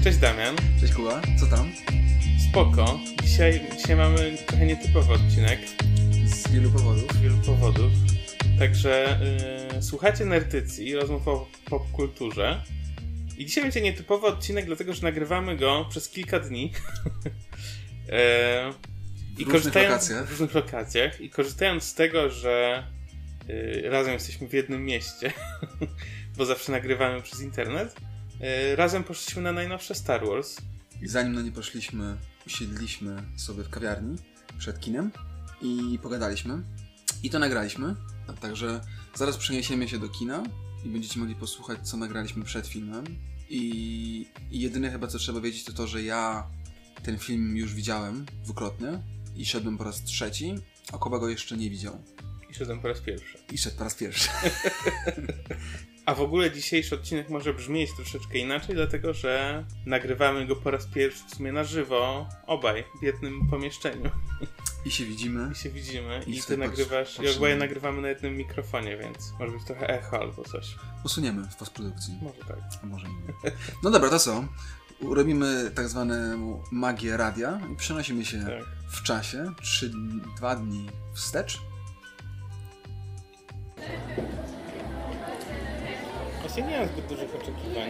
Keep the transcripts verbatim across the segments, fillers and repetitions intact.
Cześć Damian. Cześć Kuba, co tam? Spoko. Dzisiaj, dzisiaj mamy trochę nietypowy odcinek. Z wielu powodów. Z wielu powodów. Także yy, słuchacie Nerdycji, rozmów o popkulturze. I dzisiaj będzie nietypowy odcinek, dlatego że nagrywamy go przez kilka dni. yy, w i różnych korzystając, lokacjach. W różnych lokacjach. I korzystając z tego, że yy, razem jesteśmy w jednym mieście, bo zawsze nagrywamy przez internet, yy, razem poszliśmy na najnowsze Star Wars. I zanim na nie poszliśmy, usiedliśmy sobie w kawiarni przed kinem i pogadaliśmy. I to nagraliśmy. Także zaraz przeniesiemy się do kina i będziecie mogli posłuchać, co nagraliśmy przed filmem. I, i jedyne chyba, co trzeba wiedzieć, to to, że ja ten film już widziałem dwukrotnie i szedłem po raz trzeci, a Kuba go jeszcze nie widział. I szedłem po raz pierwszy. I szedł po raz pierwszy. A w ogóle dzisiejszy odcinek może brzmieć troszeczkę inaczej, dlatego że nagrywamy go po raz pierwszy w sumie na żywo, obaj, w jednym pomieszczeniu. I się widzimy. I się widzimy. I, I ty nagrywasz, patrz, i oboje nagrywamy na jednym mikrofonie, więc może być trochę echo albo coś. Usuniemy w postprodukcji. Może tak. A może nie. No dobra, to co? Robimy tak zwaną magię radia i przenosimy się Tak. w czasie, trzy, dwa dni wstecz. Właśnie nie mam zbyt dużych oczekiwań.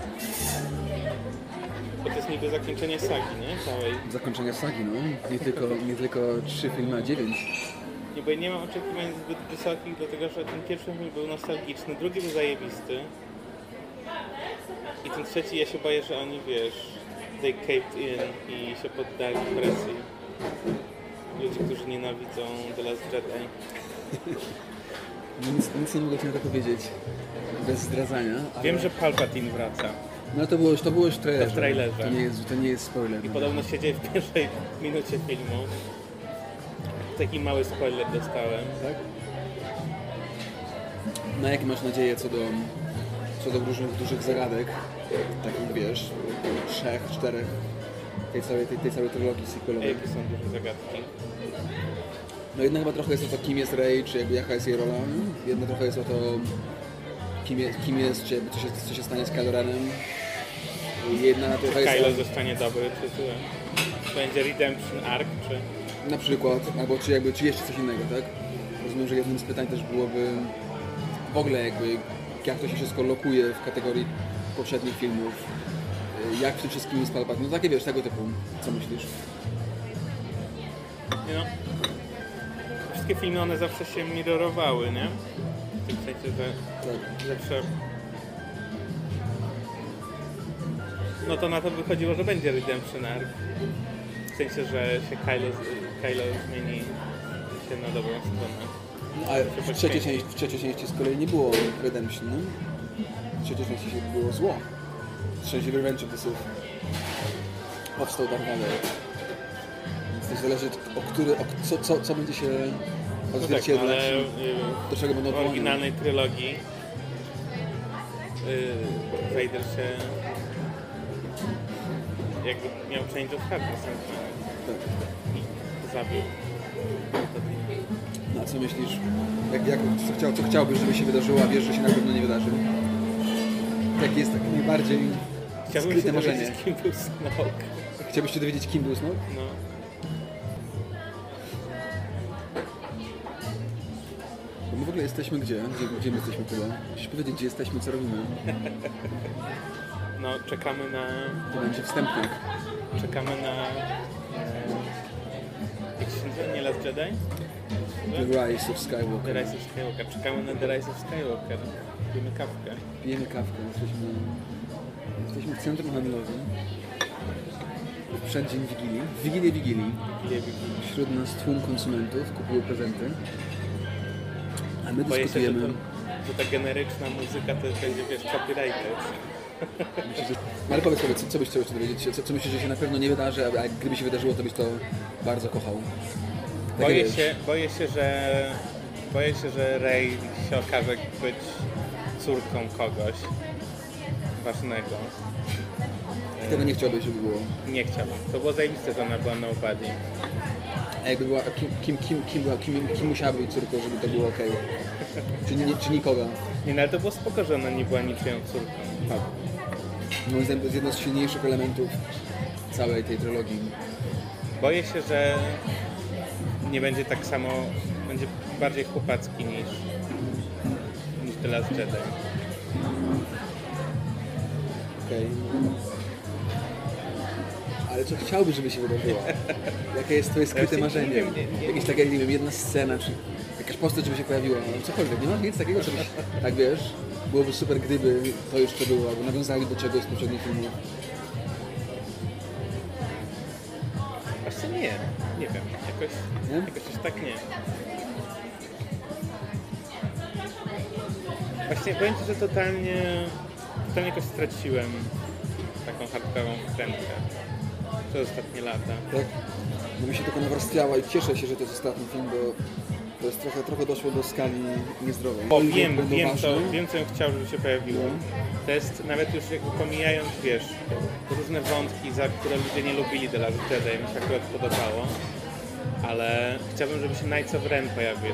Bo to jest niby zakończenie sagi, nie? Całej. Zakończenie sagi, no. Nie tylko, nie tylko trzy filmy, a dziewięć. Nie, bo ja nie mam oczekiwań zbyt wysokich, dlatego że ten pierwszy film był nostalgiczny, drugi był zajebisty. I ten trzeci, ja się boję, że oni, wiesz, they caved in i się poddali presji. Ludzie, którzy nienawidzą The Last Jedi. Nic, nic nie mogę ci na to powiedzieć. Bez zdradzania. Ale... Wiem, że Palpatine wraca. No to było już, to było już w trailerze. To w trailerze. To nie jest, to nie jest spoiler. I podobno się dzieje w pierwszej minucie filmu. Taki mały spoiler dostałem. Tak? Na jakie masz nadzieję co do, co do różnych dużych zagadek? Takich, wiesz, trzech, czterech tej całej, tej, tej całej trylogii sequelowej. Jakie są duże zagadki? No jedna chyba trochę jest o to, kim jest Rey, czy jakby jaka jest jej rola. Jedna trochę jest o to, kim jest, kim jest czy jakby co się, co się stanie z Kylo Renem. Jedna Czy trochę Kylo jest... zostanie dobry, czy zły? Będzie Redemption Arc, czy... Na przykład, albo czy jakby, czy jeszcze coś innego, tak? Rozumiem, że jednym z pytań też byłoby w ogóle jakby, jak to się wszystko lokuje w kategorii poprzednich filmów. Jak w tym wszystkim jest Palpatine. No takie, wiesz, tego typu. Co myślisz? Nie no. Wszystkie filmy, one zawsze się mirrorowały, nie? W tym sensie, że Tak. zawsze... No to na to wychodziło, że będzie Redemption Arc. W sensie, że się Kylo, Kylo zmieni się na dobrą stronę. No, ale w trzeciej, części, w trzeciej części z kolei nie było Redemption, nie? W trzeciej części było zło. W trzeciej Revenge of the Sith powstał Darth Vader. Więc też zależy o który, o co, co, co będzie się odzwierciedlać, no tak, ale do czego będą w oryginalnej trylogii yy, Vader się jakby miał change of heart następnego. Tak. I zabił. No a co myślisz? Jak, jak, co, chciał, co chciałbyś, żeby się wydarzyło, a wiesz, że się na pewno nie wydarzy? Jakie jest tak najbardziej Chciałbym skryte się marzenie? dowiedzieć, kim był Snoke. Chciałbyś się dowiedzieć, kim był Snoke? No. Bo my w ogóle jesteśmy gdzie? Gdzie, gdzie my jesteśmy tyle? Musisz powiedzieć, gdzie jesteśmy, co robimy. No, czekamy na... To będzie wstępnik. Czekamy na... E, jak się nazywa? Nie Last Jedi? The Rise of The Skywalker. Rise of Skywalker. Czekamy na The Rise of Skywalker. Pijemy kawkę. Pijemy kawkę, jesteśmy, jesteśmy w centrum handlowym. W przeddzień Wigilii. W Wigilię Wigilii. Wśród nas tłum konsumentów kupują prezenty. A my Boję dyskutujemy... się, że, to, że ta generyczna muzyka to będzie, wiesz, copyrighted. Myślę, że... No ale powiedz, powiedz, co byś chciał jeszcze dowiedzieć się? Co, co myślisz, że się na pewno nie wydarzy, a gdyby się wydarzyło, to byś to bardzo kochał? Tak Boję wiesz. się, boję się, że... Boję się, że Rey się okaże być córką kogoś ważnego. Tego nie chciałbyś, żeby było. Nie chciałbym. To było zajebiste, że ona była nobody. A jakby była, kim, kim, kim, kim, była, kim, kim musiała być córką, żeby to było okej? Okay? Czy, nie, czy nikogo? Nie, no ale to było spoko, że ona nie była niczyją córką. Tak. moim zdaniem to jest jedno z silniejszych elementów całej tej trylogii. Boję się, że nie będzie tak samo, będzie bardziej chłopacki niż, niż The Last Jedi. Okej. Okay. Ale co chciałbyś, żeby się wydarzyło? Jakie jest twoje skryte Ja marzenie? nie wiem, nie, nie. Jakieś takie, nie wiem, jedna scena, czy jakaś postać, żeby się pojawiła, no, cokolwiek. Nie ma nic takiego, żebyś, tak wiesz, byłoby super, gdyby to już to było, albo nawiązali do czegoś z poprzednich filmów. Właśnie nie, nie wiem, jakoś, Nie? jakoś już tak nie. Właśnie powiem Ci, że totalnie, totalnie jakoś straciłem taką hardkorową wkrętkę przez ostatnie lata. Tak? No mi się tylko nawarstwiała i cieszę się, że to jest ostatni film, bo to jest trochę, trochę doszło do skali niezdrowej. O, Ludzie wiem, będą wiem ważne. co, wiem co bym chciał, żeby się pojawiło. To jest nawet już jakby pomijając, wiesz, różne wątki, za które ludzie nie lubili The Last Jedi, mi się akurat podobało, ale chciałbym, żeby się Knights of Ren pojawił.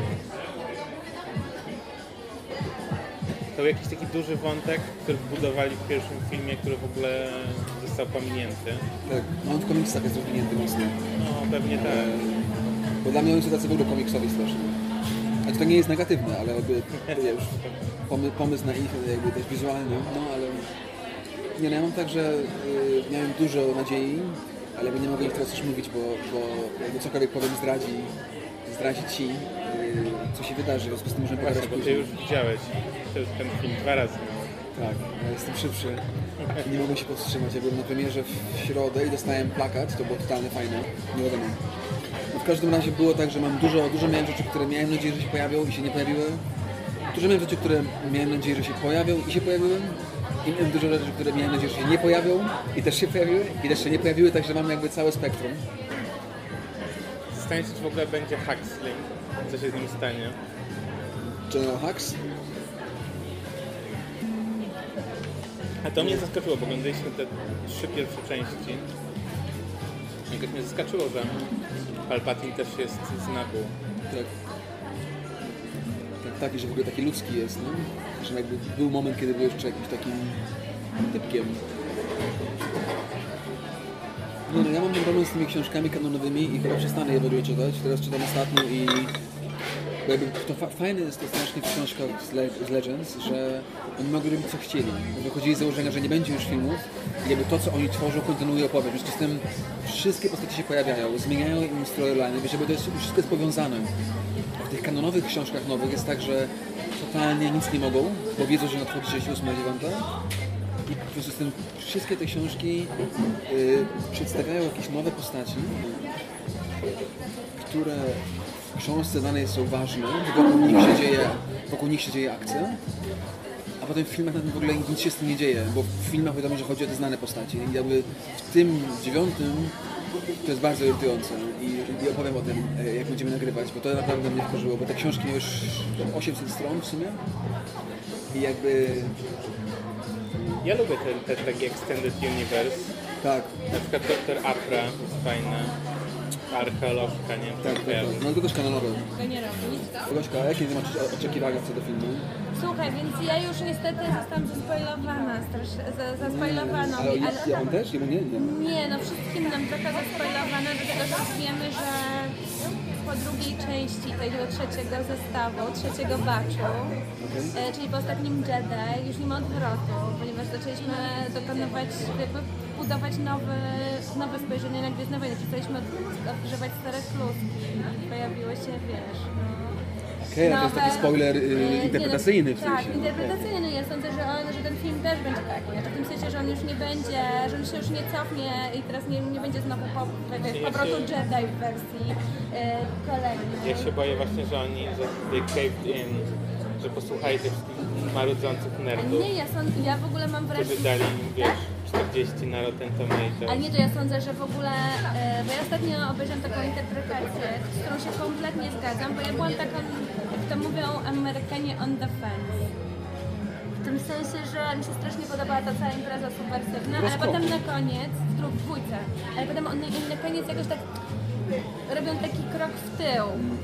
To był jakiś taki duży wątek, który budowali w pierwszym filmie, który w ogóle został pominięty. Tak, no on w komiksach jest rozwinięty mocno. No, pewnie tak. Bo dla mnie oni są tacy w ogóle komiksowi strasznie. Znaczy to nie jest negatywne, ale jakby, wiesz, pomy, pomysł na ich jakby też wizualny, no ale... Nie, no ja mam tak, że y, miałem dużo nadziei, ale jakby nie mogę ich teraz już mówić, bo, bo jakby cokolwiek powiem zdradzi, zdradzi ci, y, co się wydarzy, w związku z tym możemy Właśnie, pokazać bo ty później. już widziałeś ten, ten film dwa razy. Tak, ja jestem szybszy i nie mogę się powstrzymać. Ja byłem na premierze w środę i dostałem plakat, to było totalnie fajne, nie wiadomo. No w każdym razie było tak, że mam dużo, dużo miałem rzeczy, które miałem nadzieję, że się pojawią i się nie pojawiły. Dużo miałem rzeczy, które miałem nadzieję, że się pojawią i się pojawiły. I miałem dużo rzeczy, które miałem nadzieję, że się nie pojawią i też się pojawiły i też się nie pojawiły, także mam jakby całe spektrum. Zastanawiam się, czy w ogóle będzie Huxley, co się z nim stanie. General Hux? A to mnie zaskoczyło, bo oglądaliśmy te trzy pierwsze części. Jakoś mnie zaskoczyło, że Palpatine też jest z Naboo. Tak. Tak, taki, że w ogóle taki ludzki jest, nie? Że jakby był moment, kiedy był jeszcze jakimś takim typkiem. Nie no, ja mam problem z tymi książkami kanonowymi i chyba przestanę je w ogóle czytać. Teraz czytam ostatnio i bo jakby to fa fajne jest to strasznie w książkach z, Le z Legends, że oni mogli robić co chcieli. Wychodzili z założenia, że nie będzie już filmów i jakby to, co oni tworzą, kontynuuje opowieść. W związku z tym wszystkie postacie się pojawiają, zmieniają im storyline, wiesz, jakby to jest, wszystko jest powiązane. W tych kanonowych książkach nowych jest tak, że totalnie nic nie mogą, bo wiedzą, że nadchodzi sześćdziesiąta ósma i dziewiąta. I w związku z tym wszystkie te książki y, przedstawiają jakieś nowe postaci, które w książce danej są ważne, wokół nich się dzieje, wokół nich się dzieje akcja, a potem w filmach na tym w ogóle nic się z tym nie dzieje, bo w filmach wiadomo, że chodzi o te znane postacie i jakby w tym dziewiątym to jest bardzo irytujące i, i opowiem o tym, jak będziemy nagrywać, bo to naprawdę mnie wkurzyło, bo te książki miały już osiemset stron w sumie i jakby... Ja lubię ten, ten taki Extended Universe. Tak. Na przykład doktor Aphra jest fajna. Archeolożka, nie wiem, Tak, tak, tak. No to też kanonowe. Nie robić, tak? Gośka, jakie ty masz oczekiwania co do filmu? Słuchaj, więc ja już niestety zostałam zaspoilowana, strasznie, za, zaspoilowano Ale mi, on, ale... on też? Jemu nie? Nie. Nie, no wszystkim nam trochę zaspoilowane, dlatego że wiemy, że po drugiej części tego trzeciego zestawu, trzeciego batchu, Okay. e, czyli po ostatnim Jedi, już nie ma odwrotu, ponieważ zaczęliśmy dokonywać, jakby budować nowy, nowe spojrzenie na Gwiezdne Wojny, przestaliśmy odgrzewać stare kluski, pojawiły się, wiesz, no... Okej, okay, to jest taki spoiler y, e, interpretacyjny w nie, no, sensie. Tak, interpretacyjny. No ja sądzę, że, on, że ten film też będzie taki. Znaczy, w tym sensie, że on już nie będzie, że on się już nie cofnie i teraz nie, nie będzie znowu po, wiesz, powrotu Jedi w wersji e, kolejnej. Ja się boję właśnie, że oni że they caved in, że posłuchali tych wszystkich marudzących nerdów, Nie, ja, sąd, ja w ogóle mam wrażenie... którzy dali im, wiesz, czterdzieści na Rotten Tomatoes. Ale nie, to ja sądzę, że w ogóle, e, bo ja ostatnio obejrzałam taką interpretację, z którą się kompletnie zgadzam, bo ja byłam taką, jak to mówią Amerykanie, on the fence. W tym sensie, że mi się strasznie podobała ta cała impreza subwersywna, ale potem na koniec, w dru- w dwójce, ale potem on na, na koniec jakoś tak robią taki krok w tył.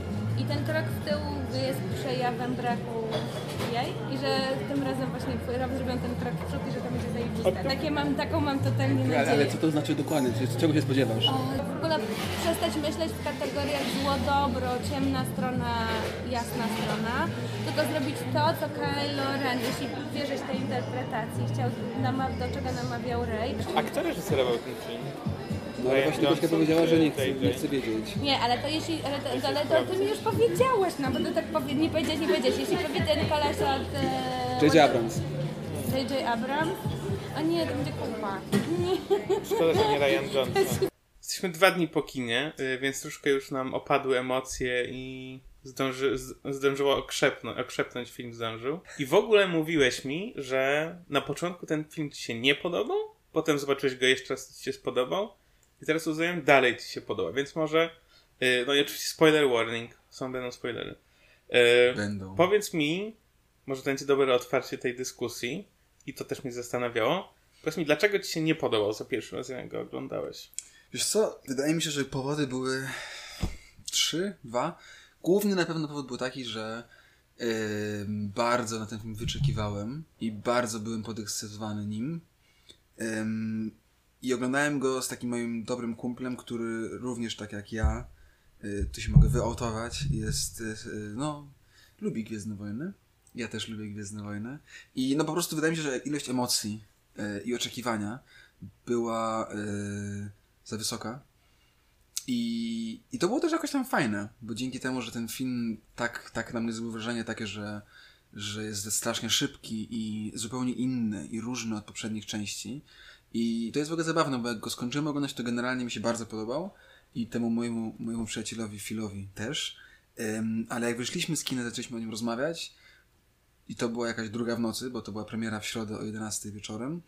i ten krok w tył jest przejawem braku jej i że tym razem właśnie zrobią ten krok w przód i że to będzie zajebiste. Takie mam, taką mam totalnie nadzieję. Ale, ale co to znaczy dokładnie? Czego się spodziewasz? O, w ogóle przestać myśleć w kategoriach zło, dobro, ciemna strona, jasna strona, tylko zrobić to, co Kylo Ren, jeśli wierzysz tej interpretacji, chciał, namar- do czego namawiał Rey. A kto reżyserował ten film? No ale właśnie Gośka powiedziała, że nie chce, nie chce wiedzieć. Nie, ale to jeśli, ale to, ale to ty mi już powiedziałeś, no bo to tak powie, nie powiedziałeś, nie powiedziałeś. Jeśli powie ten koleś od... E, J J Abrams. J J Abrams? A nie, to będzie kupa. Nie. Szkoda, że nie Ryan Johnson. Jesteśmy dwa dni po kinie, więc troszkę już nam opadły emocje i zdąży, zdążyło okrzepnąć, okrzepnąć film zdążył. I w ogóle mówiłeś mi, że na początku ten film ci się nie podobał, potem zobaczyłeś go jeszcze raz, ci się spodobał i teraz uznaję, dalej ci się podoba, więc może, no i oczywiście spoiler warning, są będą spoilery. Będą. Powiedz mi, może to będzie dobre otwarcie tej dyskusji i to też mnie zastanawiało, powiedz mi, dlaczego ci się nie podobał za pierwszym razem, jak go oglądałeś? Wiesz co, wydaje mi się, że powody były trzy, dwa. Główny na pewno powód był taki, że yy, bardzo na ten film wyczekiwałem i bardzo byłem podekscytowany nim. Yy, I oglądałem go z takim moim dobrym kumplem, który również tak jak ja, yy, tu się mogę wyautować, jest, yy, no, lubi Gwiezdne Wojny. Ja też lubię Gwiezdne Wojny. I no po prostu wydaje mi się, że ilość emocji yy, i oczekiwania była yy, za wysoka. I, I to było też jakoś tam fajne, bo dzięki temu, że ten film tak, tak na mnie zrobił wrażenie takie, że, że jest strasznie szybki i zupełnie inny i różny od poprzednich części. I to jest w ogóle zabawne, bo jak go skończymy oglądać, to generalnie mi się bardzo podobał i temu mojemu, mojemu przyjacielowi Philowi też. Um, ale jak wyszliśmy z kina, zaczęliśmy o nim rozmawiać i to była jakaś druga w nocy, bo to była premiera w środę o jedenastej wieczorem,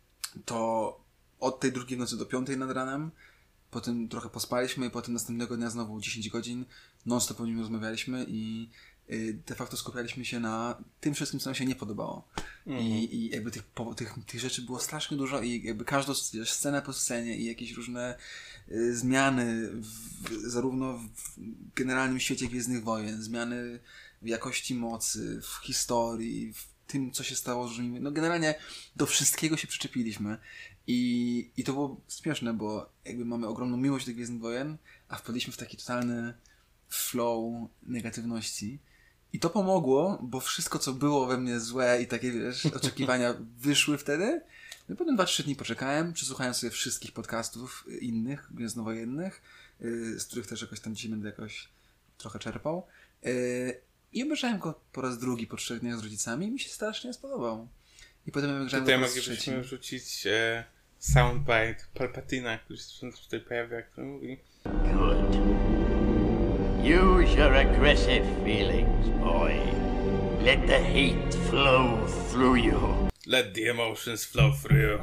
to od tej drugiej w nocy do piątej nad ranem, potem trochę pospaliśmy i potem następnego dnia znowu dziesięć godzin non-stop o nim rozmawialiśmy i y, de facto skupialiśmy się na tym wszystkim, co nam się nie podobało. Mm. I, I jakby tych, po, tych, tych rzeczy było strasznie dużo i jakby każdą scenę po scenie i jakieś różne y, zmiany w, zarówno w generalnym świecie Gwiezdnych Wojen, zmiany w jakości mocy, w historii, w tym, co się stało z różnymi... No generalnie do wszystkiego się przyczepiliśmy. I, I to było śmieszne, bo jakby mamy ogromną miłość do Gwiezdnych Wojen, a wpadliśmy w taki totalny flow negatywności. I to pomogło, bo wszystko, co było we mnie złe i takie, wiesz, oczekiwania wyszły wtedy. No potem dwa, trzy dni poczekałem, przesłuchałem sobie wszystkich podcastów innych, gwiezdnowojennych, yy, z których też jakoś tam dzisiaj będę jakoś trochę czerpał. Yy, I obejrzałem go po raz drugi, po trzech dniach z rodzicami i mi się strasznie spodobał. I potem obejrzałem go po raz trzeci. Tutaj moglibyśmy wrzucić e, soundbite Palpatina, który się tutaj pojawia, który mówi: Good. Use your aggressive feelings, boy. Let the hate flow through you. Let the emotions flow through you.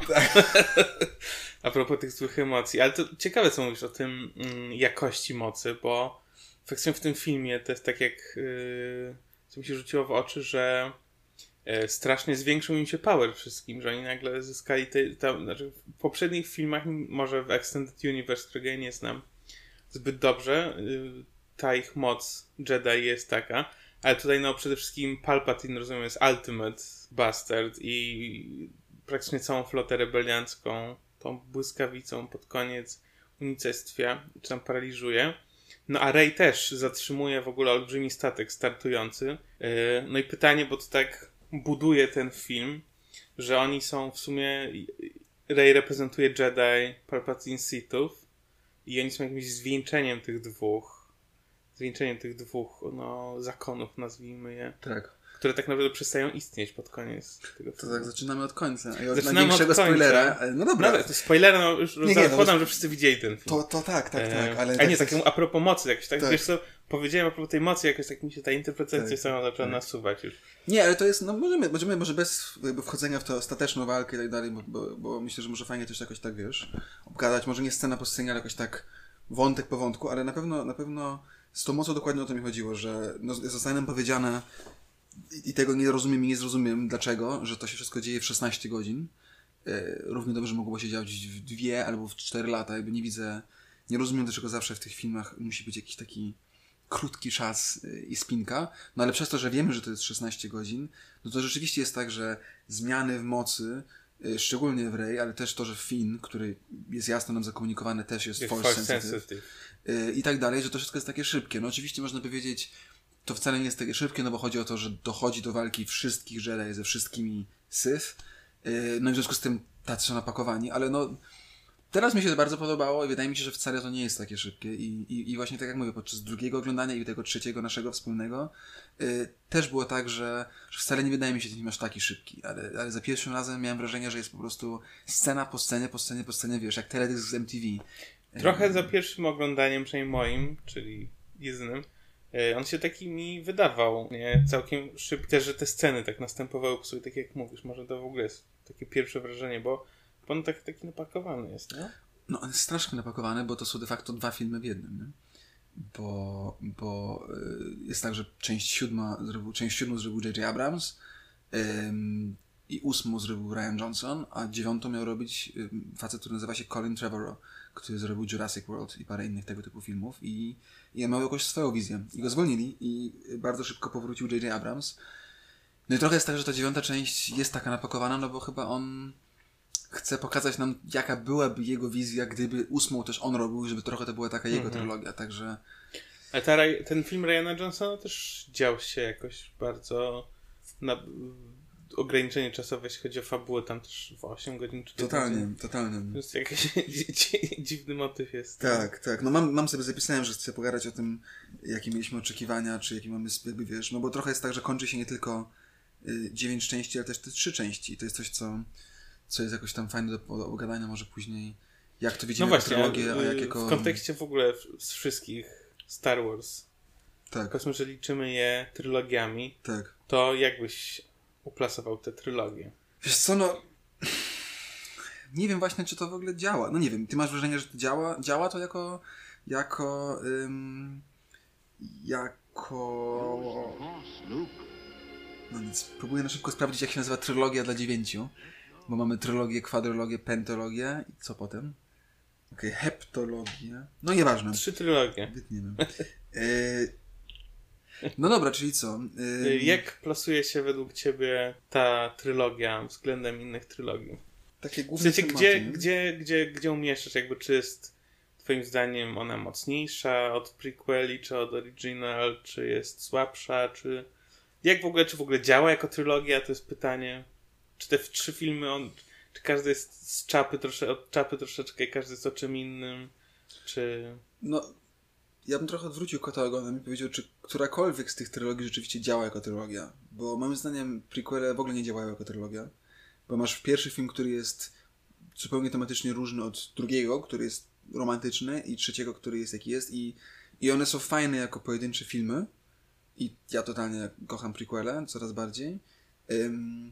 A propos tych złych emocji. Ale to ciekawe, co mówisz o tym mm, jakości mocy, bo faktycznie w tym filmie to jest tak jak yy, co mi się rzuciło w oczy, że yy, strasznie zwiększył im się power wszystkim, że oni nagle zyskali te, te, znaczy w poprzednich filmach, może w Extended Universe, którego ja nie znam zbyt dobrze, yy, ta ich moc Jedi jest taka, ale tutaj no przede wszystkim Palpatine, rozumiem, jest Ultimate Bastard i praktycznie całą flotę rebeliancką tą błyskawicą pod koniec unicestwia, czy tam paraliżuje. No a Rey też zatrzymuje w ogóle olbrzymi statek startujący. No i pytanie, bo to tak buduje ten film, że oni są w sumie... Rey reprezentuje Jedi, Palpatine Sithów i oni są jakimś zwieńczeniem tych dwóch zwieńczeniem tych dwóch no, zakonów, nazwijmy je. Tak. Które tak naprawdę przestają istnieć pod koniec tego filmu. To tak, zaczynamy od końca. I od zaczynamy największego od końca. spoilera. No dobra. No, to spoiler, no już nie, zakładam, no, że wszyscy widzieli ten film. To, to tak, tak, tak. Ale a tak nie, jest... takiemu a propos mocy, jakoś tak, tak. wiesz co, powiedziałem a propos tej mocy, jakoś tak mi się ta interpretacja tak, sama zaczęła tak. nasuwać już. Nie, ale to jest, no możemy, możemy może bez jakby wchodzenia w tę ostateczną walkę i tak dalej, bo, bo, bo myślę, że może fajnie też jakoś tak, wiesz, obgadać, może nie scena po scenie, ale jakoś tak wątek po wątku, ale na pewno, na pewno z tą mocą dokładnie o to mi chodziło, że no, zostaje nam powiedziane i tego nie rozumiem i nie zrozumiem dlaczego, że to się wszystko dzieje w szesnaście godzin. E, równie dobrze mogło się dziać w dwie albo w cztery lata, jakby nie widzę, nie rozumiem dlaczego zawsze w tych filmach musi być jakiś taki krótki czas i spinka, no ale przez to, że wiemy, że to jest szesnaście godzin, no to rzeczywiście jest tak, że zmiany w mocy, szczególnie w Rey, ale też to, że Finn, który jest jasno nam zakomunikowany, też jest, jest force, force sensitive, sensitive i tak dalej, że to wszystko jest takie szybkie. No oczywiście można powiedzieć, to wcale nie jest takie szybkie, no bo chodzi o to, że dochodzi do walki wszystkich Jedi ze wszystkimi Sith, no i w związku z tym tacy są napakowani, ale no teraz mi się to bardzo podobało i wydaje mi się, że wcale to nie jest takie szybkie i, i, i właśnie tak jak mówię, podczas drugiego oglądania i tego trzeciego naszego wspólnego yy, też było tak, że, że wcale nie wydaje mi się, że nie aż taki szybki, ale, ale za pierwszym razem miałem wrażenie, że jest po prostu scena po scenie, po scenie, po scenie, wiesz, jak teledysk z M T V. Trochę yy. za pierwszym oglądaniem, przynajmniej moim, czyli jedynym, yy, on się taki mi wydawał, nie? Całkiem szybki, też, że te sceny tak następowały po sobie, tak jak mówisz, może to w ogóle jest takie pierwsze wrażenie, bo Bo on tak, taki napakowany jest, nie? No on jest strasznie napakowany, bo to są de facto dwa filmy w jednym, nie? Bo, bo yy, jest tak, że część siódma zrobił, część siódmą zrobił J J Abrams yy, i ósmą zrobił Rian Johnson, a dziewiątą miał robić yy, facet, który nazywa się Colin Trevorrow, który zrobił Jurassic World i parę innych tego typu filmów i, i on miał jakoś swoją wizję. I go zwolnili i bardzo szybko powrócił J J Abrams. No i trochę jest tak, że ta dziewiąta część jest taka napakowana, no bo chyba on chce pokazać nam, jaka byłaby jego wizja, gdyby ósmą też on robił, żeby trochę to była taka jego mm-hmm. trylogia, także... A ta, ten film Ryana Johnsona też dział się jakoś bardzo na ograniczenie czasowe, jeśli chodzi o fabułę, tam też w osiem godzin czy Totalnie, godzin. totalnie. To jest jakiś dziwny motyw jest. Tak, tak. No mam, mam sobie zapisałem, że chcę pogadać o tym, jakie mieliśmy oczekiwania, czy jakie mamy, jakby wiesz, no bo trochę jest tak, że kończy się nie tylko y, dziewięć części, ale też te trzy części i to jest coś, co co jest jakoś tam fajne do obgadania może później, jak to widzimy no właśnie, jako trylogię, a jak jako... w kontekście w ogóle z wszystkich Star Wars, tak. powiedzmy, że liczymy je trylogiami, tak. to jak byś uplasował te trylogie? Wiesz co, no... Nie wiem właśnie, czy to w ogóle działa. No nie wiem, ty masz wrażenie, że to działa? Działa to jako... jako... Ym, jako... No więc próbuję na szybko sprawdzić, jak się nazywa trylogia dla dziewięciu. Bo mamy trylogię, kwadrologię, pentologię i co potem? Okej, okay, heptologię. No nieważne. Trzy trylogie. Wytniemy. Yy... No dobra, czyli co? Yy... Jak plasuje się według ciebie ta trylogia względem innych trylogii? Takie główne w sensie, gdzie, gdzie, gdzie, gdzie umieszczasz? Jakby, czy jest twoim zdaniem ona mocniejsza od prequeli, czy od original, czy jest słabsza, czy... Jak w ogóle, czy w ogóle działa jako trylogia? To jest pytanie. Czy te trzy filmy, on, czy każdy jest z czapy, trosze, od czapy troszeczkę i każdy jest o czym innym? Czy... No, ja bym trochę odwrócił kota ogonem i powiedział, czy którakolwiek z tych trylogii rzeczywiście działa jako trylogia. Bo moim zdaniem prequele w ogóle nie działają jako trylogia. Bo masz pierwszy film, który jest zupełnie tematycznie różny od drugiego, który jest romantyczny i trzeciego, który jest jaki jest i, i one są fajne jako pojedyncze filmy. I ja totalnie kocham prequele, coraz bardziej. Um,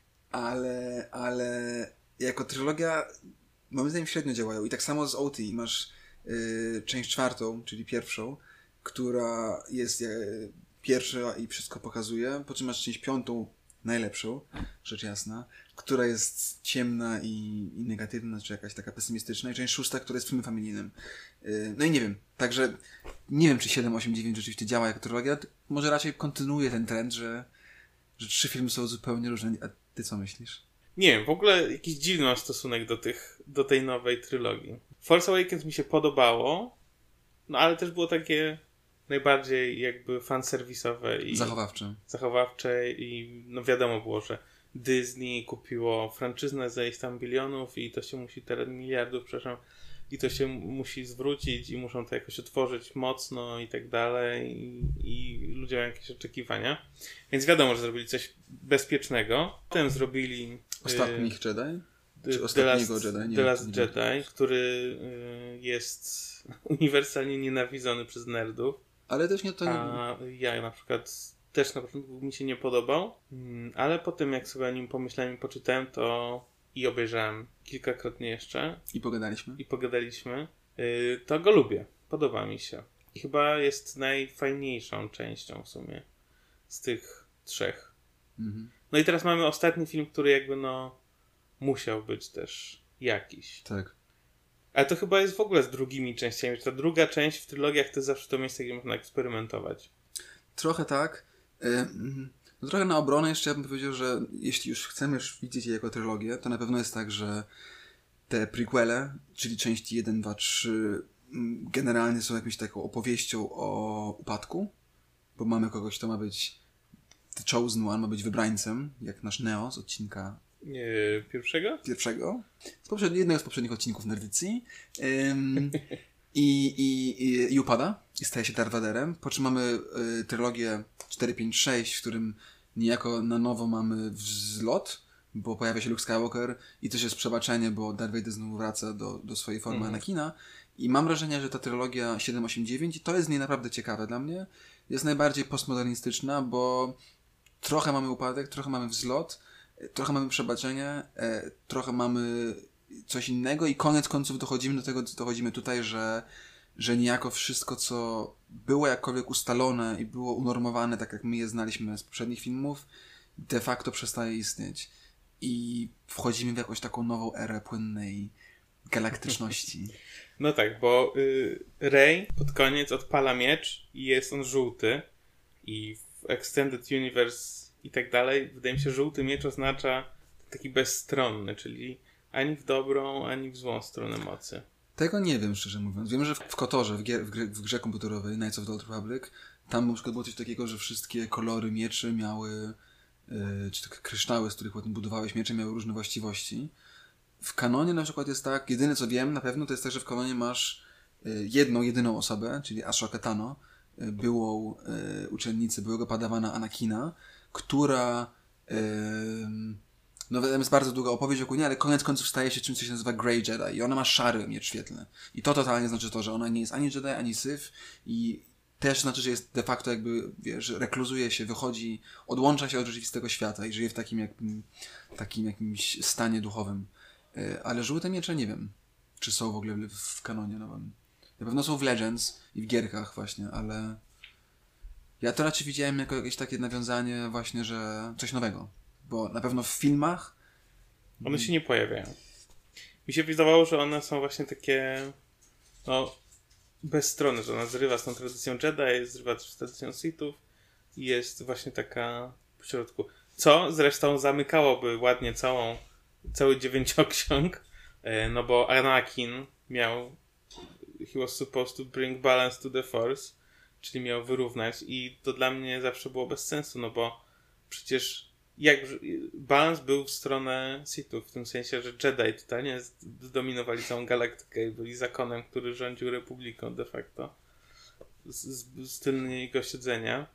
ale, ale jako trylogia moim zdaniem średnio działają. I tak samo z O T. Masz y, część czwartą, czyli pierwszą, która jest y, pierwsza i wszystko pokazuje. Po czym masz część piątą, najlepszą, rzecz jasna, która jest ciemna i, i negatywna, czy jakaś taka pesymistyczna. I część szósta, która jest filmem familijnym. Y, no i nie wiem. Także nie wiem, czy siedem, osiem, dziewięć rzeczywiście działa jako trylogia. Może raczej kontynuuje ten trend, że, że trzy filmy są zupełnie różne. A ty co myślisz? Nie wiem, w ogóle jakiś dziwny mam stosunek do tych, do tej nowej trylogii. Force Awakens mi się podobało, no ale też było takie najbardziej jakby fanserwisowe i zachowawcze. Zachowawcze i no wiadomo było, że Disney kupiło franczyznę za ileś tam bilionów i to się musi teraz, miliardów, przepraszam, i to się musi zwrócić i muszą to jakoś otworzyć mocno i tak dalej i, i ludzie mają jakieś oczekiwania. Więc wiadomo, że zrobili coś bezpiecznego. Potem zrobili Ostatnich y, Jedi? Czy The ostatniego Last, Jedi? Nie, The Last nie Jedi, nie. który y, jest uniwersalnie nienawidzony przez nerdów. Ale też nie to... Nie... A ja na przykład też na początku mi się nie podobał, ale potem jak sobie o nim pomyślałem i poczytałem, to i obejrzałem kilkakrotnie jeszcze. I pogadaliśmy. I pogadaliśmy. Yy, to go lubię. Podoba mi się. I chyba jest najfajniejszą częścią w sumie z tych trzech. Mhm. No i teraz mamy ostatni film, który jakby no musiał być też jakiś. Tak. Ale to chyba jest w ogóle z drugimi częściami, że ta druga część w trylogiach to jest zawsze to miejsce, gdzie można eksperymentować. Trochę tak. No trochę na obronę jeszcze ja bym powiedział, że jeśli już chcemy już widzieć je jako trylogię, to na pewno jest tak, że te prequele, czyli części jeden, dwa, trzy generalnie są jakąś taką opowieścią o upadku, bo mamy kogoś, kto ma być The Chosen One, ma być wybrańcem, jak nasz Neo z odcinka Nie, pierwszego? Pierwszego. Z poprzedni, jednego z poprzednich odcinków Nerdycji. Ym, i, i, i, I upada. I staje się Darth Vaderem. Po czym mamy y, trylogię cztery, pięć, sześć, w którym niejako na nowo mamy wzlot, bo pojawia się Luke Skywalker i też jest przebaczenie, bo Darth Vader znowu wraca do, do swojej formy mm. Anakina. I mam wrażenie, że ta trylogia siedem, osiem, dziewięć, i to jest w niej naprawdę ciekawe dla mnie, jest najbardziej postmodernistyczna, bo trochę mamy upadek, trochę mamy wzlot, trochę mamy przebaczenie, e, trochę mamy coś innego i koniec końców dochodzimy do tego, co dochodzimy tutaj, że, że niejako wszystko, co było jakkolwiek ustalone i było unormowane, tak jak my je znaliśmy z poprzednich filmów, de facto przestaje istnieć. I wchodzimy w jakąś taką nową erę płynnej galaktyczności. No tak, bo y, Rey pod koniec odpala miecz i jest on żółty i w Extended Universe i tak dalej, wydaje mi się, że żółty miecz oznacza taki bezstronny, czyli ani w dobrą, ani w złą stronę mocy. Tego nie wiem, szczerze mówiąc. Wiem, że w, w Kotorze, w, gier, w, grze, w grze komputerowej Knights of the Old Republic, tam na przykład było coś takiego, że wszystkie kolory mieczy miały, yy, czy te kryształy, z których potem budowałeś miecze, miały różne właściwości. W kanonie na przykład jest tak, jedyne co wiem na pewno, to jest tak, że w kanonie masz yy, jedną, jedyną osobę, czyli Ashoka Tano, yy, byłą yy, uczennicę, byłego padawana Anakina, która... Yy, no tam jest bardzo długa opowieść wokół niej, ale koniec końców staje się czymś, co się nazywa Grey Jedi i ona ma szary miecz świetlny. I to totalnie znaczy to, że ona nie jest ani Jedi, ani Sith i też znaczy, że jest de facto jakby, wiesz, rekluzuje się, wychodzi, odłącza się od rzeczywistego świata i żyje w takim, jakby, takim jakimś stanie duchowym. Ale żółte miecze nie wiem, czy są w ogóle w kanonie nowym. Na pewno są w Legends i w gierkach właśnie, ale ja to raczej widziałem jako jakieś takie nawiązanie właśnie, że coś nowego. Bo na pewno w filmach... One się nie pojawiają. Mi się wydawało, że one są właśnie takie no bezstronne, że ona zrywa z tą tradycją Jedi, zrywa też z tradycją Sithów i jest właśnie taka w środku. Co zresztą zamykałoby ładnie całą cały dziewięcioksiąg, no bo Anakin miał he was supposed to bring balance to the Force, czyli miał wyrównać i to dla mnie zawsze było bez sensu, no bo przecież jak balans był w stronę Sithów, w tym sensie, że Jedi totalnie zdominowali całą galaktykę i byli zakonem, który rządził Republiką de facto z, z, z tylnego siedzenia,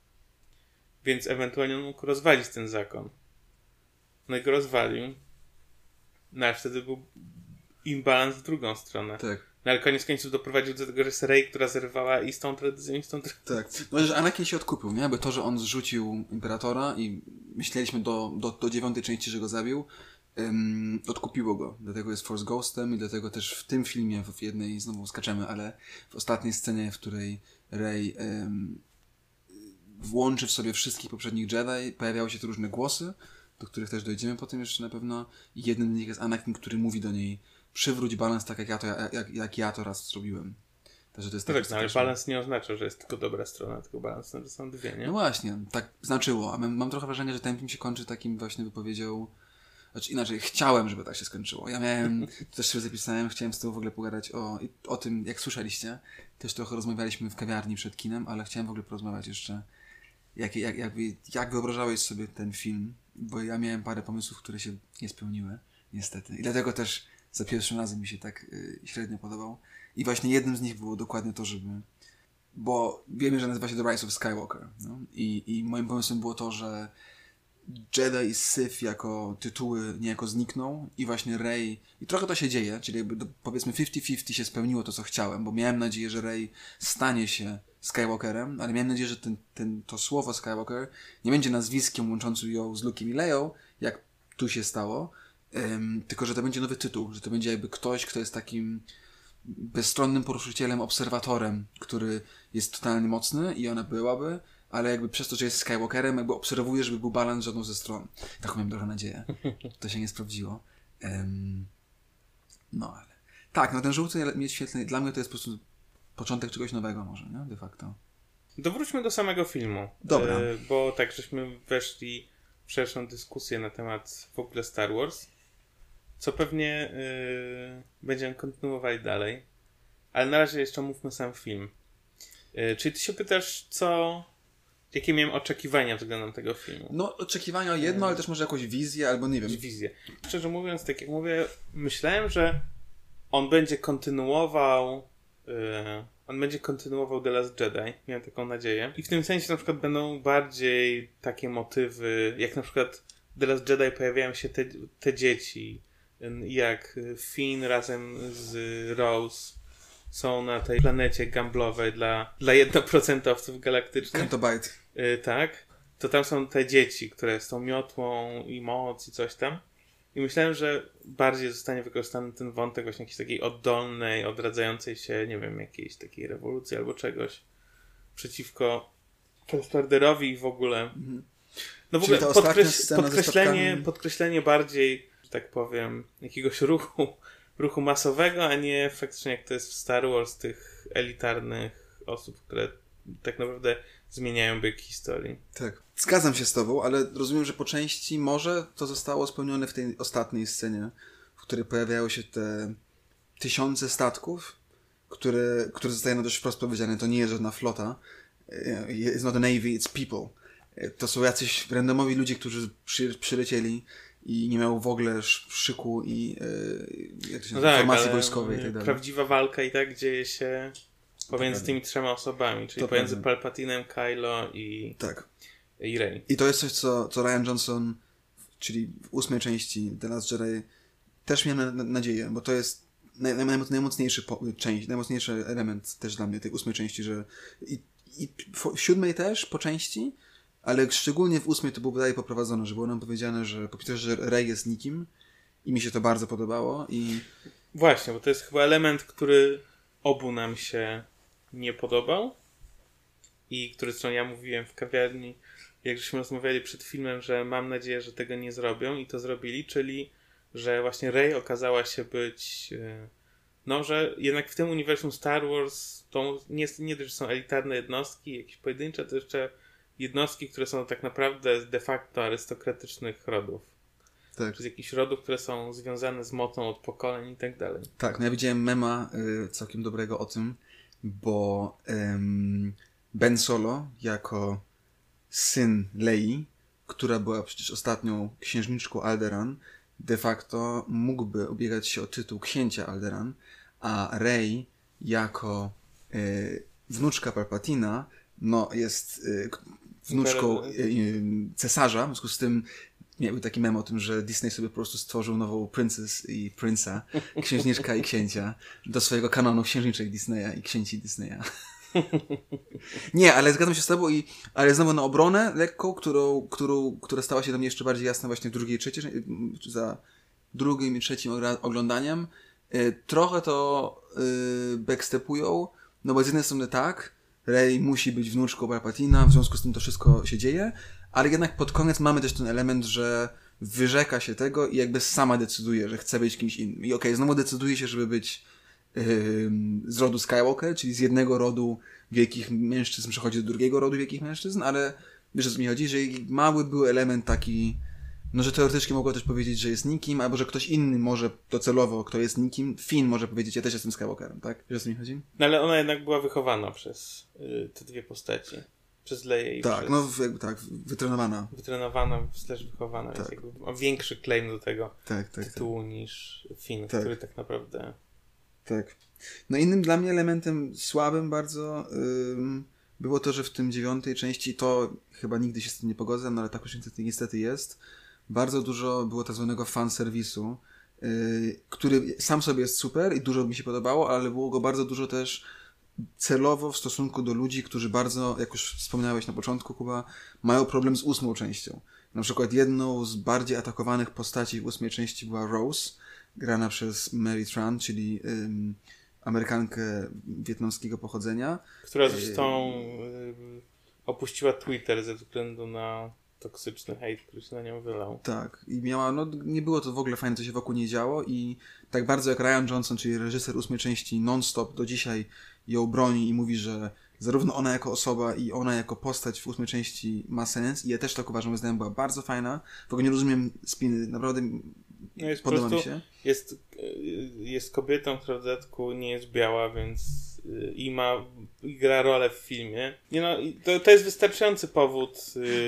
więc ewentualnie on mógł rozwalić ten zakon. No i go rozwalił, no ale wtedy był imbalans w drugą stronę. Tak. No ale koniec końców doprowadził do tego, że jest Rey, która zerwała i z tą tradycją, i z tą tradycją. Tak. No, że Anakin się odkupił, nie? Bo to, że on zrzucił Imperatora i myśleliśmy do, do, do dziewiątej części, że go zabił, um, odkupiło go. Dlatego jest Force Ghostem i dlatego też w tym filmie, w jednej, znowu skaczemy, ale w ostatniej scenie, w której Rey um, włączy w sobie wszystkich poprzednich Jedi, pojawiały się te różne głosy, do których też dojdziemy potem jeszcze na pewno. I jednym z nich jest Anakin, który mówi do niej: przywróć balans tak, jak ja to, jak, jak ja to raz zrobiłem. Także to jest no tak, tak, no, ale balans nie oznacza, że jest tylko dobra strona, tylko balans to są dwie, nie? No właśnie, tak znaczyło. A mam, mam trochę wrażenie, że ten film się kończy takim właśnie wypowiedzią... Znaczy inaczej, chciałem, żeby tak się skończyło. Ja miałem, też sobie zapisałem, chciałem z tobą w ogóle pogadać o, o tym, jak słyszeliście. Też trochę rozmawialiśmy w kawiarni przed kinem, ale chciałem w ogóle porozmawiać jeszcze, jak, jak, jakby, jak wyobrażałeś sobie ten film, bo ja miałem parę pomysłów, które się nie spełniły, niestety. I dlatego też za pierwszym razem mi się tak y, średnio podobał. I właśnie jednym z nich było dokładnie to, żeby... Bo wiemy, że nazywa się The Rise of Skywalker. No? I, I moim pomysłem było to, że Jedi i Sith jako tytuły niejako znikną i właśnie Rey... I trochę to się dzieje, czyli jakby do, powiedzmy fifty fifty się spełniło to, co chciałem, bo miałem nadzieję, że Rey stanie się Skywalkerem, ale miałem nadzieję, że ten, ten, to słowo Skywalker nie będzie nazwiskiem łączącym ją z Luke'em i Leją, jak tu się stało, um, tylko że to będzie nowy tytuł, że to będzie jakby ktoś, kto jest takim bezstronnym poruszycielem, obserwatorem, który jest totalnie mocny i ona byłaby, ale jakby przez to, że jest Skywalkerem, jakby obserwuje, żeby był balans żadną ze stron. Taką miałem trochę nadzieję. To się nie sprawdziło. Um, no ale... Tak, no ten żółty mieć świetlny, dla mnie to jest po prostu początek czegoś nowego może, nie? De facto. Dowróćmy do samego filmu. Dobra. E, bo tak, żeśmy weszli w szerszą dyskusję na temat w ogóle Star Wars, co pewnie e, będziemy kontynuowali dalej. Ale na razie jeszcze omówmy sam film. E, czyli ty się pytasz, co... Jakie miałem oczekiwania względem tego filmu? No, oczekiwania jedno, ale też może jakąś wizję, albo nie wiem. Wizję. Szczerze mówiąc, tak jak mówię, myślałem, że on będzie kontynuował yy, on będzie kontynuował The Last Jedi. Miałem taką nadzieję. I w tym sensie na przykład będą bardziej takie motywy, jak na przykład w The Last Jedi pojawiają się te, te dzieci, jak Finn razem z Rose są na tej planecie gamblowej dla, dla jednoprocentowców galaktycznych. Cantobite. Yy, tak. To tam są te dzieci, które z tą miotłą i moc i coś tam. I myślałem, że bardziej zostanie wykorzystany ten wątek właśnie jakiejś takiej oddolnej, odradzającej się, nie wiem, jakiejś takiej rewolucji albo czegoś przeciwko First Orderowi i w ogóle. Mhm. No w Czyli ogóle podkreś podkreślenie, podkreślenie bardziej, że tak powiem, jakiegoś ruchu, ruchu masowego, a nie faktycznie jak to jest w Star Wars, tych elitarnych osób, które tak naprawdę zmieniają bieg historii. Tak. Zgadzam się z tobą, ale rozumiem, że po części może to zostało spełnione w tej ostatniej scenie, w której pojawiają się te tysiące statków, które, które zostają dość wprost powiedziane, to nie jest żadna flota. It's not a navy, it's people. To są jacyś randomowi ludzie, którzy przy, przylecieli i nie miał w ogóle szyku i jak to się no nazywa, tak, formacji wojskowej i tak dalej. Prawdziwa walka i tak dzieje się pomiędzy tymi trzema osobami, czyli to pomiędzy prawda. Palpatinem, Kylo i, tak. i Rey. I to jest coś, co, co Rian Johnson, czyli w ósmej części The Last Jedi, też miałem na, na, nadzieję, bo to jest naj, naj, najmocniejszy po, część, najmocniejszy element też dla mnie tej ósmej części, że i, i w siódmej też po części, ale szczególnie w ósmej to było wydaje poprowadzone, że było nam powiedziane, że po pierwsze, że Rey jest nikim i mi się to bardzo podobało i... Właśnie, bo to jest chyba element, który obu nam się nie podobał i który zresztą ja mówiłem w kawiarni, jak żeśmy rozmawiali przed filmem, że mam nadzieję, że tego nie zrobią i to zrobili, czyli że właśnie Rey okazała się być no, że jednak w tym uniwersum Star Wars to nie, nie tylko są elitarne jednostki, jakieś pojedyncze, to jeszcze jednostki, które są tak naprawdę de facto arystokratycznych rodów. Tak. Przez jakichś rodów, które są związane z mocą od pokoleń i tak dalej. Tak, no ja widziałem mema y, całkiem dobrego o tym, bo ym, Ben Solo jako syn Lei, która była przecież ostatnią księżniczką Alderaan, de facto mógłby ubiegać się o tytuł księcia Alderaan, a Rey jako y, wnuczka Palpatina, no jest y, wnuczką y, y, cesarza, w związku z tym miał taki mem o tym, że Disney sobie po prostu stworzył nową Princess i Prince'a, księżniczka i księcia, do swojego kanonu księżniczek Disneya i księci Disneya. Nie, ale zgadzam się z tobą, i, ale znowu na obronę lekką, którą, którą, która stała się dla mnie jeszcze bardziej jasna właśnie w drugiej i trzeciej, za drugim i trzecim oglądaniem. Trochę to yy, backstepują, no bo z jednej strony tak, Rey musi być wnuczką Palpatina, w związku z tym to wszystko się dzieje, ale jednak pod koniec mamy też ten element, że wyrzeka się tego i jakby sama decyduje, że chce być kimś innym. I okej, okay, znowu decyduje się, żeby być yy, z rodu Skywalker, czyli z jednego rodu wielkich mężczyzn przechodzi do drugiego rodu wielkich mężczyzn, ale wiesz, o co mi chodzi, że mały był element taki, no że teoretycznie mogła też powiedzieć, że jest nikim, albo że ktoś inny może docelowo, kto jest nikim, Finn może powiedzieć, ja też jestem Skywalkerem, tak? Wiesz, o co mi chodzi? No ale ona jednak była wychowana przez y, te dwie postaci. Przez Leię i tak, przez... no jakby tak, wytrenowana. Wytrenowana, też wychowana, tak. Więc jakby ma większy claim do tego tak, tak, tytułu tak. niż Finn, tak. który tak naprawdę... Tak. No innym dla mnie elementem słabym bardzo ym, było to, że w tym dziewiątej części, to chyba nigdy się z tym nie pogodzę, no ale tak już niestety, niestety jest, bardzo dużo było tak zwanego fanserwisu, yy, który sam sobie jest super i dużo mi się podobało, ale było go bardzo dużo też celowo w stosunku do ludzi, którzy bardzo, jak już wspomniałeś na początku, Kuba, mają problem z ósmą częścią. Na przykład jedną z bardziej atakowanych postaci w ósmej części była Rose, grana przez Mary Tran, czyli ym, Amerykankę wietnamskiego pochodzenia. Która zresztą yy, opuściła Twitter ze względu na toksyczny hejt, który się na nią wylał. Tak. I miała, no nie było to w ogóle fajne, co się wokół niej działo i tak bardzo jak Rian Johnson, czyli reżyser ósmej części non-stop do dzisiaj ją broni i mówi, że zarówno ona jako osoba i ona jako postać w ósmej części ma sens i ja też tak uważam, że była bardzo fajna. W ogóle nie rozumiem spiny, naprawdę no jest podoba mi się. Jest, jest kobietą, która w dodatku nie jest biała, więc i ma, i gra rolę w filmie. Nie no, to, to jest wystarczający powód,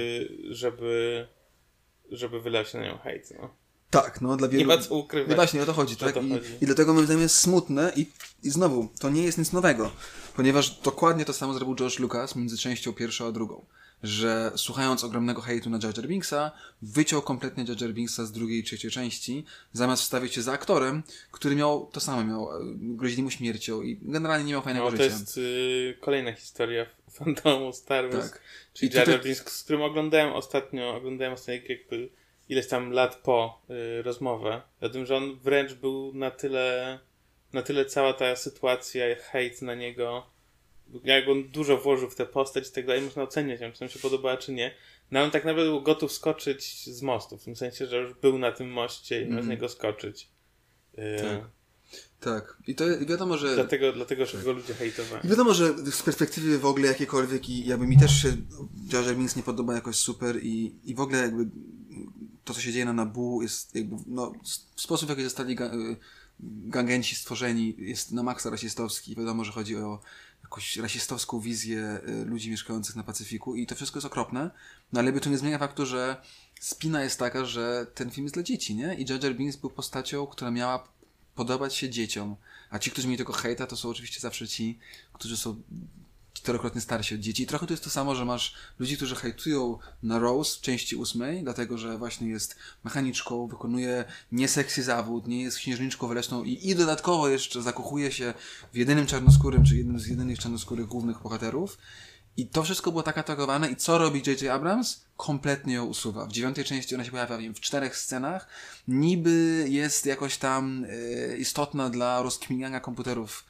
żeby żeby wylał się na nią hejt, no. Tak, no dla wielu... Nie ma co ukrywać. No właśnie, o to chodzi, tak? To I, chodzi. I dlatego moim zdaniem jest smutne i, i znowu, to nie jest nic nowego, ponieważ dokładnie to samo zrobił George Lucas między częścią pierwszą a drugą. Że słuchając ogromnego hejtu na Jar Jar Binksa, wyciął kompletnie Jar Jar Binksa z drugiej i trzeciej części, zamiast wstawić się za aktorem, który miał to samo, miał, grozili mu śmiercią i generalnie nie miał fajnego no, to życia. To jest y, kolejna historia fandomu Star Wars, tak. czyli Jar Jar Binks, z którym oglądałem ostatnio, oglądałem ostatnio jakby ileś tam lat po y, rozmowę, o tym, że on wręcz był na tyle, na tyle cała ta sytuacja, hejt na niego, jak on dużo włożył w tę postać i tak dalej, można oceniać, czy nam się podobała, czy nie. No on tak naprawdę był gotów skoczyć z mostu, w tym sensie, że już był na tym moście i mm. miał z niego skoczyć. Y, tak. Tak. I to wiadomo, że... Dlatego, dlatego że go ludzie hejtowali. I wiadomo, że z perspektywy w ogóle jakiejkolwiek i jakby mi też się Jar Jar Binks nie podoba jakoś super i, i w ogóle jakby to, co się dzieje na Naboo jest jakby, no, sposób, w jaki zostali ga, gangenci stworzeni jest na maksa rasistowski. Wiadomo, że chodzi o jakąś rasistowską wizję ludzi mieszkających na Pacyfiku i to wszystko jest okropne, no ale by to nie zmienia faktu, że spina jest taka, że ten film jest dla dzieci, nie? I Jar Jar Binks był postacią, która miała podobać się dzieciom. A ci, którzy mieli tylko hejta, to są oczywiście zawsze ci, którzy są czterokrotnie starsi od dzieci. I trochę to jest to samo, że masz ludzi, którzy hejtują na Rose w części ósmej, dlatego, że właśnie jest mechaniczką, wykonuje nieseksy zawód, nie jest księżniczką wyleśną i, i dodatkowo jeszcze zakochuje się w jedynym czarnoskórym, czy jednym z jedynych czarnoskórych głównych bohaterów. I to wszystko było tak atakowane i co robi J J Abrams? Kompletnie ją usuwa. W dziewiątej części ona się pojawia wiem, w czterech scenach. Niby jest jakoś tam y, istotna dla rozkminiania komputerów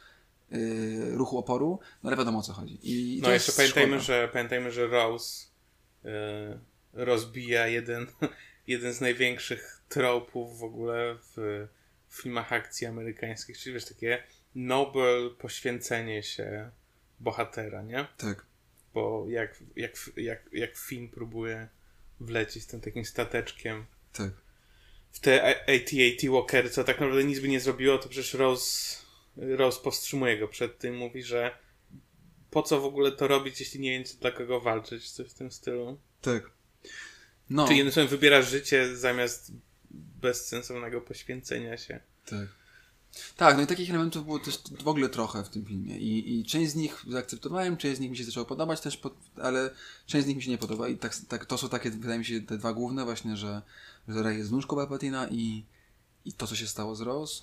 y, ruchu oporu, no ale wiadomo o co chodzi. I no jeszcze pamiętajmy że, pamiętajmy, że Rose y, rozbija jeden, jeden z największych tropów w ogóle w, w filmach akcji amerykańskich, czyli wiesz, takie noble poświęcenie się bohatera, nie? Tak. Bo jak, jak, jak, jak film próbuje wlecieć tym takim stateczkiem tak. w te A T A T Walkery, co tak naprawdę nic by nie zrobiło, to przecież Rose, Rose powstrzymuje go przed tym, mówi, że po co w ogóle to robić, jeśli nie wiem dla kogo walczyć, coś w tym stylu. Tak. No. Czyli jednym słowem wybiera życie zamiast bezsensownego poświęcenia się. Tak. Tak, no i takich elementów było też w ogóle trochę w tym filmie i, i część z nich zaakceptowałem, część z nich mi się zaczęło podobać też, pod, ale część z nich mi się nie podoba i tak, tak, to są takie, wydaje mi się, te dwa główne właśnie, że, że Rey jest wnuczką Palpatina i, i to, co się stało z Rose.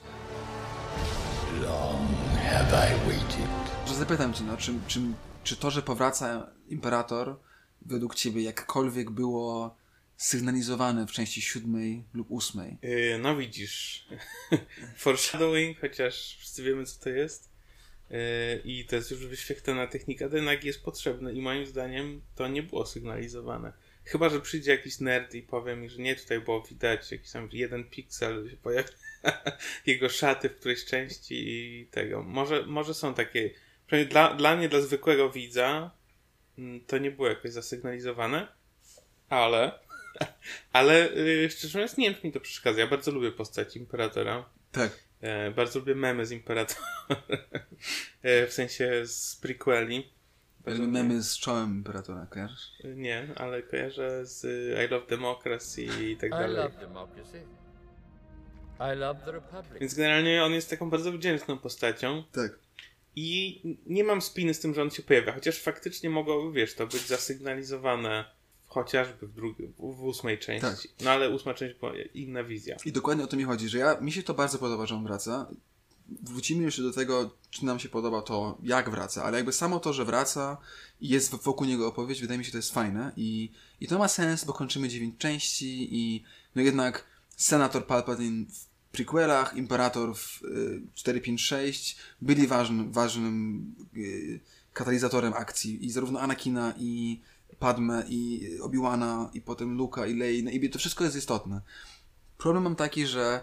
Long have I waited. Że zapytam cię, no, czy, czy, czy to, że powraca Imperator według ciebie jakkolwiek było sygnalizowane w części siódmej lub ósmej? Yy, no widzisz. Foreshadowing, chociaż wszyscy wiemy, co to jest. Yy, I to jest już wyświetlona technika. Ten nagi jest potrzebny i moim zdaniem to nie było sygnalizowane. Chyba że przyjdzie jakiś nerd i powie mi, że nie, tutaj było widać jakiś tam jeden piksel się pojawia jego szaty w którejś części i tego. Może, może są takie, przynajmniej dla, dla mnie, dla zwykłego widza to nie było jakoś zasygnalizowane, ale ale yy, szczerze mówiąc nie wiem, czy mi to przeszkadza. Ja bardzo lubię postać Imperatora. Tak. E, bardzo lubię memy z Imperatora. e, w sensie z prequeli. Bardzo memy z czołem Imperatora, kojarzysz? Nie, ale kojarzę z I Love Democracy i tak dalej. I love democracy. I love the Republic. Więc generalnie on jest taką bardzo wdzięczną postacią. Tak. I nie mam spiny z tym, że on się pojawia. Chociaż faktycznie mogłoby, wiesz, to być zasygnalizowane chociażby w, drugiej, w ósmej części. Tak. No ale ósma część była inna wizja. I dokładnie o to mi chodzi, że ja, mi się to bardzo podoba, że on wraca. Wrócimy jeszcze do tego, czy nam się podoba to, jak wraca, ale jakby samo to, że wraca i jest wokół niego opowieść, wydaje mi się, to jest fajne i, i to ma sens, bo kończymy dziewięć części i no jednak Senator Palpatine w prequelach, Imperator w y, cztery, pięć, sześć byli ważnym, ważnym y, katalizatorem akcji i zarówno Anakina i Padmę i Obi-Wana i potem Luka i Leia, no i to wszystko jest istotne. Problem mam taki, że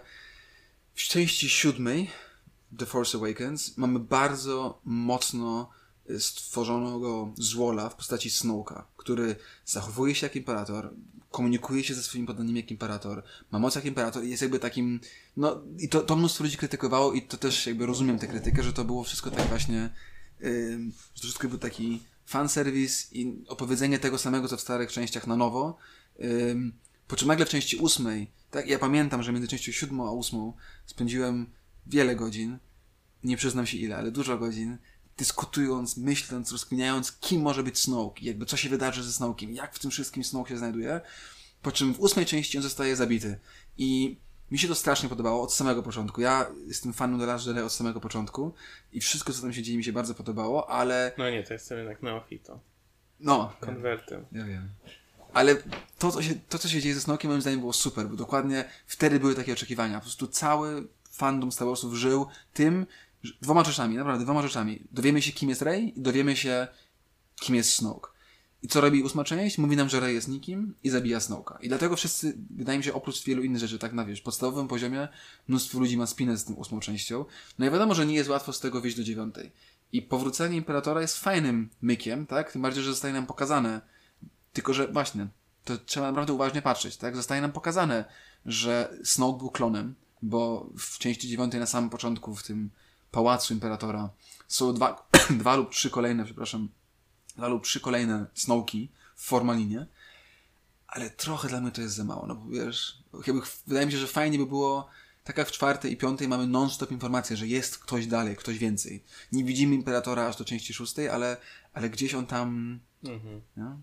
w części siódmej The Force Awakens mamy bardzo mocno stworzonego złola w postaci Snoke'a, który zachowuje się jak imperator, komunikuje się ze swoimi poddanymi jak imperator, ma moc jak imperator i jest jakby takim, no i to, to mnóstwo ludzi krytykowało i to też jakby rozumiem tę krytykę, że to było wszystko tak właśnie, yy, że to wszystko był taki fanserwis i opowiedzenie tego samego, co w starych częściach na nowo, yy, po czym nagle w części ósmej, tak, ja pamiętam, że między częścią siódmą a ósmą spędziłem wiele godzin, nie przyznam się ile, ale dużo godzin, dyskutując, myśląc, rozkminiając, kim może być Snoke, jakby co się wydarzy ze Snoke'iem, jak w tym wszystkim Snoke się znajduje, po czym w ósmej części on zostaje zabity. I mi się to strasznie podobało od samego początku. Ja jestem fanem The Last Jedi od samego początku i wszystko, co tam się dzieje, mi się bardzo podobało, ale... No nie, to jest jednak neofito. No. Konwertem. Ja wiem. Ale to co, się, to, co się dzieje ze Snoke'iem, moim zdaniem było super, bo dokładnie wtedy były takie oczekiwania. Po prostu cały fandom Star Warsów żył tym, dwoma rzeczami, naprawdę dwoma rzeczami. Dowiemy się, kim jest Rey i dowiemy się, kim jest Snoke. I co robi ósma część? Mówi nam, że Rey jest nikim i zabija Snoke'a. I dlatego wszyscy, wydaje mi się, oprócz wielu innych rzeczy, tak na wiesz, podstawowym poziomie, mnóstwo ludzi ma spinę z tym ósmą częścią. No i wiadomo, że nie jest łatwo z tego wyjść do dziewiątej. I powrócenie Imperatora jest fajnym mykiem, tak? Tym bardziej, że zostaje nam pokazane. Tylko, że właśnie, to trzeba naprawdę uważnie patrzeć, tak? Zostaje nam pokazane, że Snoke był klonem, bo w części dziewiątej na samym początku, w tym pałacu Imperatora są dwa, dwa lub trzy kolejne, przepraszam, dwa lub trzy kolejne Snoke'i w formalinie, ale trochę dla mnie to jest za mało, no bo wiesz, jakby, wydaje mi się, że fajnie by było, tak jak w czwartej i piątej mamy non-stop informację, że jest ktoś dalej, ktoś więcej. Nie widzimy Imperatora aż do części szóstej, ale, ale gdzieś on tam, mhm. no?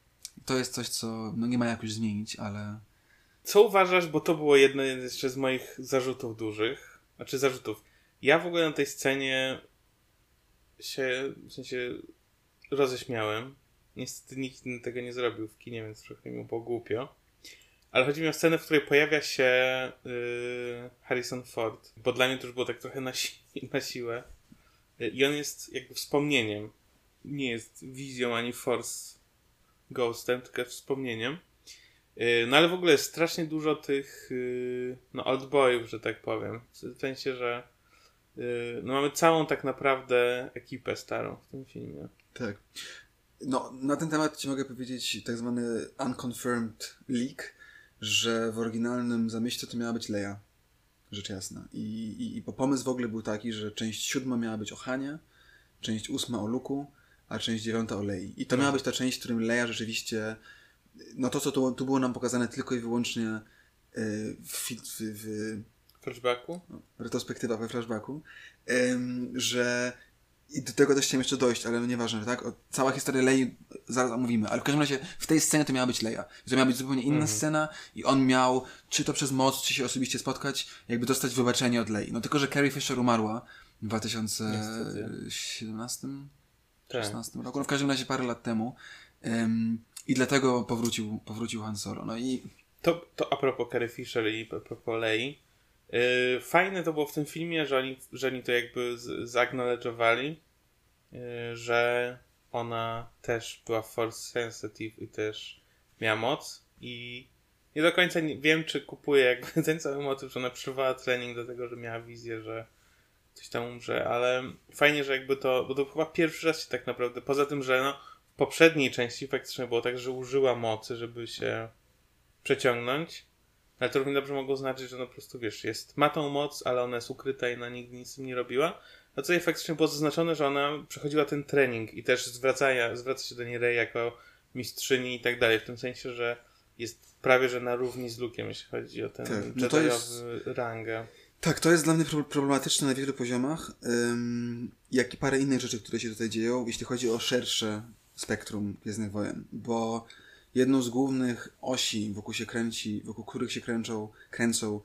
To jest coś, co no nie ma jakoś zmienić, ale... Co uważasz, bo to było jedno jeszcze z moich zarzutów dużych, znaczy zarzutów. Ja w ogóle na tej scenie się, w sensie, roześmiałem. Niestety nikt tego nie zrobił w kinie, więc trochę mi było głupio. Ale chodzi mi o scenę, w której pojawia się yy, Harrison Ford. Bo dla mnie to już było tak trochę na, si- na siłę. Yy, I on jest jakby wspomnieniem. Nie jest wizją ani Force Ghostem, tylko wspomnieniem. Yy, no ale w ogóle jest strasznie dużo tych yy, no oldboyów, że tak powiem. W sensie, że yy, no mamy całą tak naprawdę ekipę starą w tym filmie. Tak. No, na ten temat ci mogę powiedzieć tak zwany unconfirmed leak, że w oryginalnym zamyśle to miała być Leia. Rzecz jasna. I, i, i pomysł w ogóle był taki, że część siódma miała być o Hanie, część ósma o Luku, a część dziewiąta o Lei. I to miała być ta część, w którym Leia rzeczywiście, no to co tu, tu było nam pokazane tylko i wyłącznie yy, w, w, w flashbacku? No, retrospektywa we flashbacku, yy, że i do tego też chciałem jeszcze dojść, ale no nieważne, tak? O, cała historia Lei zaraz omówimy, ale w każdym razie w tej scenie to miała być Leia. To miała być zupełnie inna mhm. scena i on miał, czy to przez moc, czy się osobiście spotkać, jakby dostać wybaczenie od Lei. No tylko, że Carrie Fisher umarła w dwa tysiące siedemnastym tak. szesnastym roku, no w każdym razie parę lat temu. Um, I dlatego powrócił, powrócił Han Solo. No i... To, to a propos Carrie Fisher i a propos Lei. Yy, fajne to było w tym filmie, że oni, że oni to jakby zacknowledge'owali, yy, że ona też była force sensitive i też miała moc i nie do końca nie wiem, czy kupuję jakby ten cały motyw, że ona przerwała trening do tego, że miała wizję, że coś tam umrze, ale fajnie, że jakby to, bo to chyba pierwszy raz się tak naprawdę, poza tym, że no w poprzedniej części faktycznie było tak, że użyła mocy, żeby się przeciągnąć. Ale to równie dobrze mogło znaczyć, że no po prostu wiesz, jest, ma tą moc, ale ona jest ukryta i na nigdy nic z tym nie robiła. A co jej faktycznie było zaznaczone, że ona przechodziła ten trening i też zwraca, zwraca się do niej Rey jako mistrzyni i tak dalej. W tym sensie, że jest prawie że na równi z Luke'em, jeśli chodzi o ten tak, no to jest rangę. Tak, to jest dla mnie problematyczne na wielu poziomach, ym, jak i parę innych rzeczy, które się tutaj dzieją, jeśli chodzi o szersze spektrum Gwiezdnych Wojen, bo jedną z głównych osi, wokół się kręci, wokół których się kręczą, kręcą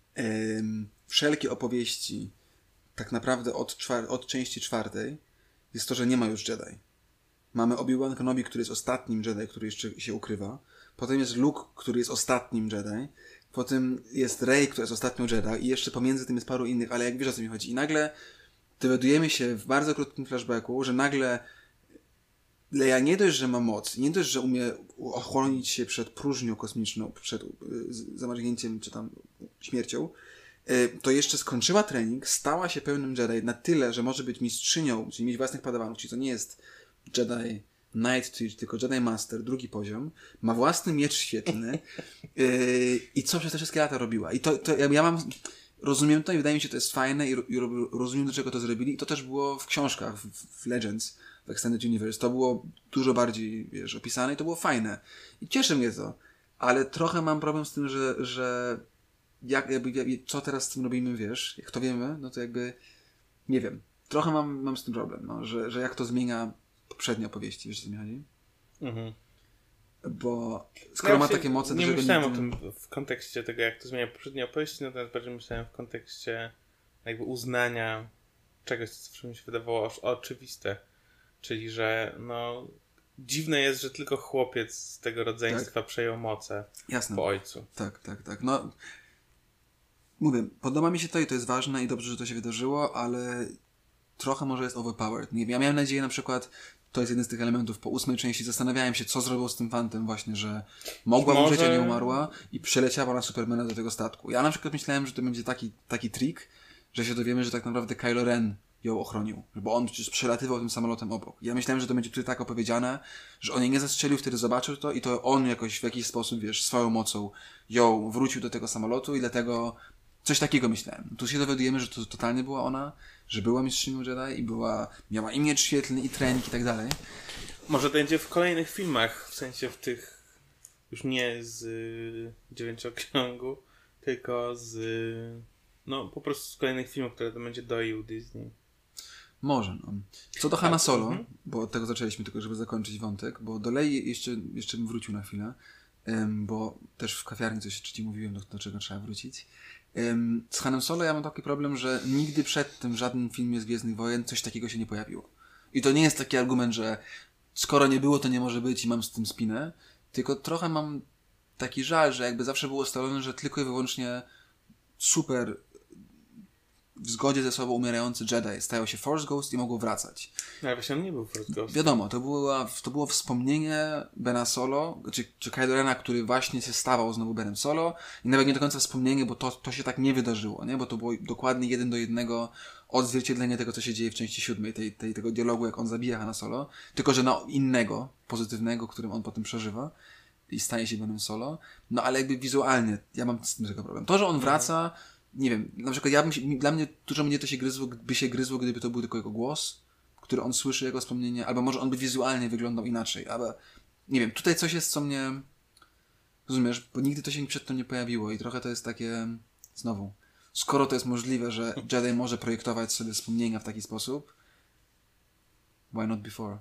ym, wszelkie opowieści, tak naprawdę od, czwar- od części czwartej, jest to, że nie ma już Jedi. Mamy Obi-Wan Kenobi, który jest ostatnim Jedi, który jeszcze się ukrywa. Potem jest Luke, który jest ostatnim Jedi. Potem jest Rey, która jest ostatnią Jedi. I jeszcze pomiędzy tym jest paru innych, ale jak wiesz, o co mi chodzi. I nagle dowiadujemy się w bardzo krótkim flashbacku, że nagle Leia nie dość, że ma moc, nie dość, że umie ochronić się przed próżnią kosmiczną, przed y, zamarznięciem czy tam śmiercią, y, to jeszcze skończyła trening, stała się pełnym Jedi na tyle, że może być mistrzynią, czyli mieć własnych padawanów, czyli to nie jest Jedi Knight, czyli tylko Jedi Master, drugi poziom, ma własny miecz świetlny yy, i co przez te wszystkie lata robiła. I to, to ja, ja mam, rozumiem to i wydaje mi się, że to jest fajne i, i rozumiem, do czego to zrobili. I to też było w książkach, w, w Legends, w Extended Universe. To było dużo bardziej, wiesz, opisane i to było fajne. I cieszy mnie to. Ale trochę mam problem z tym, że, że jak, jakby, co teraz z tym robimy, wiesz, jak to wiemy, no to jakby, nie wiem. Trochę mam, mam z tym problem, no, że, że jak to zmienia poprzednie opowieści, wiesz, co mi chodzi? Mhm. Bo skoro ja ma takie moce... Nie myślałem nigdy... o tym w kontekście tego, jak to zmienia poprzednie opowieści, natomiast bardziej myślałem w kontekście jakby uznania czegoś, co mi się wydawało oczywiste. Czyli, że no dziwne jest, że tylko chłopiec z tego rodzeństwa tak? przejął moce Jasne. po ojcu. Tak, tak, tak. No mówię, podoba mi się to i to jest ważne i dobrze, że to się wydarzyło, ale trochę może jest overpowered. Nie wiem, ja miałem nadzieję na przykład, to jest jeden z tych elementów po ósmej części, zastanawiałem się, co zrobił z tym fantem właśnie, że mogła może... umrzeć, a nie umarła i przeleciała na Supermana do tego statku. Ja na przykład myślałem, że to będzie taki, taki trik, że się dowiemy, że tak naprawdę Kylo Ren ją ochronił, bo on przecież przelatywał tym samolotem obok. Ja myślałem, że to będzie tutaj tak opowiedziane, że on jej nie zastrzelił, wtedy zobaczył to i to on jakoś w jakiś sposób, wiesz, swoją mocą ją wrócił do tego samolotu i dlatego coś takiego myślałem. Tu się dowiadujemy, że to totalnie była ona, że była mistrzynią Jedi i była, miała i miecz świetlny, i trening i tak dalej. Może to będzie w kolejnych filmach, w sensie w tych już nie z y, Dziewięcioksiągu, tylko z y, no po prostu z kolejnych filmów, które to będzie doił Disney. Może, no. Co do Hanna Solo, mhm. bo od tego zaczęliśmy tylko, żeby zakończyć wątek, bo do Lei jeszcze, jeszcze bym wrócił na chwilę, um, bo też w kawiarni coś ci mówiłem, do, do czego trzeba wrócić. Um, z Hanem Solo ja mam taki problem, że nigdy przed tym w żadnym filmie z Gwiezdnych Wojen coś takiego się nie pojawiło. I to nie jest taki argument, że skoro nie było, to nie może być i mam z tym spinę, tylko trochę mam taki żal, że jakby zawsze było ustalone, że tylko i wyłącznie super w zgodzie ze sobą umierający Jedi stają się Force Ghost i mogą wracać. No, ale właśnie on nie był Force Ghost. Wiadomo, to było, to było wspomnienie Bena Solo, czy, czy Kylo Rena, który właśnie się stawał znowu Benem Solo i nawet nie do końca wspomnienie, bo to, to się tak nie wydarzyło, nie? Bo to było dokładnie jeden do jednego odzwierciedlenie tego, co się dzieje w części siódmej, tej, tej, tego dialogu, jak on zabija Hanna Solo, tylko że na innego, pozytywnego, którym on potem przeżywa i staje się Benem Solo. No ale jakby wizualnie, ja mam z tym tego problem. To, że on wraca, nie wiem, na przykład ja bym się, dla mnie dużo mnie to się gryzło, by się gryzło, gdyby to był tylko jego głos, który on słyszy jako wspomnienie, albo może on by wizualnie wyglądał inaczej, ale nie wiem, tutaj coś jest, co mnie rozumiesz, bo nigdy to się przedtem nie pojawiło i trochę to jest takie, znowu, skoro to jest możliwe, że Jedi może projektować sobie wspomnienia w taki sposób, why not before?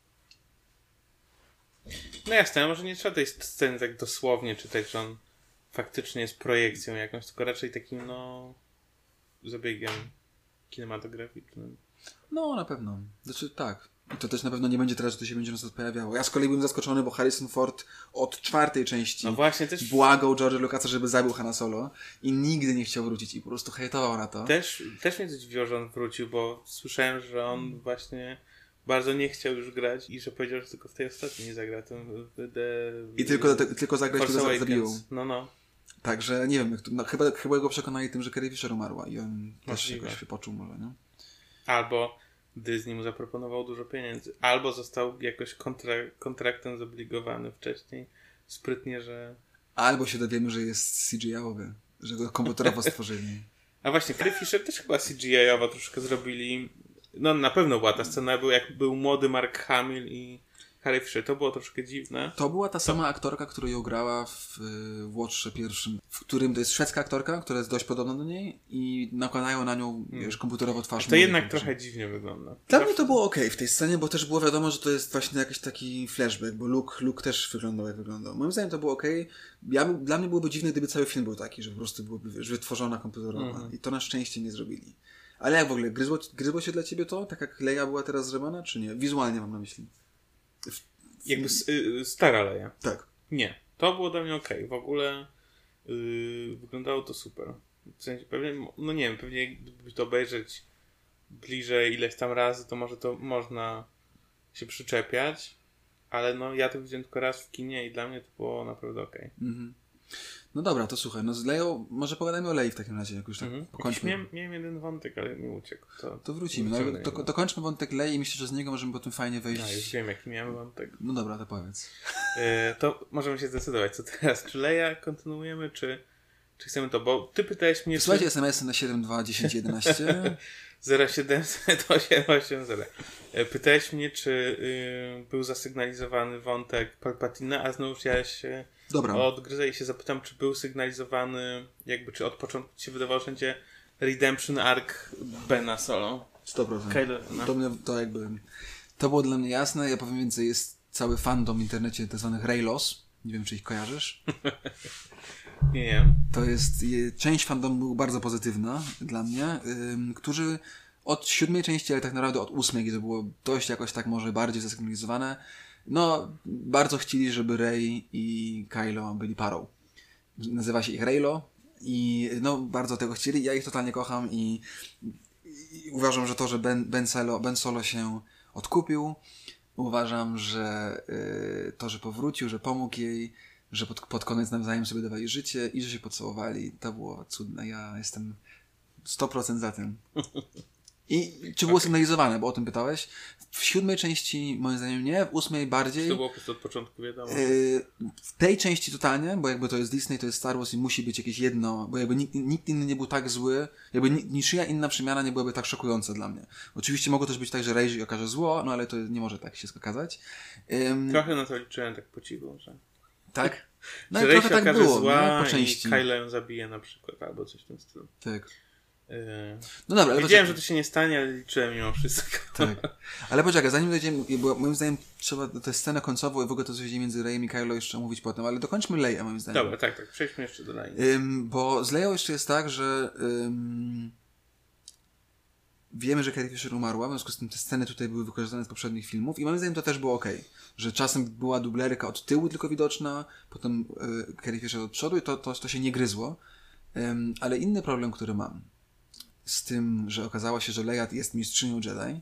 No jasne, może nie trzeba tej sceny tak dosłownie czytać, że on faktycznie jest projekcją jakąś, tylko raczej takim, no, zabiegiem kinematograficznym. No, na pewno. Znaczy, tak. I to też na pewno nie będzie teraz, że to się będzie nas pojawiało. Ja z kolei byłem zaskoczony, bo Harrison Ford od czwartej części no właśnie, też... błagał George'a Lucasa, żeby zabił Hanna Solo i nigdy nie chciał wrócić i po prostu hejtował na to. Też, też mnie dziwiło, że on wrócił, bo słyszałem, że on właśnie bardzo nie chciał już grać i że powiedział, że tylko w tej ostatniej zagra. Ten, the, I tylko, te, tylko zagrać, kiedy zabiją. No, no. Także nie wiem, no, chyba, chyba go przekonali tym, że Carrie Fisher umarła i on Możliwe. też jakoś poczuł może, nie? Albo Disney mu zaproponował dużo pieniędzy. Albo został jakoś kontra- kontraktem zobligowany wcześniej. Sprytnie, że... Albo się dowiemy, że jest C G I-owy. Że go komputerowo stworzyli. A właśnie, Carrie Fisher też chyba C G I-owo troszkę zrobili. No na pewno była ta scena, był, jak był młody Mark Hamill i Carrie Fisher. To było troszkę dziwne. To była ta sama to... aktorka, która ją grała w, w Łotrze pierwszym, w którym to jest szwedzka aktorka, która jest dość podobna do niej i nakładają na nią, hmm. wiesz, komputerowo twarz. To jednak trochę dziwnie wygląda. Dla mnie to było okej okay w tej scenie, bo też było wiadomo, że to jest właśnie jakiś taki flashback, bo Luke, Luke też wyglądał jak wyglądał. Moim zdaniem to było okej. Okay. Ja, dla mnie byłoby dziwne, gdyby cały film był taki, że po prostu byłoby, wiesz, wytworzona komputerowa. Hmm. I to na szczęście nie zrobili. Ale jak w ogóle, gryzło, gryzło się dla ciebie to? Tak jak Leia była teraz zrobiona, czy nie? Wizualnie mam na myśli. W... Jakby y, stara Leia. Tak. Nie. To było dla mnie okej. Okay. W ogóle yy, wyglądało to super. W sensie pewnie, no nie wiem, pewnie gdyby to obejrzeć bliżej ileś tam razy, to może to można się przyczepiać. ale no ja to widziałem tylko raz w kinie i dla mnie to było naprawdę okej. Okay. Mhm. No dobra, to słuchaj, no z Leją, może pogadajmy o Lei w takim razie, jak już tak Mhm. pokończmy. Miałem, miałem jeden wątek, ale mi uciekł. To, To wrócimy, no, to, to dokończmy wątek Lei i myślę, że z niego możemy potem fajnie wejść. Ja już wiem, jaki miałem wątek. No dobra, to powiedz. Yy, to możemy się zdecydować, co teraz. Czy Leia kontynuujemy, czy, czy chcemy to? Bo ty pytałeś mnie, Słuchajcie czy... es em esy na siedem dwa dziesięć jedenaście. zero siedem osiem osiem zero. Pytałeś mnie, czy yy, był zasygnalizowany wątek Palpatina, a znów ja się Dobra. odgryzę i się zapytam, czy był sygnalizowany, jakby, czy od początku ci się wydawało, że będzie Redemption Arc Bena Solo. sto procent. Kylo, no. To, mnie, to jakby... To było dla mnie jasne. Ja powiem więcej, jest cały fandom w internecie tak zwanych Reylos. Nie wiem, czy ich kojarzysz. Nie wiem. To jest... je- Część fandomu była bardzo pozytywna dla mnie, ym, którzy od siódmej części, ale tak naprawdę od ósmej, gdzie to było dość jakoś tak może bardziej zasygnalizowane, no bardzo chcieli, żeby Rey i Kylo byli parą. Nazywa się ich Reylo i no bardzo tego chcieli. Ja ich totalnie kocham i, i uważam, że to, że Ben, ben, Solo, Ben Solo się odkupił, uważam, że y, to, że powrócił, że pomógł jej, że pod, pod koniec nawzajem sobie dawali życie i że się pocałowali, to było cudne. Ja jestem sto procent za tym. I czy było sygnalizowane, bo o tym pytałeś? W siódmej części moim zdaniem nie, w ósmej bardziej. To było po prostu od początku wiadomo. Yy, w tej części totalnie, bo jakby to jest Disney, to jest Star Wars i musi być jakieś jedno, bo jakby nikt, nikt inny nie był tak zły, jakby ni- niczyja inna przemiana nie byłaby tak szokująca dla mnie. Oczywiście mogło też być tak, że Rey okaże zło, no ale to nie może tak się okazać. Ym, Trochę na to liczyłem tak po cichu, że... tak? No że i Rey trochę się tak okaże było, zła no, po części. i Kylo ją zabije na przykład, albo coś w tym stylu. Tak. Yy... No dobra, ale Wiedziałem, poczekaj. że to się nie stanie, ale liczyłem mimo wszystko. Tak. Ale poczekaj, zanim dojdziemy, bo moim zdaniem trzeba tę scenę końcową i w ogóle to, co się dzieje między Reyem i Kylo jeszcze mówić potem, ale dokończmy Leię moim zdaniem. Dobra, tak, tak. Przejdźmy jeszcze do Lei. Ym, bo z Leją jeszcze jest tak, że ym, wiemy, że Carrie Fisher umarła, w związku z tym te sceny tutaj były wykorzystane z poprzednich filmów i moim zdaniem to też było okej. Że czasem była dublerka od tyłu tylko widoczna, potem y, Carrie Fisher od przodu i to, to, to się nie gryzło. Ym, ale inny problem, który mam z tym, że okazało się, że Leia jest mistrzynią Jedi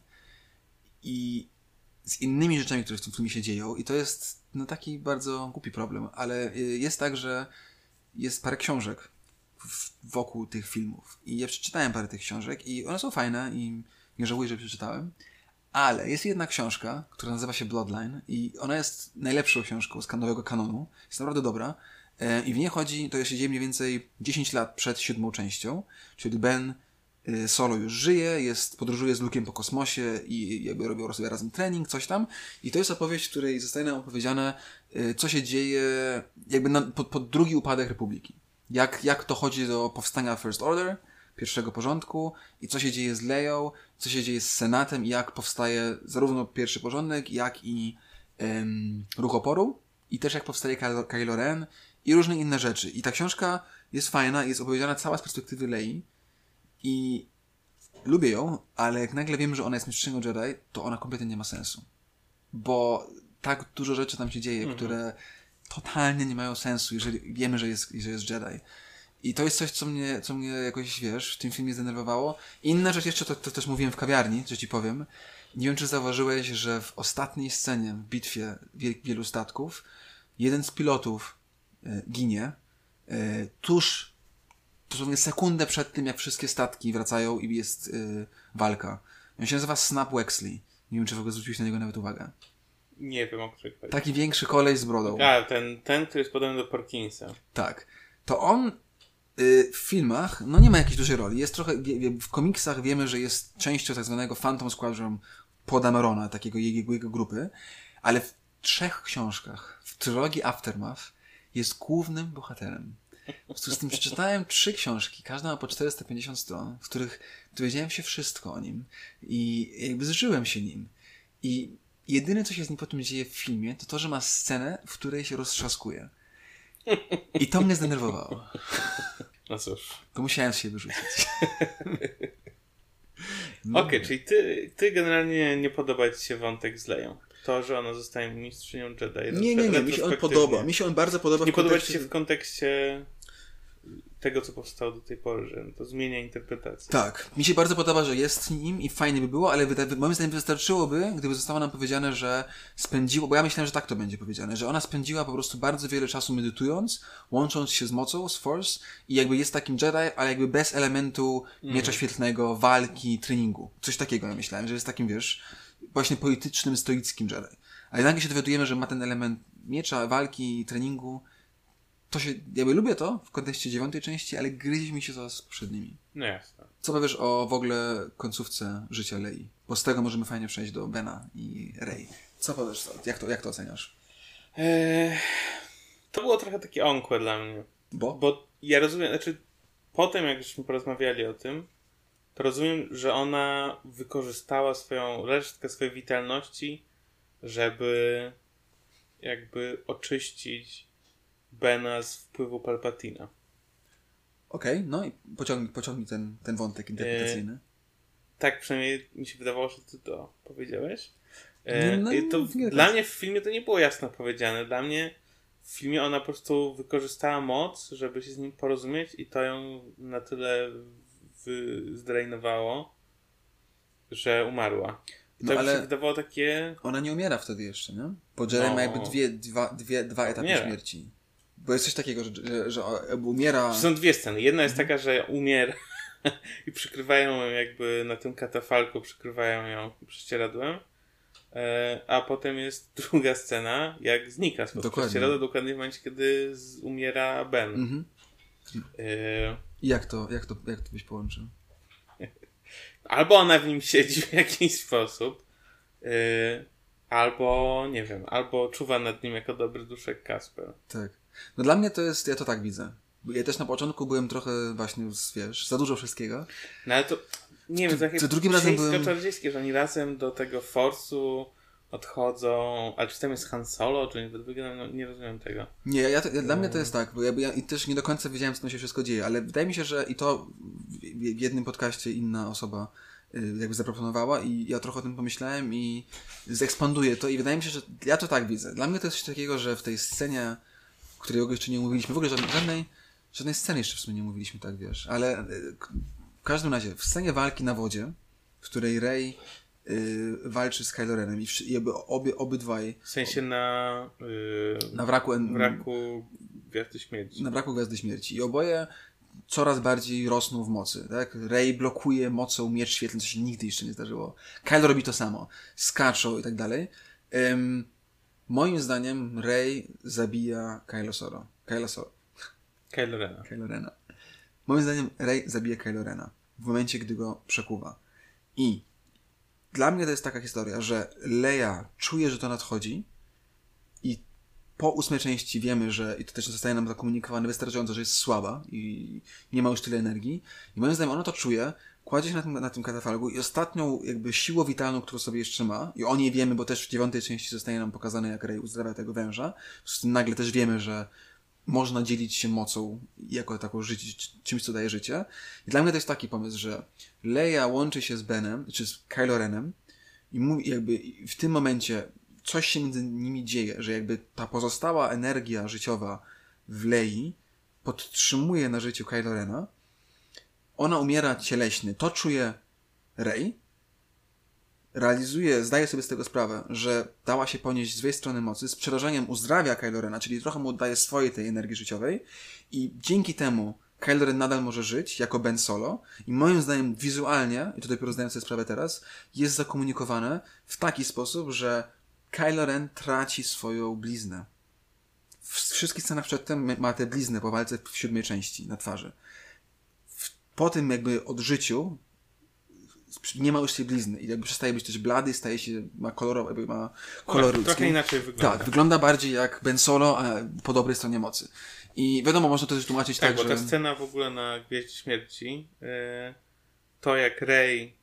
i z innymi rzeczami, które w tym filmie się dzieją i to jest no taki bardzo głupi problem, ale y, jest tak, że jest parę książek w, wokół tych filmów i ja przeczytałem parę tych książek i one są fajne i nie żałuję, że przeczytałem, ale jest jedna książka, która nazywa się Bloodline i ona jest najlepszą książką z nowego kanonu, jest naprawdę dobra e, i w niej chodzi, to się dzieje mniej więcej dziesięć lat przed siódmą częścią, czyli Ben y, Solo już żyje, jest, podróżuje z Luke'em po kosmosie i jakby robią sobie razem trening, coś tam i to jest opowieść, w której zostaje nam opowiedziane y, co się dzieje jakby na, pod, pod drugi upadek Republiki. Jak, jak to chodzi do powstania First Order, pierwszego porządku i co się dzieje z Leią, co się dzieje z Senatem i jak powstaje zarówno pierwszy porządek, jak i ym, ruch oporu i też jak powstaje Kylo, Kylo Ren i różne inne rzeczy. I ta książka jest fajna, jest opowiedziana cała z perspektywy Lei i lubię ją, ale jak nagle wiem, że ona jest mistrzynią Jedi, to ona kompletnie nie ma sensu. Bo tak dużo rzeczy tam się dzieje, mhm. które totalnie nie mają sensu, jeżeli wiemy, że jest, że jest Jedi. I to jest coś, co mnie, co mnie jakoś, wiesz, w tym filmie zdenerwowało. Inna rzecz jeszcze, to, to też mówiłem w kawiarni, co ci powiem. Nie wiem, czy zauważyłeś, że w ostatniej scenie, w bitwie wiel- wielu statków, jeden z pilotów e, ginie e, tuż, dosłownie sekundę przed tym, jak wszystkie statki wracają i jest e, walka. On się nazywa Snap Wexley. Nie wiem, czy w ogóle zwróciłeś na niego nawet uwagę. Nie wiem, o której chodzi. Taki większy kolej z brodą. A, ten, ten, który jest podobny do Porkinsa. Tak. To on y, w filmach, no nie ma jakiejś dużej roli. Jest trochę, wie, wie, w komiksach wiemy, że jest częścią tak zwanego Phantom Squadron Poda Marona, takiego jego, jego grupy, ale w trzech książkach, w trylogii Aftermath jest głównym bohaterem. W związku z tym przeczytałem trzy książki, każda ma po czterysta pięćdziesiąt stron, w których dowiedziałem się wszystko o nim i jakby zżyłem się nim. I jedyne, co się z nim potem dzieje w filmie, to to, że ma scenę, w której się roztrzaskuje. I to mnie zdenerwowało. No cóż. To musiałem się wyrzucić. No. Okej, okay, czyli ty, ty generalnie nie podoba ci się wątek z Leią. To, że ona zostaje mistrzynią Jedi. Nie, nie, nie. Mi się on podoba. Mi się on bardzo podoba. Nie w podoba ci się w kontekście tego, co powstało do tej pory, że to zmienia interpretację. Tak. Mi się bardzo podoba, że jest nim i fajnie by było, ale wyda- moim zdaniem wystarczyłoby, gdyby zostało nam powiedziane, że spędziło, bo ja myślałem, że tak to będzie powiedziane, że ona spędziła po prostu bardzo wiele czasu medytując, łącząc się z mocą, z Force i jakby jest takim Jedi, ale jakby bez elementu miecza mm. świetlnego, walki, treningu. Coś takiego ja myślałem, że jest takim, wiesz, właśnie politycznym, stoickim Jedi. Ale nagle się dowiadujemy, że ma ten element miecza, walki, treningu. To się, jakby lubię to w kontekście dziewiątej części, ale gryzi mi się to z poprzednimi. No jasne. Co powiesz o w ogóle końcówce życia Lei? Bo z tego możemy fajnie przejść do Bena i Rey. Co powiesz? Jak to, jak to oceniasz? Eee, to było trochę takie onkłe dla mnie. Bo? Bo ja rozumiem, znaczy potem jak żeśmy porozmawiali o tym, to rozumiem, że ona wykorzystała swoją resztkę swojej witalności, żeby jakby oczyścić Bena z wpływu Palpatina. Okej, okay, no i pociągnij, pociągnij ten, ten wątek interpretacyjny. E, tak, przynajmniej mi się wydawało, że ty to powiedziałeś. E, no, to no, w, dla mnie w filmie to nie było jasno powiedziane. Dla mnie w filmie ona po prostu wykorzystała moc, żeby się z nim porozumieć i to ją na tyle zdrajnowało, że umarła. I to no, mi ale się wydawało takie... Ona nie umiera wtedy jeszcze, nie? Bo Jedi no. ma jakby dwie, dwa, dwie, dwa etapy umiera. śmierci. Bo jest coś takiego, że, że, że umiera... Są dwie sceny. Jedna jest taka, że umiera i przykrywają ją jakby na tym katafalku, przykrywają ją prześcieradłem. A potem jest druga scena, jak znika z prześcieradła, dokładnie w momencie, kiedy z, umiera Ben. Mhm. E... I jak to, jak to, jak to byś połączył? Albo ona w nim siedzi w jakiś sposób, yy, albo, nie wiem, albo czuwa nad nim jako dobry duszek Kasper. Tak. No dla mnie to jest, ja to tak widzę. Ja też na początku byłem trochę właśnie, wiesz, za dużo wszystkiego. No ale to, nie wiem, to takie drugim razem byłem... czarodziejskie, że oni razem do tego Force'u odchodzą, ale czy tam jest Han Solo, czy nie, no, nie rozumiem tego. Nie, ja, to, ja dla mnie to jest tak, bo ja, ja i też nie do końca wiedziałem, co tam się wszystko dzieje, ale wydaje mi się, że i to w, w jednym podcaście inna osoba y, jakby zaproponowała i ja trochę o tym pomyślałem i zekspanduję to i wydaje mi się, że ja to tak widzę. Dla mnie to jest coś takiego, że w tej scenie, której w ogóle jeszcze nie mówiliśmy, w ogóle żadnej, żadnej, żadnej sceny jeszcze w sumie nie mówiliśmy, tak wiesz, ale y, w każdym razie, w scenie walki na wodzie, w której Rey Yy, walczy z Kylo Renem i, wszy- i obie, obydwaj... W sensie na... Yy, na wraku... En- wraku Gwiazdy Śmierci. Na wraku Gwiazdy Śmierci. I oboje coraz bardziej rosną w mocy, tak? Rey blokuje mocą miecz świetlny, co się nigdy jeszcze nie zdarzyło. Kylo robi to samo. Skaczą i tak dalej. Ym, moim zdaniem Rey zabija Kylo Soro. Kylo Soro. Kylo Rena. Kylo Rena. Moim zdaniem Rey zabija Kylo Rena w momencie, gdy go przekuwa. I dla mnie to jest taka historia, że Leia czuje, że to nadchodzi i po ósmej części wiemy, że i to też zostaje nam zakomunikowane wystarczająco, że jest słaba i nie ma już tyle energii. I moim zdaniem ona to czuje, kładzie się na tym, na tym katafalgu i ostatnią jakby siłą witalną, którą sobie jeszcze ma, i o niej wiemy, bo też w dziewiątej części zostaje nam pokazane, jak Rey uzdrawia tego węża. Z tym nagle też wiemy, że można dzielić się mocą jako taką życie, czymś, co daje życie. I dla mnie to jest taki pomysł, że Leia łączy się z Benem, czy z Kylo Renem i mówi, jakby w tym momencie coś się między nimi dzieje, że jakby ta pozostała energia życiowa w Lei podtrzymuje na życiu Kylo Rena. Ona umiera cieleśnie. To czuje Rey. Realizuje, zdaje sobie z tego sprawę, że dała się ponieść z złej strony mocy, z przerażeniem uzdrawia Kylo Rena, czyli trochę mu oddaje swojej tej energii życiowej i dzięki temu Kylo Ren nadal może żyć jako Ben Solo i moim zdaniem wizualnie, i to dopiero zdaję sobie sprawę teraz, jest zakomunikowane w taki sposób, że Kylo Ren traci swoją bliznę. W wszystkich scenach przedtem ma tę bliznę po walce w siódmej części na twarzy. W, po tym jakby odżyciu nie ma już tej blizny i jakby przestaje być też blady, staje się, ma kolorowy, jakby ma kolor ludzki. Trochę inaczej wygląda. Tak, wygląda bardziej jak Ben Solo, a po dobrej stronie mocy. I wiadomo, można to też tłumaczyć tak, tak bo że... ta scena w ogóle na Gwieździe Śmierci, yy, to jak Rey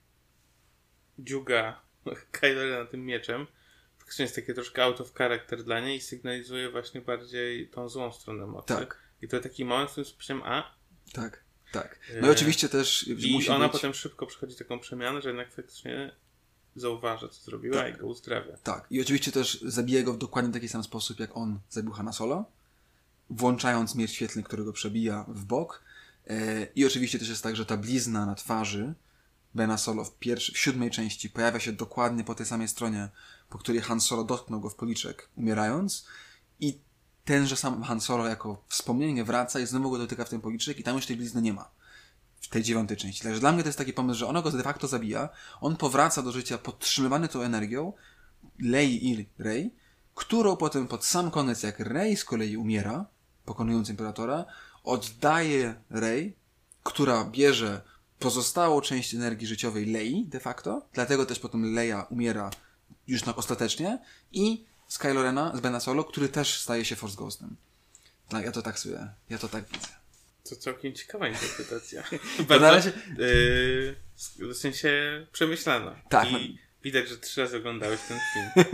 dziuga Kylo Rena tym mieczem, faktycznie jest takie troszkę out of character dla niej i sygnalizuje właśnie bardziej tą złą stronę mocy. Tak. I to taki moment, w którym słyszałem, a... Tak, tak. No i oczywiście też I musi ona być... potem szybko przechodzi taką przemianę, że jednak faktycznie zauważa, co zrobiła tak. i go uzdrawia. Tak. I oczywiście też zabija go w dokładnie taki sam sposób, jak on zabił Hanna Solo. włączając miecz świetlny, który go przebija w bok. I oczywiście też jest tak, że ta blizna na twarzy Bena Solo w, pierwszy, w siódmej części pojawia się dokładnie po tej samej stronie, po której Han Solo dotknął go w policzek, umierając. I tenże sam Han Solo jako wspomnienie wraca i znowu go dotyka w ten policzek i tam już tej blizny nie ma. W tej dziewiątej części. Także dla mnie to jest taki pomysł, że ona go de facto zabija, on powraca do życia podtrzymywany tą energią Lei i Rey, którą potem pod sam koniec, jak Rey z kolei umiera, pokonując Imperatora, oddaje Rey, która bierze pozostałą część energii życiowej Lei de facto, dlatego też potem Leia umiera już na ostatecznie i z Kylo Rena, z Bena Solo, który też staje się Force Ghostem. Ja to tak sobie, ja to tak widzę. To całkiem ciekawa interpretacja. To Bardzo, na razie... yy, w sensie przemyślana. Tak. I no... widać, że trzy razy oglądałeś ten film.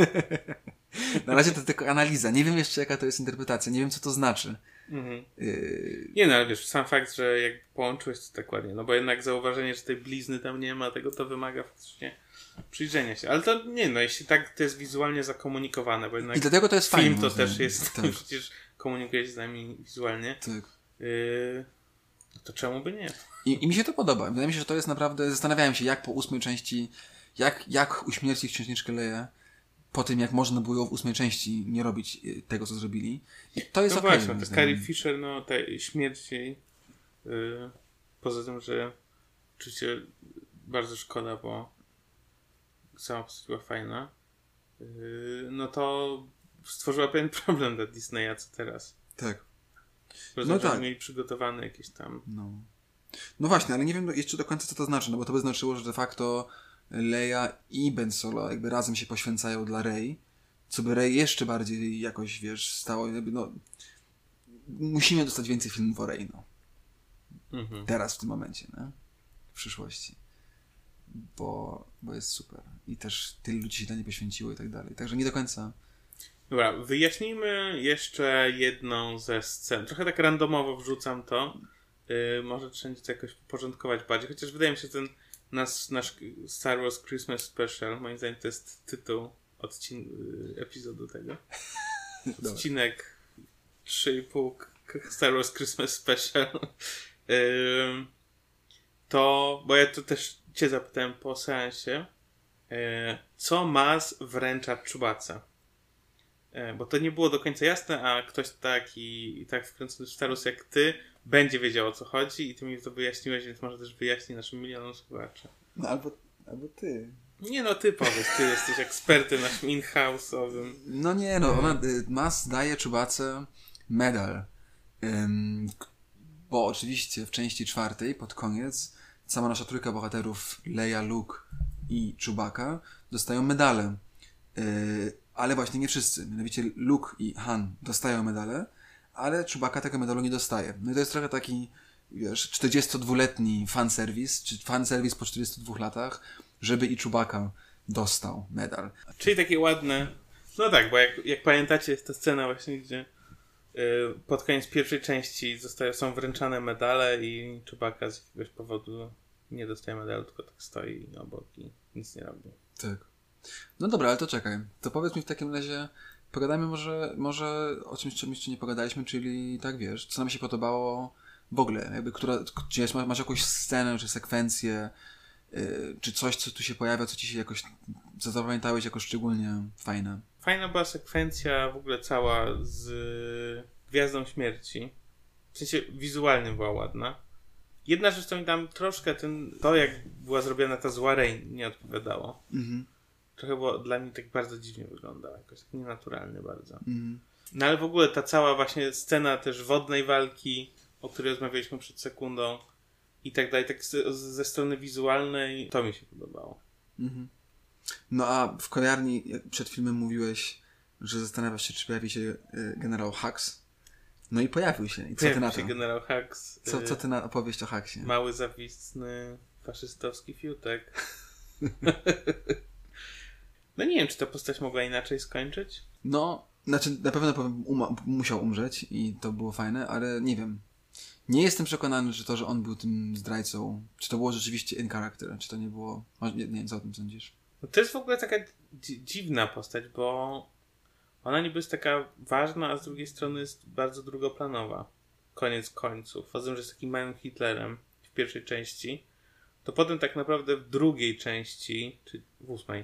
Na razie to tylko analiza. Nie wiem jeszcze, jaka to jest interpretacja. Nie wiem, co to znaczy. Mhm. Yy... Nie no, ale wiesz, sam fakt, że jak połączyłeś to tak ładnie, no bo jednak zauważenie, że tej blizny tam nie ma, tego to wymaga faktycznie przyjrzenia się. Ale to nie no, jeśli tak to jest wizualnie zakomunikowane, bo jednak I dlatego to jest film fajne. to też jest, tak. przecież komunikuje się z nami wizualnie. Tak. Yy, to czemu by nie? I, I mi się to podoba. Wydaje mi się, że to jest naprawdę... Zastanawiałem się, jak po ósmej części, jak, jak uśmiercić księżniczkę Leię po tym, jak można było w ósmej części nie robić tego, co zrobili. I to jest no okej. właśnie, to Carrie Fisher, no ta śmierć jej, yy, poza tym, że oczywiście bardzo szkoda, bo sama postać była fajna, yy, no to stworzyła pewien problem dla Disneya, co teraz. Tak. Rozumiem, No że tak. mieli przygotowane jakieś tam... No. no właśnie, ale nie wiem jeszcze do końca, co to znaczy, no bo to by znaczyło, że de facto Leia i Ben Solo jakby razem się poświęcają dla Rey, co by Rey jeszcze bardziej jakoś, wiesz, stało, jakby no... Musimy dostać więcej filmów o Rey, no. Mhm. Teraz, w tym momencie, no. W przyszłości. Bo, bo jest super. I też tylu ludzi się dla niej poświęciło i tak dalej. Także nie do końca... Dobra, wyjaśnijmy jeszcze jedną ze scen. Trochę tak randomowo wrzucam to. Yy, może trzeba to jakoś porządkować bardziej. Chociaż wydaje mi się, że ten nasz, nasz Star Wars Christmas Special, moim zdaniem to jest tytuł odcin- yy, epizodu tego. Odcinek trzy i pół Star Wars Christmas Special. yy, to, bo ja tu też cię zapytałem po seansie, yy, co Maz wręcza Chewbacce. Bo to nie było do końca jasne, a ktoś taki i tak wkręcony w Star Wars jak ty będzie wiedział, o co chodzi i ty mi to wyjaśniłeś, więc może też wyjaśnij naszym milionom słuchaczy. No albo, albo ty. Nie no, ty powiedz, ty jesteś ekspertem naszym in-house'owym. No nie, no ona, y, Maz daje Chewbacce medal. Ym, bo oczywiście w części czwartej, pod koniec, cała nasza trójka bohaterów, Leia, Luke i Chewbacca, dostają medale. Yy, ale właśnie nie wszyscy. Mianowicie Luke i Han dostają medale, ale Chewbacca tego medalu nie dostaje. No i to jest trochę taki, wiesz, czterdziestodwuletni fanserwis, czy fanserwis po czterdziestu dwóch latach, żeby i Chewbacca dostał medal. Czyli takie ładne... No tak, bo jak, jak pamiętacie, jest ta scena właśnie, gdzie yy, pod koniec pierwszej części zostają, są wręczane medale i Chewbacca z jakiegoś powodu nie dostaje medalu, tylko tak stoi obok i nic nie robi. Tak. No dobra, ale to czekaj. To powiedz mi w takim razie, pogadajmy może, może o czymś, czym jeszcze nie pogadaliśmy, czyli tak wiesz, co nam się podobało w ogóle, jakby, która, czy jest, masz jakąś scenę, czy sekwencję, yy, czy coś, co tu się pojawia, co ci się jakoś, co zapamiętałeś jako szczególnie fajne? Fajna była sekwencja w ogóle cała z Gwiazdą Śmierci. W sensie wizualnie była ładna. Jedna rzecz, co mi tam troszkę ten, to jak była zrobiona ta zła Rey nie odpowiadało. Mhm. Trochę było dla mnie tak bardzo dziwnie wyglądała, jakoś tak nienaturalnie bardzo. Mhm. No ale w ogóle ta cała właśnie scena też wodnej walki, o której rozmawialiśmy przed sekundą i tak dalej, tak z, ze strony wizualnej, to mi się podobało. Mhm. No a w kawiarni przed filmem mówiłeś, że zastanawiasz się, czy pojawi się y, generał Hux. No i pojawił się. I co Pojawił ty na się to? generał Hux. Co, co ty na opowieść o Huxie? Mały, zawistny, faszystowski fiutek. No nie wiem, czy ta postać mogła inaczej skończyć? No, znaczy na pewno powiem, um- musiał umrzeć i to było fajne, ale nie wiem. Nie jestem przekonany, że to, że on był tym zdrajcą, czy to było rzeczywiście in character, czy to nie było... Nie, nie wiem, co o tym sądzisz? No to jest w ogóle taka dzi- dziwna postać, bo ona niby jest taka ważna, a z drugiej strony jest bardzo drugoplanowa. Koniec końców. Poza tym, że jest takim małym Hitlerem w pierwszej części, to potem tak naprawdę w drugiej części, czy w ósmej,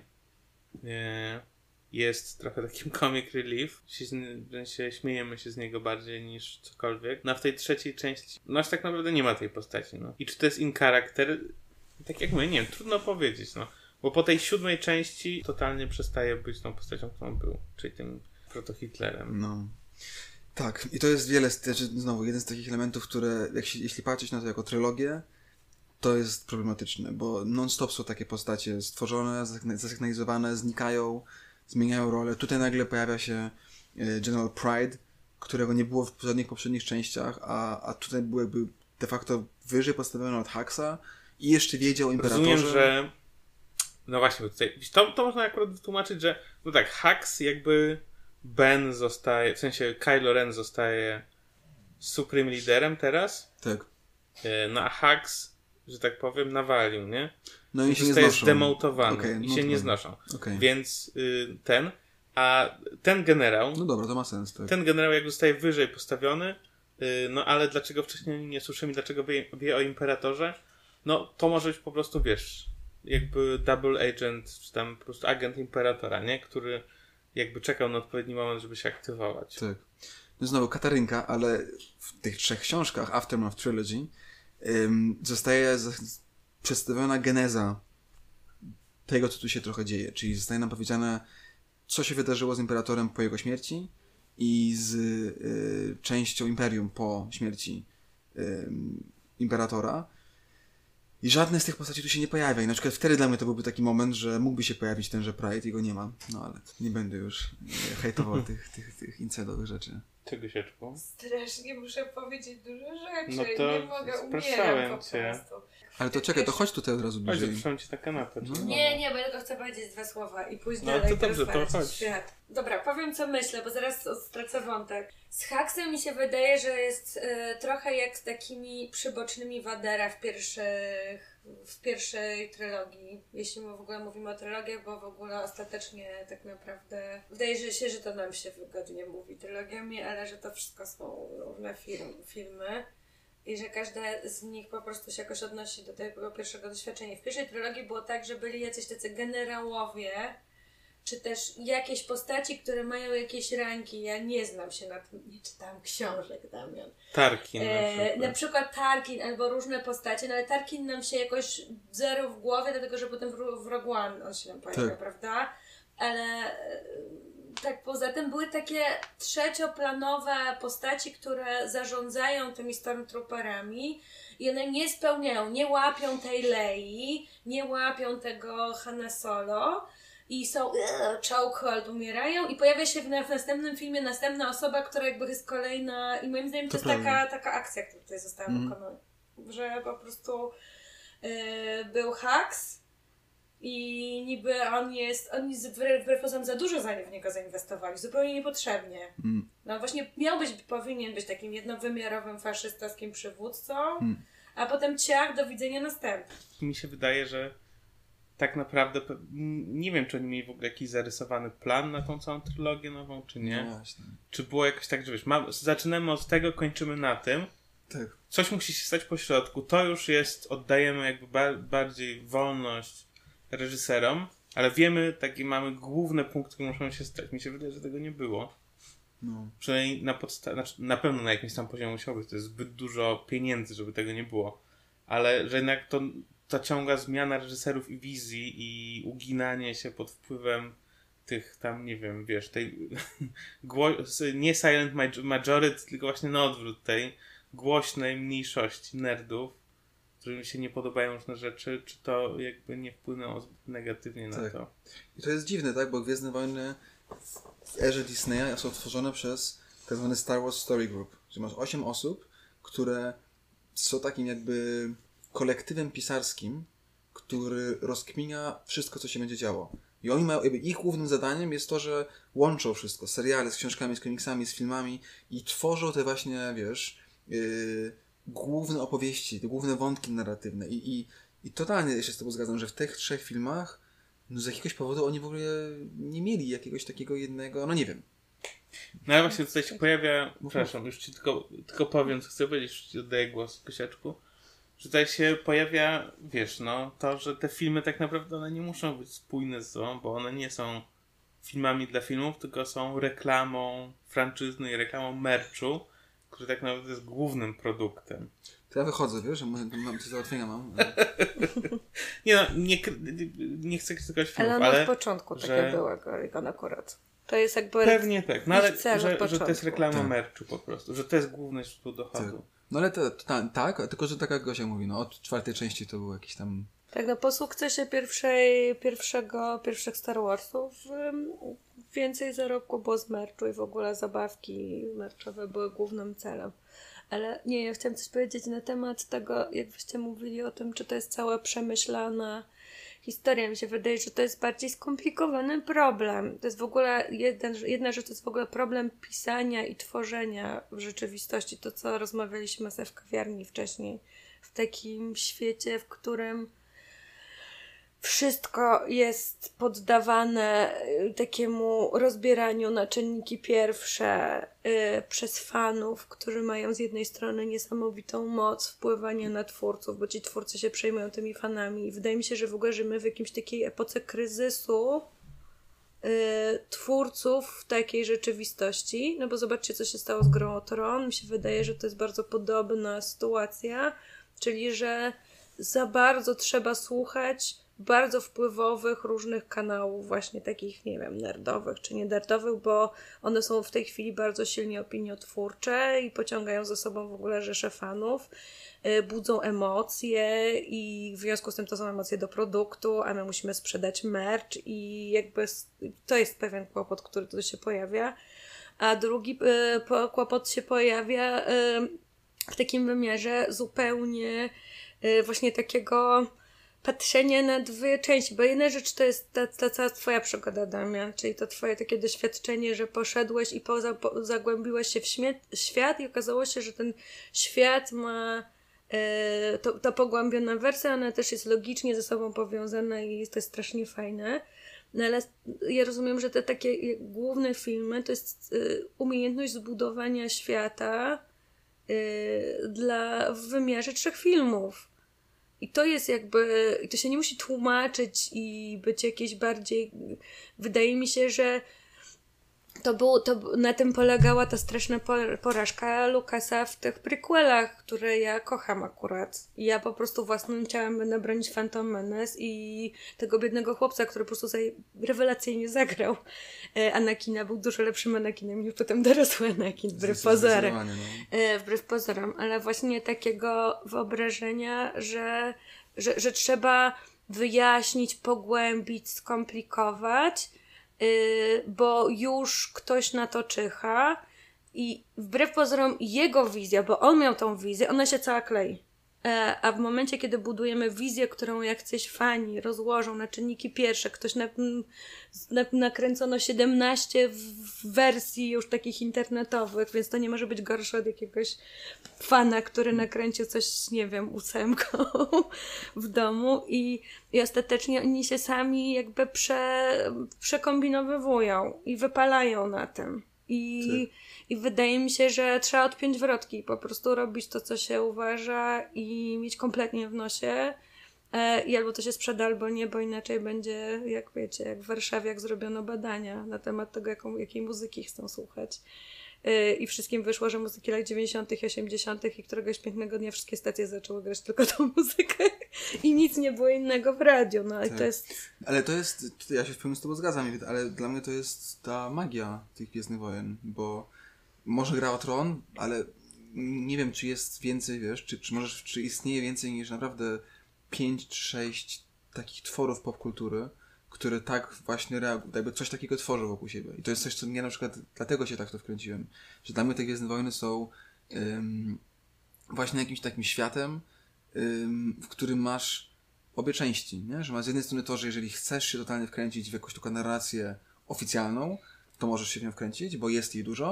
nie, jest trochę takim comic relief. Się, się śmiejemy się z niego bardziej niż cokolwiek. No a w tej trzeciej części, no aż tak naprawdę nie ma tej postaci. No. I czy to jest in character? Tak jak mówię, nie wiem, trudno powiedzieć. No. Bo po tej siódmej części totalnie przestaje być tą postacią, którą był. Czyli tym proto-Hitlerem. No. Tak, i to jest wiele, znaczy znowu, jeden z takich elementów, które jak się, jeśli patrzeć na to jako trylogię, to jest problematyczne, bo non-stop są takie postacie stworzone, zasygnalizowane, znikają, zmieniają rolę. Tutaj nagle pojawia się General Pride, którego nie było w żadnych poprzednich częściach, a, a tutaj był jakby de facto wyżej postawiony od Huxa i jeszcze wiedział o Imperatorze. Rozumiem, że... No właśnie, bo tutaj... To, to można akurat wytłumaczyć, że no tak, Hux jakby Ben zostaje, w sensie Kylo Ren zostaje Supreme Liderem teraz. Tak. No a Hux, że tak powiem, nawalił, nie? No i, I się nie zostaje znoszą. zdemotowany. Okay, I no się to... nie znoszą. Okay. Więc y, ten, a ten generał... No dobra, to ma sens, tak. Ten generał jak zostaje wyżej postawiony, y, no ale dlaczego wcześniej nie słyszymy, dlaczego wie, wie o Imperatorze? No to może być po prostu, wiesz, jakby double agent, czy tam po prostu agent Imperatora, nie? Który jakby czekał na odpowiedni moment, żeby się aktywować. Tak. No znowu Katarynka, ale w tych trzech książkach Aftermath Trilogy ym, zostaje z- przedstawiona geneza tego, co tu się trochę dzieje. Czyli zostaje nam powiedziane, co się wydarzyło z Imperatorem po jego śmierci i z y, częścią Imperium po śmierci y, Imperatora. I żadne z tych postaci tu się nie pojawia. I na przykład wtedy dla mnie to byłby taki moment, że mógłby się pojawić tenże Pride i go nie ma. No ale nie będę już e, hejtował tych, tych, tych incelowych rzeczy. Czego się czuło? Strasznie muszę powiedzieć dużo rzeczy. No to nie mogę, spraszałem umieram po cię. prostu. Ale to czekaj, to chodź tutaj od razu Chodź, bliżej. zapraszam cię na kanapę. Czy No. Nie, nie, bo ja tylko chcę powiedzieć dwa słowa i pójść No, dalej. to dobrze, to rozwalać chodź. świat. Dobra, powiem co myślę, bo zaraz stracę wątek. Z Huxem mi się wydaje, że jest y, trochę jak z takimi przybocznymi Vadera w pierwszych, w pierwszej trylogii. Jeśli my w ogóle mówimy o trylogiach, bo w ogóle ostatecznie tak naprawdę wydaje się, że to nam się wygodnie mówi trylogiami, ale że to wszystko są różne film, filmy. I że każda z nich po prostu się jakoś odnosi do tego pierwszego doświadczenia. W pierwszej trylogii było tak, że byli jacyś tacy generałowie, czy też jakieś postaci, które mają jakieś ranki. Ja nie znam się na tym, nie czytałam książek, Damian. Tarkin na E, przykład. na przykład Tarkin albo różne postacie, no ale Tarkin nam się jakoś zero w głowie, dlatego że potem w, w Rogue One on się nam pojawia, Tak. prawda? Ale e, tak poza tym były takie trzecioplanowe postaci, które zarządzają tymi Stormtrooperami i one nie spełniają, nie łapią tej Lei, nie łapią tego Hanna Solo i są chokehold, umierają i pojawia się w, na, w następnym filmie następna osoba, która jakby jest kolejna i moim zdaniem to, To jest prawda. taka, taka akcja, która tutaj została Mhm. wykonana. Że po prostu yy, był Hux i niby on jest, oni z- wbrew wbrew pozorom za dużo za, w niego zainwestowali, zupełnie niepotrzebnie. Mm. No właśnie miał być, powinien być takim jednowymiarowym faszystowskim przywódcą, Mm. a potem ciach, do widzenia następny. Mi się wydaje, że tak naprawdę pe- m, nie wiem, czy oni mieli w ogóle jakiś zarysowany plan na tą całą trylogię nową, czy nie. No właśnie. Czy było jakoś tak, że wiesz, ma, zaczynamy od tego, kończymy na tym. Tak. Coś musi się stać po środku. To już jest, oddajemy jakby ba- bardziej wolność reżyserom, ale wiemy, takie mamy główne punkty, które muszą się stać. Mi się wydaje, że tego nie było. No. Przynajmniej na podstawie, znaczy na pewno na jakimś tam poziomie musiało być. To jest zbyt dużo pieniędzy, żeby tego nie było. Ale że jednak to, ta ciągła zmiana reżyserów i wizji i uginanie się pod wpływem tych tam, nie wiem, wiesz, tej gło- nie silent maj- majority, tylko właśnie na odwrót tej głośnej mniejszości nerdów, którym się nie podobają różne rzeczy, czy to jakby nie wpłynęło zbyt negatywnie na Tak. to. I to jest dziwne, tak? Bo Gwiezdne Wojny w erze Disneya są tworzone przez tak zwany Star Wars Story Group. Że masz osiem osób, które są takim jakby kolektywem pisarskim, który rozkminia wszystko, co się będzie działo. I oni mają, jakby ich głównym zadaniem jest to, że łączą wszystko, seriale z książkami, z komiksami, z filmami i tworzą te właśnie, wiesz, yy, główne opowieści, te główne wątki narratywne. I, i, i totalnie się z tobą zgadzam, że w tych trzech filmach no z jakiegoś powodu oni w ogóle nie mieli jakiegoś takiego jednego, no nie wiem. No ale właśnie tutaj się pojawia, przepraszam, już ci tylko, tylko powiem, co chcę powiedzieć, już ci oddaję głos, Kosiaczku, że tutaj się pojawia, wiesz, no, to, że te filmy tak naprawdę one nie muszą być spójne ze sobą, bo one nie są filmami dla filmów, tylko są reklamą franczyzny i reklamą merchu, który tak naprawdę jest głównym produktem. To ja wychodzę, wiesz, że mam coś załatwienia mam. nie no, nie, nie chcę krytykować filmów, ale... ale... od początku że... takie było, Oregon akurat. To jest jakby... Pewnie tak, no ale cel że, od że to jest reklama tak. merchu po prostu, że to jest główne źródło dochodu. Tak. No ale to, to, ta, tak, tylko że tak jak Gosia mówi, no od czwartej części to był jakiś tam... Tak, no po sukcesie pierwszej, pierwszego, pierwszych Star Warsów um, więcej zarobku było z merchu i w ogóle zabawki merchowe były głównym celem. Ale nie, ja chciałam coś powiedzieć na temat tego, jak wyście mówili o tym, czy to jest cała przemyślana historia. Mi się wydaje, że to jest bardziej skomplikowany problem. To jest w ogóle, jeden, jedna rzecz to jest w ogóle problem pisania i tworzenia w rzeczywistości. To, co rozmawialiśmy sobie w kawiarni wcześniej. W takim świecie, w którym wszystko jest poddawane takiemu rozbieraniu na czynniki pierwsze yy, przez fanów, którzy mają z jednej strony niesamowitą moc wpływania na twórców, bo ci twórcy się przejmują tymi fanami. I wydaje mi się, że w ogóle żyjemy w jakimś takiej epoce kryzysu yy, twórców w takiej rzeczywistości. No bo zobaczcie, co się stało z Grą o Tron. Mi się wydaje, że to jest bardzo podobna sytuacja, czyli że za bardzo trzeba słuchać bardzo wpływowych różnych kanałów, właśnie takich, nie wiem, nerdowych czy nie nerdowych, bo one są w tej chwili bardzo silnie opiniotwórcze i pociągają za sobą w ogóle rzesze fanów, yy, budzą emocje i w związku z tym to są emocje do produktu, a my musimy sprzedać merch i jakby to jest pewien kłopot, który tu się pojawia. A drugi yy, kłopot się pojawia yy, w takim wymiarze zupełnie yy, właśnie takiego patrzenie na dwie części, bo jedna rzecz to jest ta, ta cała twoja przygoda, Damian, czyli to twoje takie doświadczenie, że poszedłeś i poza, po, zagłębiłeś się w śmie- świat i okazało się, że ten świat ma e, to, to pogłębiona wersja, ona też jest logicznie ze sobą powiązana i to jest strasznie fajne. No ale ja rozumiem, że te takie główne filmy to jest e, umiejętność zbudowania świata e, dla w wymiarze trzech filmów. I to jest jakby, i to się nie musi tłumaczyć i być jakieś bardziej, wydaje mi się, że to było, to na tym polegała ta straszna porażka Lucasa w tych prequelach, które ja kocham akurat. I ja po prostu własnym ciałem będę bronić Phantom Menace i tego biednego chłopca, który po prostu sobie rewelacyjnie zagrał Anakina, był dużo lepszym Anakinem niż potem dorosły Anakin, wbrew pozorom. No. Wbrew pozorom, ale właśnie takiego wyobrażenia, że, że, że trzeba wyjaśnić, pogłębić, skomplikować, Yy, bo już ktoś na to czyha i wbrew pozorom jego wizja, bo on miał tą wizję, ona się cała klei. E, a w momencie, kiedy budujemy wizję, którą jak coś fani rozłożą na czynniki pierwsze, ktoś na, na, nakręcono siedemnaście w wersji już takich internetowych, więc to nie może być gorsze od jakiegoś fana, który nakręcił coś, nie wiem, ósemką w domu i, i ostatecznie oni się sami jakby prze, przekombinowywują i wypalają na tym. I, I wydaje mi się, że trzeba odpiąć wrotki, po prostu robić to, co się uważa i mieć kompletnie w nosie e, i albo to się sprzeda, albo nie, bo inaczej będzie, jak wiecie, jak w Warszawie, jak zrobiono badania na temat tego, jaką, jakiej muzyki chcą słuchać. E, I wszystkim wyszło, że muzyki lat dziewięćdziesiątych i osiemdziesiątych i któregoś pięknego dnia wszystkie stacje zaczęły grać tylko tą muzykę i nic nie było innego w radiu. No tak. I to jest... Ale to jest, ja się w pełni z tobą zgadzam, ale dla mnie to jest ta magia tych Gwiezdnych Wojen, bo może Gra o Tron, ale nie wiem, czy jest więcej, wiesz, czy, czy, może, czy istnieje więcej niż naprawdę pięć czy sześć takich tworów popkultury, które tak właśnie reagują, jakby coś takiego tworzą wokół siebie. I to jest coś, co mnie na przykład, dlatego się tak to wkręciłem, że dla mnie te Gwiezdne Wojny są um, właśnie jakimś takim światem, um, w którym masz obie części, nie? Że masz z jednej strony to, że jeżeli chcesz się totalnie wkręcić w jakąś taką narrację oficjalną, to możesz się w nią wkręcić, bo jest jej dużo,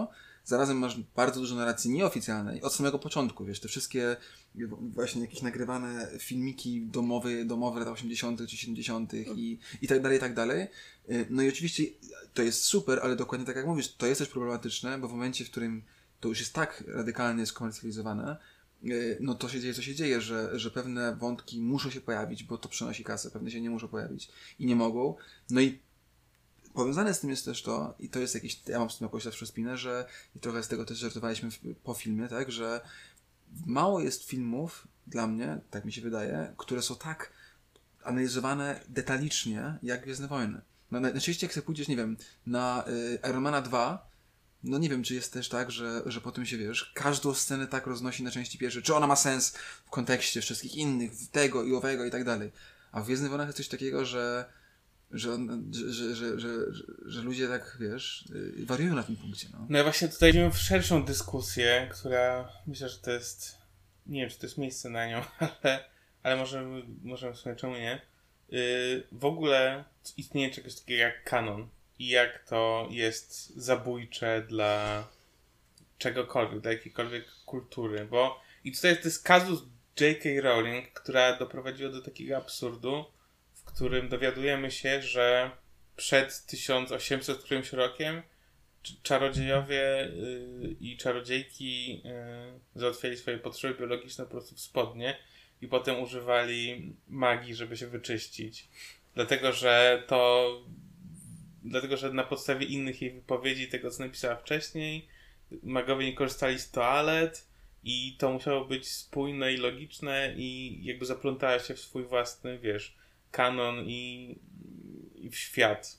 zarazem masz bardzo dużo narracji nieoficjalnej od samego początku, wiesz, te wszystkie właśnie jakieś nagrywane filmiki domowe, domowe lat osiemdziesiątych czy siedemdziesiątych i, i tak dalej, i tak dalej. No i oczywiście to jest super, ale dokładnie tak jak mówisz, to jest też problematyczne, bo w momencie, w którym to już jest tak radykalnie skomercjalizowane, no to się dzieje, co się dzieje, że, że pewne wątki muszą się pojawić, bo to przynosi kasę, pewne się nie muszą pojawić i nie mogą. No i powiązane z tym jest też to, i to jest jakieś, ja mam z tym jakąś zawsze spinę, że i trochę z tego też żartowaliśmy w, po filmie, tak, że mało jest filmów, dla mnie, tak mi się wydaje, które są tak analizowane detalicznie, jak Gwiezdne Wojny. No, na, oczywiście jak sobie pójdziesz, nie wiem, na y, Ironmana dwa, no nie wiem, czy jest też tak, że, że po tym się, wiesz, każdą scenę tak roznosi na części pierwsze, czy ona ma sens w kontekście wszystkich innych, tego i owego i tak dalej. A w Gwiezdnych Wojnach jest coś takiego, że Że, że, że, że, że, że ludzie tak, wiesz, wariują na tym punkcie. No, no ja właśnie tutaj idziemy w szerszą dyskusję, która myślę, że to jest, nie wiem, czy to jest miejsce na nią, ale, ale możemy, możemy w sumie, czemu nie? Yy, w ogóle istnieje czegoś takiego jak kanon i jak to jest zabójcze dla czegokolwiek, dla jakiejkolwiek kultury, bo i tutaj jest, to jest kazus J K. Rowling, która doprowadziła do takiego absurdu, w którym dowiadujemy się, że przed tysiąc osiemset którymś rokiem czarodziejowie yy, i czarodziejki yy, załatwiali swoje potrzeby biologiczne po prostu w spodnie i potem używali magii, żeby się wyczyścić. Dlatego, że to dlatego, że na podstawie innych jej wypowiedzi, tego co napisała wcześniej, magowie nie korzystali z toalet i to musiało być spójne i logiczne i jakby zaplątała się w swój własny, wiesz, kanon i, i w świat.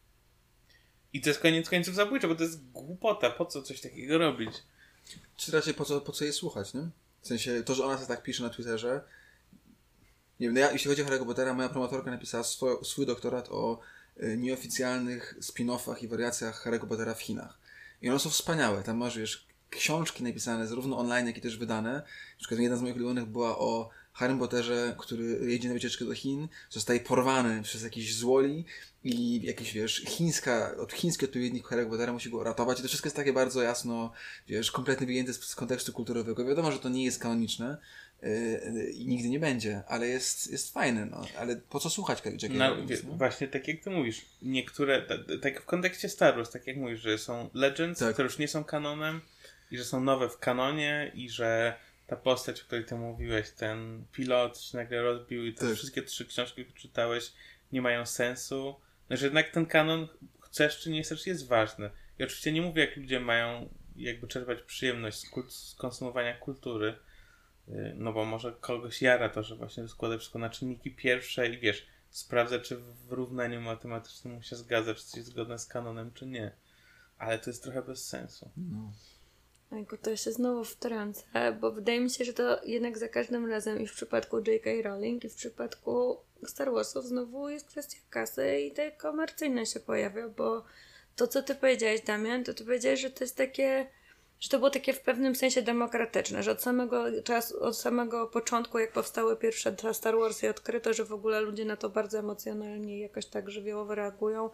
I to jest koniec końców zabójcze, bo to jest głupota. Po co coś takiego robić? Czy raczej po co, po co je słuchać, nie? W sensie, to, że ona sobie tak pisze na Twitterze. Nie wiem, no ja, jeśli chodzi o Harry'ego Pottera, moja promotorka napisała swój, swój doktorat o y, nieoficjalnych spin-offach i wariacjach Harry'ego Pottera w Chinach. I one są wspaniałe. Tam masz, wiesz, książki napisane zarówno online, jak i też wydane. Na przykład jedna z moich ulubionych była o Harrym Potterze, który jedzie na wycieczkę do Chin, zostaje porwany przez jakiś złoli i jakiś, wiesz, chińska, od chiński odpowiednik Harry'ego Pottera musi go ratować. I to wszystko jest takie bardzo jasno, wiesz, kompletnie wyjęte z, z kontekstu kulturowego. Wiadomo, że to nie jest kanoniczne yy, i nigdy nie będzie, ale jest, jest fajne, no. Ale po co słuchać J K. No, wie, właśnie tak jak ty mówisz, niektóre, tak, tak w kontekście Star Wars, tak jak mówisz, że są Legends, tak, które już nie są kanonem i że są nowe w kanonie i że ta postać, o której ty mówiłeś, ten pilot się nagle rozbił i te tak. wszystkie trzy książki, które czytałeś, nie mają sensu. No, że jednak ten kanon, chcesz czy nie chcesz, jest ważny. I oczywiście nie mówię, jak ludzie mają jakby czerpać przyjemność z, kult, z konsumowania kultury, no bo może kogoś jara to, że właśnie składa wszystko na czynniki pierwsze i wiesz, sprawdza, czy w równaniu matematycznym mu się zgadza, czy coś jest zgodne z kanonem, czy nie. Ale to jest trochę bez sensu. No. Ojku, to się znowu wtrącę, bo wydaje mi się, że to jednak za każdym razem i w przypadku J K. Rowling i w przypadku Star Warsów znowu jest kwestia kasy i te komercyjne się pojawia, bo to, co ty powiedziałeś, Damian, to ty powiedziałeś, że to jest takie, że to było takie w pewnym sensie demokratyczne, że od samego czasu, od samego początku, jak powstały pierwsze Star Warsy, odkryto, że w ogóle ludzie na to bardzo emocjonalnie i jakoś tak żywiołowo reagują.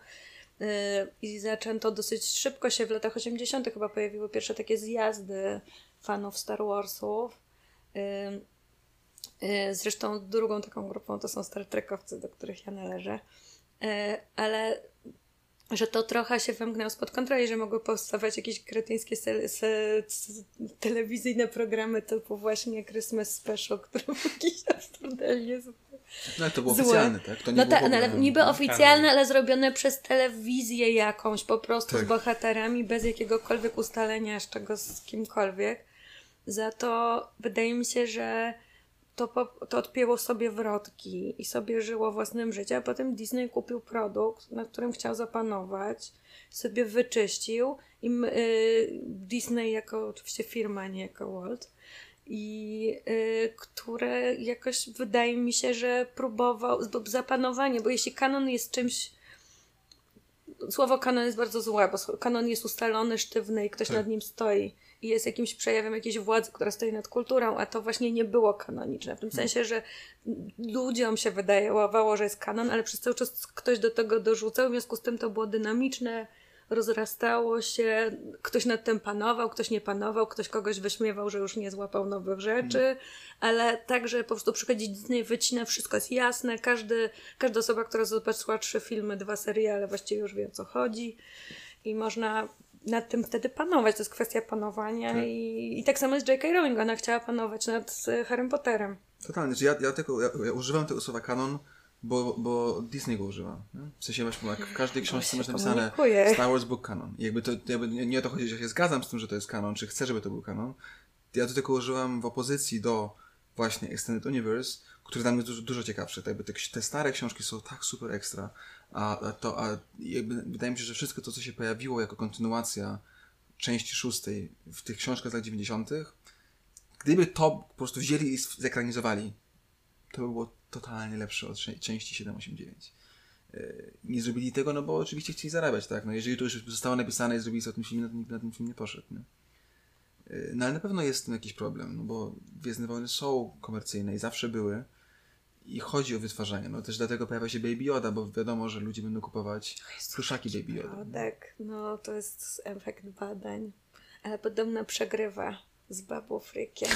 I zaczęto dosyć szybko się w latach osiemdziesiątych chyba pojawiły pierwsze takie zjazdy fanów Star Warsów. Zresztą drugą taką grupą to są Star Trekowcy, do których ja należę. Ale że to trochę się wymknęło spod kontroli, że mogły powstawać jakieś kretyńskie se- se- se- telewizyjne programy typu właśnie Christmas Special, które był jakiś absurdalnie No to było złe. oficjalne, tak? To nie no było tak, no, ale niby oficjalne, ale zrobione przez telewizję jakąś, po prostu tak. z bohaterami, bez jakiegokolwiek ustalenia z czego z kimkolwiek. Za to wydaje mi się, że to, po, to odpięło sobie wrotki i sobie żyło własnym życiem, a potem Disney kupił produkt, na którym chciał zapanować, sobie wyczyścił i y, Disney jako oczywiście firma, nie jako Walt, i y, które jakoś wydaje mi się, że próbował zapanowanie, bo jeśli kanon jest czymś, słowo kanon jest bardzo złe, bo kanon jest ustalony, sztywny i ktoś tak. nad nim stoi i jest jakimś przejawem jakiejś władzy, która stoi nad kulturą, a to właśnie nie było kanoniczne, w tym sensie, że ludziom się wydawało, że jest kanon, ale przez cały czas ktoś do tego dorzucał, w związku z tym to było dynamiczne, rozrastało się, ktoś nad tym panował, ktoś nie panował, ktoś kogoś wyśmiewał, że już nie złapał nowych rzeczy, mm. ale także po prostu przychodzi Disney, wycina, wszystko jest jasne, każdy, każda osoba, która zobaczyła trzy filmy, dwa seriale, właściwie już wie, o co chodzi i można nad tym wtedy panować, to jest kwestia panowania tak. I, i tak samo jest J K. Rowling, ona chciała panować nad Harrym Potterem. Totalnie, że ja, ja, tylko, ja, ja używam tego słowa kanon, bo, bo Disney go używa. Nie? W sensie właśnie, jak w każdej książce masz napisane Star Wars Book Canon. I jakby to, jakby nie, nie o to chodzi, że się zgadzam z tym, że to jest kanon, czy chcę, żeby to był kanon. Ja to tylko użyłam w opozycji do właśnie Extended Universe, który dla mnie jest dużo, dużo ciekawszy. Tak jakby te, te stare książki są tak super ekstra, a, a to, a jakby wydaje mi się, że wszystko to, co się pojawiło jako kontynuacja części szóstej w tych książkach z lat dziewięćdziesiątych, gdyby to po prostu wzięli i zekranizowali, to by było totalnie lepsze od części siedem, osiem, dziewięć. Nie zrobili tego, no bo oczywiście chcieli zarabiać, tak? No jeżeli to już zostało napisane i zrobili sobie o tym filmie, no to nikt na ten film nie poszedł, nie? No ale na pewno jest w tym jakiś problem, no bo Gwiezdne Wojny są komercyjne i zawsze były i chodzi o wytwarzanie. No też dlatego pojawia się Baby Yoda, bo wiadomo, że ludzie będą kupować pluszaki Baby Yoda. Tak, no to jest efekt badań, ale podobno przegrywa z Babu Frykiem.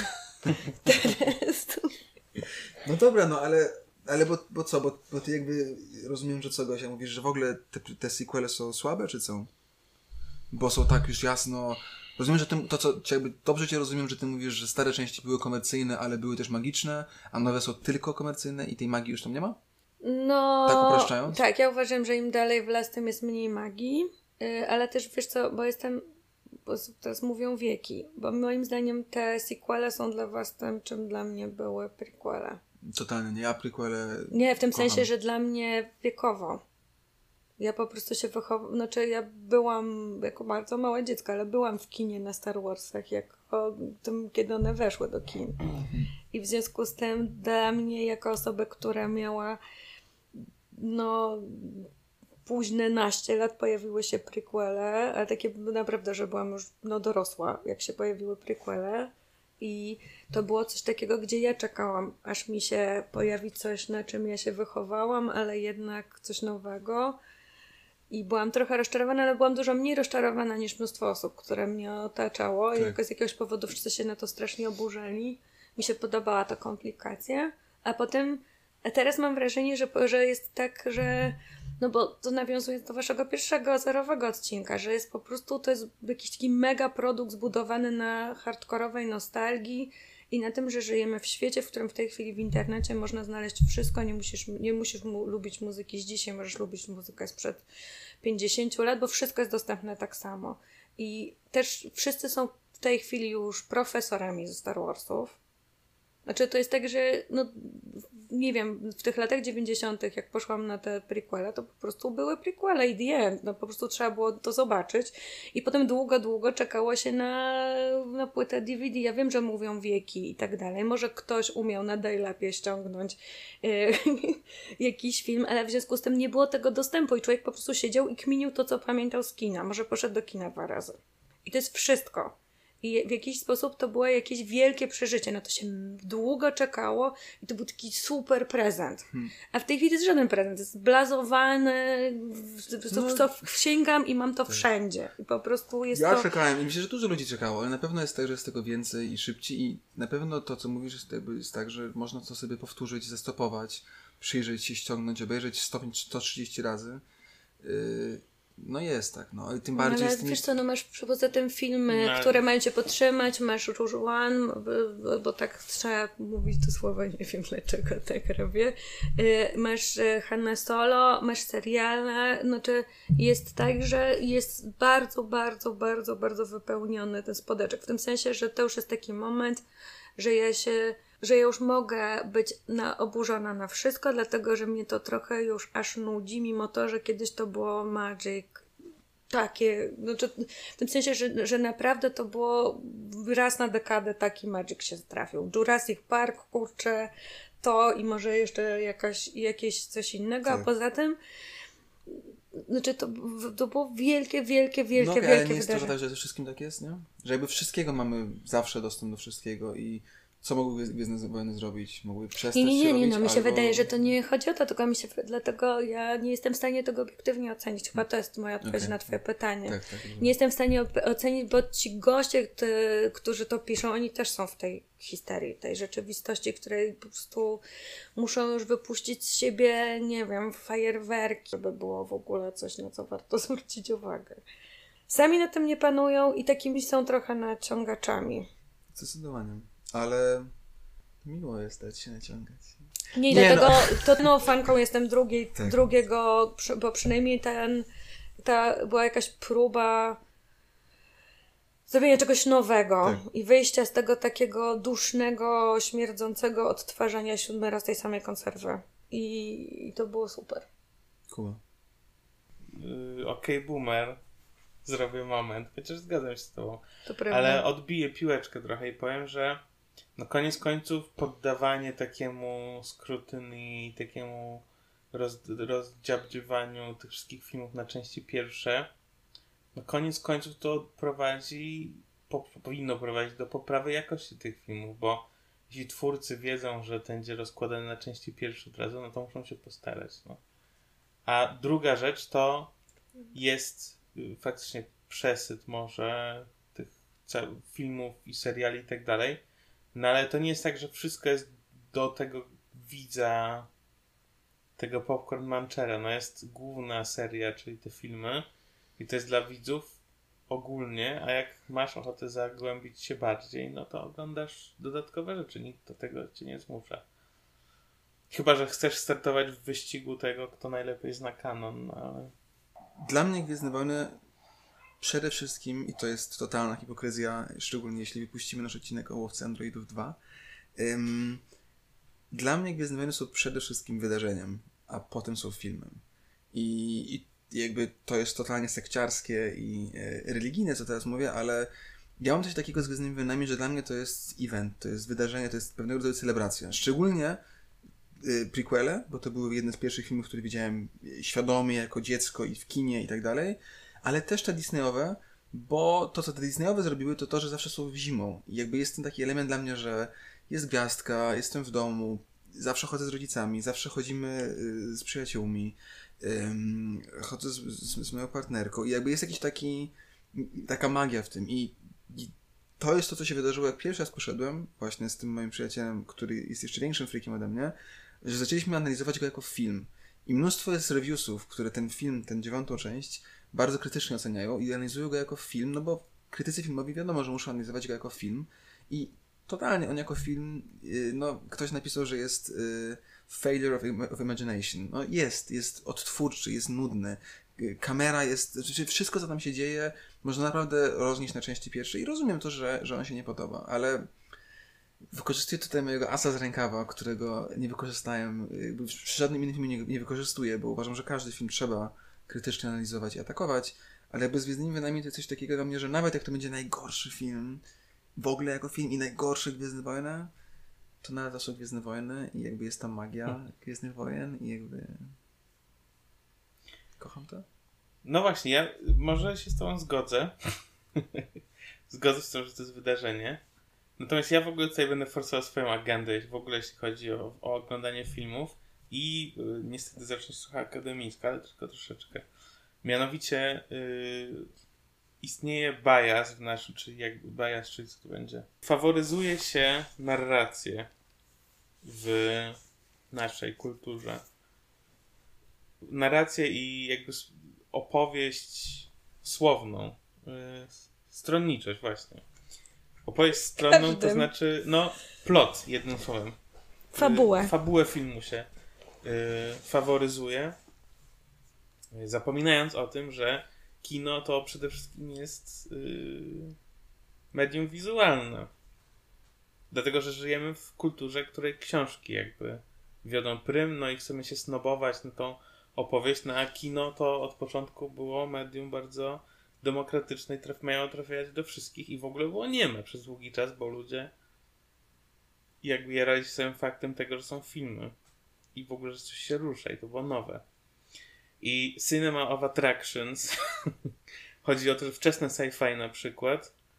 No dobra, no ale, ale bo, bo co, bo, bo ty jakby rozumiem, że co, Gosia, mówisz, że w ogóle te, te sequele są słabe, czy co? Bo są tak już jasno... Rozumiem, że ty, to co, jakby dobrze cię rozumiem, że ty mówisz, że stare części były komercyjne, ale były też magiczne, a nowe są tylko komercyjne i tej magii już tam nie ma? No... Tak upraszczając? Tak, ja uważam, że im dalej w las, tym jest mniej magii, yy, ale też wiesz co, bo jestem... Bo teraz mówią wieki, bo moim zdaniem te sequele są dla was tym, czym dla mnie były prequele. Totalnie, nie, ja prequele Nie, w tym kocham. sensie, że dla mnie wiekowo. Ja po prostu się wychowałam, znaczy ja byłam jako bardzo małe dziecko, ale byłam w kinie na Star Warsach, jak o tym, kiedy one weszły do kin. I w związku z tym dla mnie, jako osoby, która miała no późne naście lat, pojawiły się prequele, ale takie naprawdę, że byłam już no, dorosła, jak się pojawiły prequele. I to było coś takiego, gdzie ja czekałam, aż mi się pojawi coś, na czym ja się wychowałam, ale jednak coś nowego. I byłam trochę rozczarowana, ale byłam dużo mniej rozczarowana niż mnóstwo osób, które mnie otaczało. Tak. I jako z jakiegoś powodu wszyscy się na to strasznie oburzyli. Mi się podobała ta komplikacja. A potem, a teraz mam wrażenie, że, że jest tak, że no bo to nawiązuje do waszego pierwszego, zerowego odcinka, że jest po prostu, to jest jakiś taki mega produkt zbudowany na hardkorowej nostalgii i na tym, że żyjemy w świecie, w którym w tej chwili w internecie można znaleźć wszystko, nie musisz, nie musisz mu, lubić muzyki z dzisiaj, możesz lubić muzykę sprzed pięćdziesięciu lat, bo wszystko jest dostępne tak samo. I też wszyscy są w tej chwili już profesorami ze Star Warsów. Znaczy to jest tak, że no nie wiem, w tych latach dziewięćdziesiątych jak poszłam na te prequele, to po prostu były prequele i the end. No po prostu trzeba było to zobaczyć i potem długo, długo czekało się na, na płytę D V D. Ja wiem, że mówią wieki i tak dalej. Może ktoś umiał na dial-upie ściągnąć yy, jakiś film, ale w związku z tym nie było tego dostępu i człowiek po prostu siedział i kminił to, co pamiętał z kina. Może poszedł do kina dwa razy. I to jest wszystko. I w jakiś sposób to było jakieś wielkie przeżycie. Na to się długo czekało i to był taki super prezent. Hmm. A w tej chwili to jest żaden prezent. To jest blazowane, w co, w co sięgam i mam to tak. wszędzie. I po prostu jest ja to... czekałem i myślę, że dużo ludzi czekało, ale na pewno jest tak, że jest tego więcej i szybciej i na pewno to, co mówisz, jest, jakby jest tak, że można to sobie powtórzyć, zestopować, przyjrzeć się, ściągnąć, obejrzeć sto trzydzieści razy. Yy... No jest tak, no, ale tym bardziej... No, ale jest wiesz co, no masz poza tym filmy, no. które mają cię podtrzymać, masz Rouge One, bo, bo tak trzeba mówić to słowo, nie wiem dlaczego tak robię. Masz Hanna Solo, masz seriale, znaczy jest tak, że jest bardzo, bardzo, bardzo, bardzo wypełniony ten spodeczek, w tym sensie, że to już jest taki moment, że ja się... że ja już mogę być na, oburzona na wszystko, dlatego, że mnie to trochę już aż nudzi, mimo to, że kiedyś to było Magic takie, znaczy w tym sensie, że, że naprawdę to było raz na dekadę taki Magic się trafił. Jurassic Park, kurczę, to i może jeszcze jakaś, jakieś coś innego, tak. A poza tym znaczy to, to było wielkie, wielkie, wielkie, no, wielkie ale nie jest wydarzenie. to, że tak, że ze wszystkim tak jest, nie? Że jakby wszystkiego mamy zawsze dostęp do wszystkiego i Co mogły Gwiezdne Wojny zrobić? Mogły przestać Nie, nie, nie, się nie, robić, no mi się albo... wydaje, że to nie chodzi o to, tylko mi się, dlatego ja nie jestem w stanie tego obiektywnie ocenić. Chyba to jest moja odpowiedź Okay. na twoje pytanie. Tak, tak, nie jestem w stanie ocenić, bo ci goście, ty, którzy to piszą, oni też są w tej histerii, tej rzeczywistości, której po prostu muszą już wypuścić z siebie, nie wiem, fajerwerki, żeby było w ogóle coś, na co warto zwrócić uwagę. Sami na tym nie panują i takimi są trochę naciągaczami. Zdecydowanie. Ale miło jest dać się naciągać. Nie, Nie, dlatego no. to no, fanką jestem drugiej, Tak. drugiego, przy- bo przynajmniej ten, ta była jakaś próba zrobienia czegoś nowego Tak. i wyjścia z tego takiego dusznego, śmierdzącego odtwarzania siódmy raz tej samej konserwy. I, i to było super. Cool. Yy, Okej, okay, boomer. Zrobię moment, chociaż zgadzam się z tobą. To prawda. Ale odbiję piłeczkę trochę i powiem, że no koniec końców poddawanie takiemu skrutyni, takiemu roz, rozdziabdziwaniu tych wszystkich filmów na części pierwsze, no koniec końców to prowadzi, po, powinno prowadzić do poprawy jakości tych filmów, bo jeśli twórcy wiedzą, że to będzie rozkładane na części pierwsze od razu, no to muszą się postarać. No. A druga rzecz to jest y, faktycznie przesyt może tych ca- filmów i seriali i tak dalej, no ale to nie jest tak, że wszystko jest do tego widza, tego popcorn munchera. No jest główna seria, czyli te filmy i to jest dla widzów ogólnie, a jak masz ochotę zagłębić się bardziej, no to oglądasz dodatkowe rzeczy. Nikt do tego cię nie zmusza. Chyba że chcesz startować w wyścigu tego, kto najlepiej zna kanon, no ale... Dla mnie Gwiezdne Wojny przede wszystkim, i to jest totalna hipokryzja, szczególnie jeśli wypuścimy nasz odcinek o Łowcy Androidów dwa, ym, dla mnie Gwiezdne Wojny są przede wszystkim wydarzeniem, a potem są filmem. I, i jakby to jest totalnie sekciarskie i e, religijne, co teraz mówię, ale ja mam coś takiego z Gwiezdnymi Wojnami, że dla mnie to jest event, to jest wydarzenie, to jest pewnego rodzaju celebracja. Szczególnie y, prequele, bo to były jedne z pierwszych filmów, które widziałem świadomie jako dziecko i w kinie i tak dalej, ale też te Disneyowe, bo to, co te Disneyowe zrobiły, to to, że zawsze są zimą. I jakby jest ten taki element dla mnie, że jest gwiazdka, jestem w domu, zawsze chodzę z rodzicami, zawsze chodzimy y, z przyjaciółmi, ym, chodzę z, z, z moją partnerką i jakby jest jakiś taki, taka magia w tym. I, I to jest to, co się wydarzyło, jak pierwszy raz poszedłem właśnie z tym moim przyjacielem, który jest jeszcze większym freakiem ode mnie, że zaczęliśmy analizować go jako film. I mnóstwo jest reviewsów, które ten film, tę dziewiątą część bardzo krytycznie oceniają i analizują go jako film, no bo krytycy filmowi wiadomo, że muszą analizować go jako film i totalnie on jako film, no ktoś napisał, że jest y, failure of, of imagination. No jest, jest odtwórczy, jest nudny. Kamera jest, znaczy wszystko co tam się dzieje można naprawdę roznieść na części pierwszej i rozumiem to, że, że on się nie podoba, ale wykorzystuję tutaj mojego asa z rękawa, którego nie wykorzystałem, jakby przy żadnym innym filmie nie, nie wykorzystuję, bo uważam, że każdy film trzeba krytycznie analizować i atakować, ale jakby z Gwiezdnymi Wojnami to jest coś takiego dla mnie, że nawet jak to będzie najgorszy film, w ogóle jako film i najgorszy Gwiezdne Wojny, to nadal to są Gwiezdne Wojny i jakby jest tam magia Gwiezdnych Wojen i jakby kocham to. No właśnie, ja może się z tobą zgodzę. Zgodzę się z tym, że to jest wydarzenie. Natomiast ja w ogóle tutaj będę forsował swoją agendę, w ogóle jeśli chodzi o, o oglądanie filmów i yy, niestety zacznie słucha akademicka, ale tylko troszeczkę. Mianowicie yy, istnieje bias w naszym, czyli jakby bias, czyli co to będzie? Faworyzuje się narrację w naszej kulturze. Narrację i jakby opowieść słowną. Yy, stronniczość właśnie. Opowieść stronną Każdym. to znaczy, no, plot, jednym słowem. Fabułę. Yy, fabułę filmu się yy, faworyzuje, yy, zapominając o tym, że kino to przede wszystkim jest yy, medium wizualne. Dlatego, że żyjemy w kulturze, której książki jakby wiodą prym, no i chcemy się snobować na tą opowieść, no a kino to od początku było medium bardzo demokratyczne i traf, miało trafiać do wszystkich i w ogóle było nieme przez długi czas, bo ludzie jakby jarali się samym faktem tego, że są filmy i w ogóle, że coś się rusza i to było nowe. I Cinema of Attractions chodzi o to, że wczesne sci-fi na przykład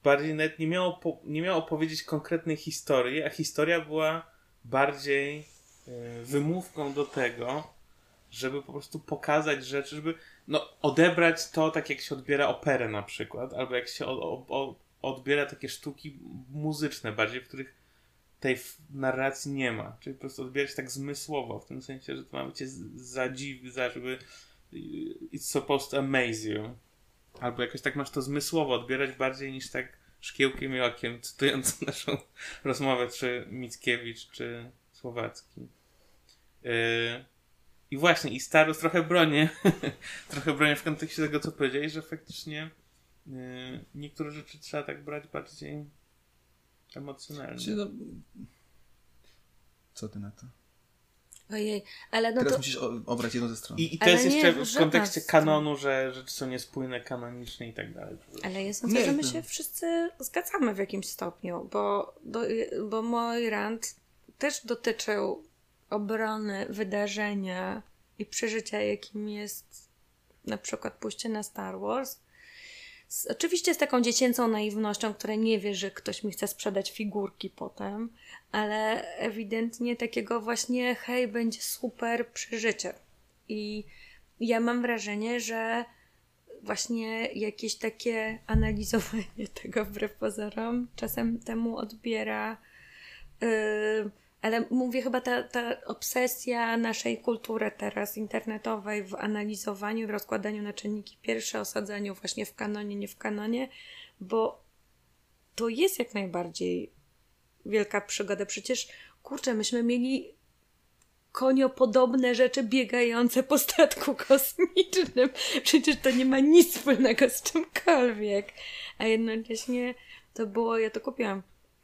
bardziej nawet nie miało, po, nie miało opowiedzieć konkretnej historii, a historia była bardziej y, wymówką do tego, żeby po prostu pokazać rzeczy, żeby no, odebrać to tak jak się odbiera operę na przykład, albo jak się o, o, o, odbiera takie sztuki muzyczne bardziej, w których tej narracji nie ma. Czyli po prostu odbierać tak zmysłowo, w tym sensie, że to ma cię zadziwić, za żeby it's supposed to amaze you. Albo jakoś tak masz to zmysłowo odbierać bardziej niż tak szkiełkiem i okiem, cytując naszą rozmowę, czy Mickiewicz, czy Słowacki. Yy, I właśnie, i Starus trochę bronię, trochę bronię w kontekście tego, co powiedziałeś, że faktycznie yy, niektóre rzeczy trzeba tak brać bardziej emocjonalnie. Czy no... Co ty na to? Ojej, ale no Teraz to... musisz o, obrać jedną ze stron. I, i to Ale jest nie, jeszcze w żadna kontekście z- kanonu, że rzeczy są niespójne kanonicznie i tak dalej. Ale jest na to, Nie, że my to- się wszyscy zgadzamy w jakimś stopniu, bo, do, bo mój rant też dotyczył obrony wydarzenia i przeżycia, jakim jest na przykład pójście na Star Wars. Z, oczywiście z taką dziecięcą naiwnością, która nie wie, że ktoś mi chce sprzedać figurki potem, ale ewidentnie takiego właśnie hej, będzie super przeżycie. I ja mam wrażenie, że właśnie jakieś takie analizowanie tego wbrew pozorom czasem temu odbiera. Yy, ale mówię chyba ta, ta obsesja naszej kultury teraz internetowej w analizowaniu, w rozkładaniu na czynniki pierwsze, osadzaniu właśnie w kanonie, nie w kanonie, bo to jest jak najbardziej wielka przygoda. Przecież kurczę, myśmy mieli koniopodobne rzeczy biegające po statku kosmicznym. Przecież to nie ma nic wspólnego z czymkolwiek. A jednocześnie to było, ja to kupiłam.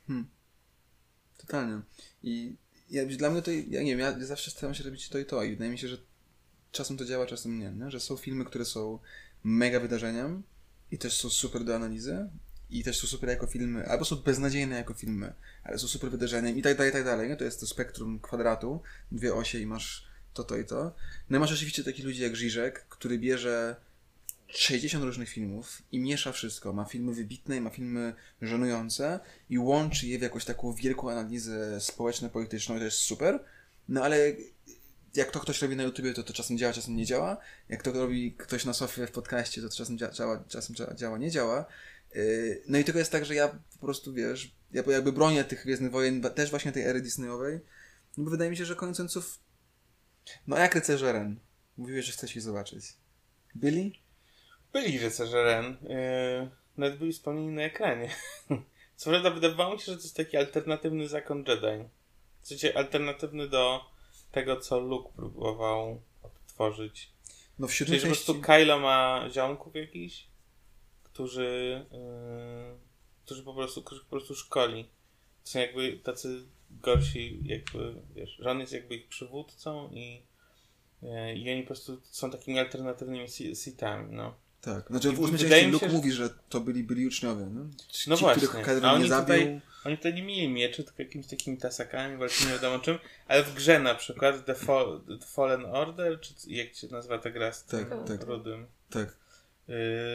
Totalnie. I ja, dla mnie to, ja nie wiem, ja zawsze staram się robić to i to i wydaje mi się, że czasem to działa, czasem nie, nie? Że są filmy, które są mega wydarzeniem i też są super do analizy i też są super jako filmy, albo są beznadziejne jako filmy, ale są super wydarzeniem i tak dalej, i tak dalej, nie? To jest to spektrum kwadratu, dwie osie i masz to, to i to. No i masz oczywiście takich ludzi jak Żyżek, który bierze sześćdziesiąt różnych filmów i miesza wszystko. Ma filmy wybitne i ma filmy żenujące i łączy je w jakąś taką wielką analizę społeczno-polityczną i to jest super. No ale jak to ktoś robi na YouTubie, to to czasem działa, czasem nie działa. Jak to robi ktoś na Sofie w podcaście, to, to czasem dzia- działa, czasem dzia- działa, nie działa. Yy, no i tylko jest tak, że ja po prostu, wiesz, ja jakby bronię tych Gwiezdnych Wojen, też właśnie tej ery Disneyowej, no bo wydaje mi się, że koniec końców, no jak Rycerze Ren. Mówiłeś, że chcesz ich zobaczyć. Byli? Byli rycerze Ren. Yy, nawet byli wspomnieni na ekranie. Co prawda wydawało mi się, że to jest taki alternatywny zakon Jedi. W sensie alternatywny do tego, co Luke próbował odtworzyć. No w Czyli, siódmej że po części... prostu Kylo ma ziomków jakichś, którzy, yy, którzy, po prostu, którzy po prostu szkoli. To są jakby tacy gorsi, jakby, wiesz, że on jest jakby ich przywódcą i, yy, i oni po prostu są takimi alternatywnymi Sithami, no. Tak, znaczy w ósmej Wydaje części mi Luke się, że- mówi, że to byli, byli uczniowie, no? Ci, No ci, właśnie, których a Kylo oni nie zabił. tutaj, oni tutaj nie mieli mieczy, tylko jakimiś takimi tasakami, walczyli nie wiadomo czym, ale w grze na przykład The, Fall, The Fallen Order, czy jak się nazywa ta gra z tym Tak, tak. rudym, Tak. yy,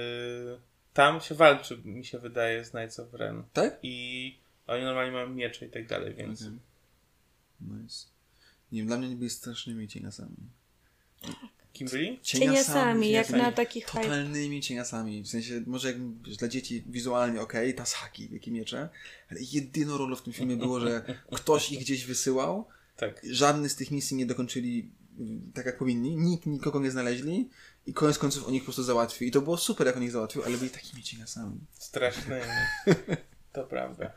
tam się walczy, mi się wydaje, z Knights of Ren. Tak? I oni normalnie mają miecze i tak dalej, więc... Okay. Nice. Nie wiem, dla mnie nie byli strasznymi cieniasami. Kim byli? Cieniasami, jak na takich hype. Totalnymi cieniasami. W sensie, może jak wiesz, dla dzieci wizualnie okej, okay, tasaki, wielkie miecze, ale jedyną rolą w tym filmie było, że ktoś ich gdzieś wysyłał, Tak. żadne z tych misji nie dokończyli y, tak jak powinni, nikt nikogo nie znaleźli i koniec końców on ich po prostu załatwił. I to było super, jak on ich załatwił, ale byli takimi cieniasami. Strasznymi. To prawda.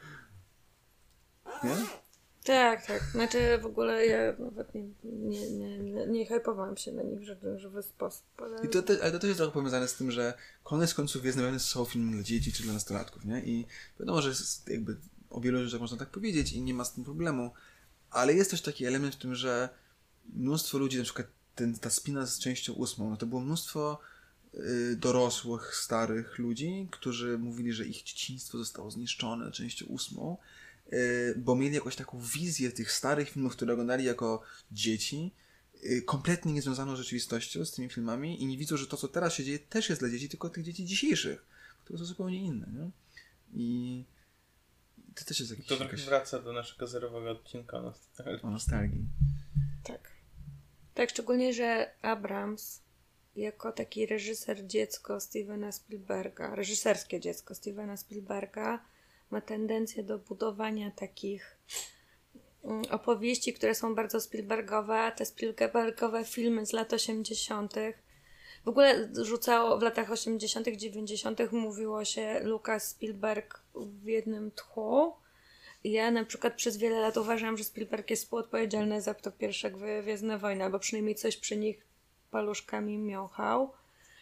Nie? Tak, tak. Znaczy w ogóle ja nawet nie, nie, nie, nie, nie hypowałam się na nich w żaden żywy sposób. Ale... I to te, ale to też jest trochę powiązane z tym, że koniec końców Gwiezdne Wojny są filmem dla dzieci czy dla nastolatków, nie? I wiadomo, że jest jakby o wielu rzeczach można tak powiedzieć i nie ma z tym problemu, ale jest też taki element w tym, że mnóstwo ludzi, na przykład ten, ta spina z częścią ósmą, no to było mnóstwo y, dorosłych, starych ludzi, którzy mówili, że ich dzieciństwo zostało zniszczone częścią ósmą, y, bo mieli jakąś taką wizję tych starych filmów, które oglądali jako dzieci, y, kompletnie niezwiązaną z rzeczywistością, z tymi filmami i nie widzą, że to, co teraz się dzieje, też jest dla dzieci, tylko tych dzieci dzisiejszych, które są zupełnie inne, nie? I to też jest jakiś... To trochę jakaś... wraca do naszego zerowego odcinka o nostalgii. O nostalgii. Tak. Tak, szczególnie, że Abrams jako taki reżyser dziecko Stevena Spielberga, reżyserskie dziecko Stevena Spielberga ma tendencję do budowania takich opowieści, które są bardzo Spielbergowe, a te Spielbergowe filmy z lat osiemdziesiątych w ogóle rzucało w latach osiemdziesiątych, dziewięćdziesiątych mówiło się Lucas Spielberg w jednym tchu. Ja na przykład przez wiele lat uważam, że Spielberg jest współodpowiedzialny za to pierwsze Gwiezdne Wojny, albo przynajmniej coś przy nich paluszkami miąchał.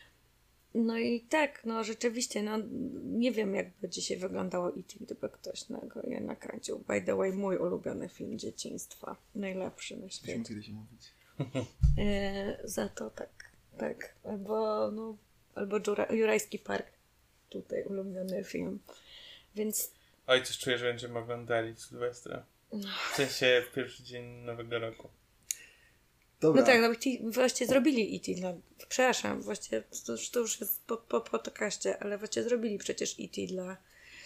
No i tak, no rzeczywiście, no nie wiem, jakby dzisiaj wyglądało E T, gdyby ktoś na go je nakręcił. By the way, mój ulubiony film dzieciństwa. Najlepszy na świecie. Musimy się mówić. E, za to tak, tak. Albo, no, albo Jura, Jurajski Park. Tutaj ulubiony film. Więc... Oj, coś czuję, że będziemy oglądali w Sylwestra. W sensie w pierwszy dzień Nowego Roku. Dobra. No tak, no, właściwie zrobili E T. No, przepraszam, właściwie to, to już jest po, po podcaście, ale właściwie zrobili przecież E T dla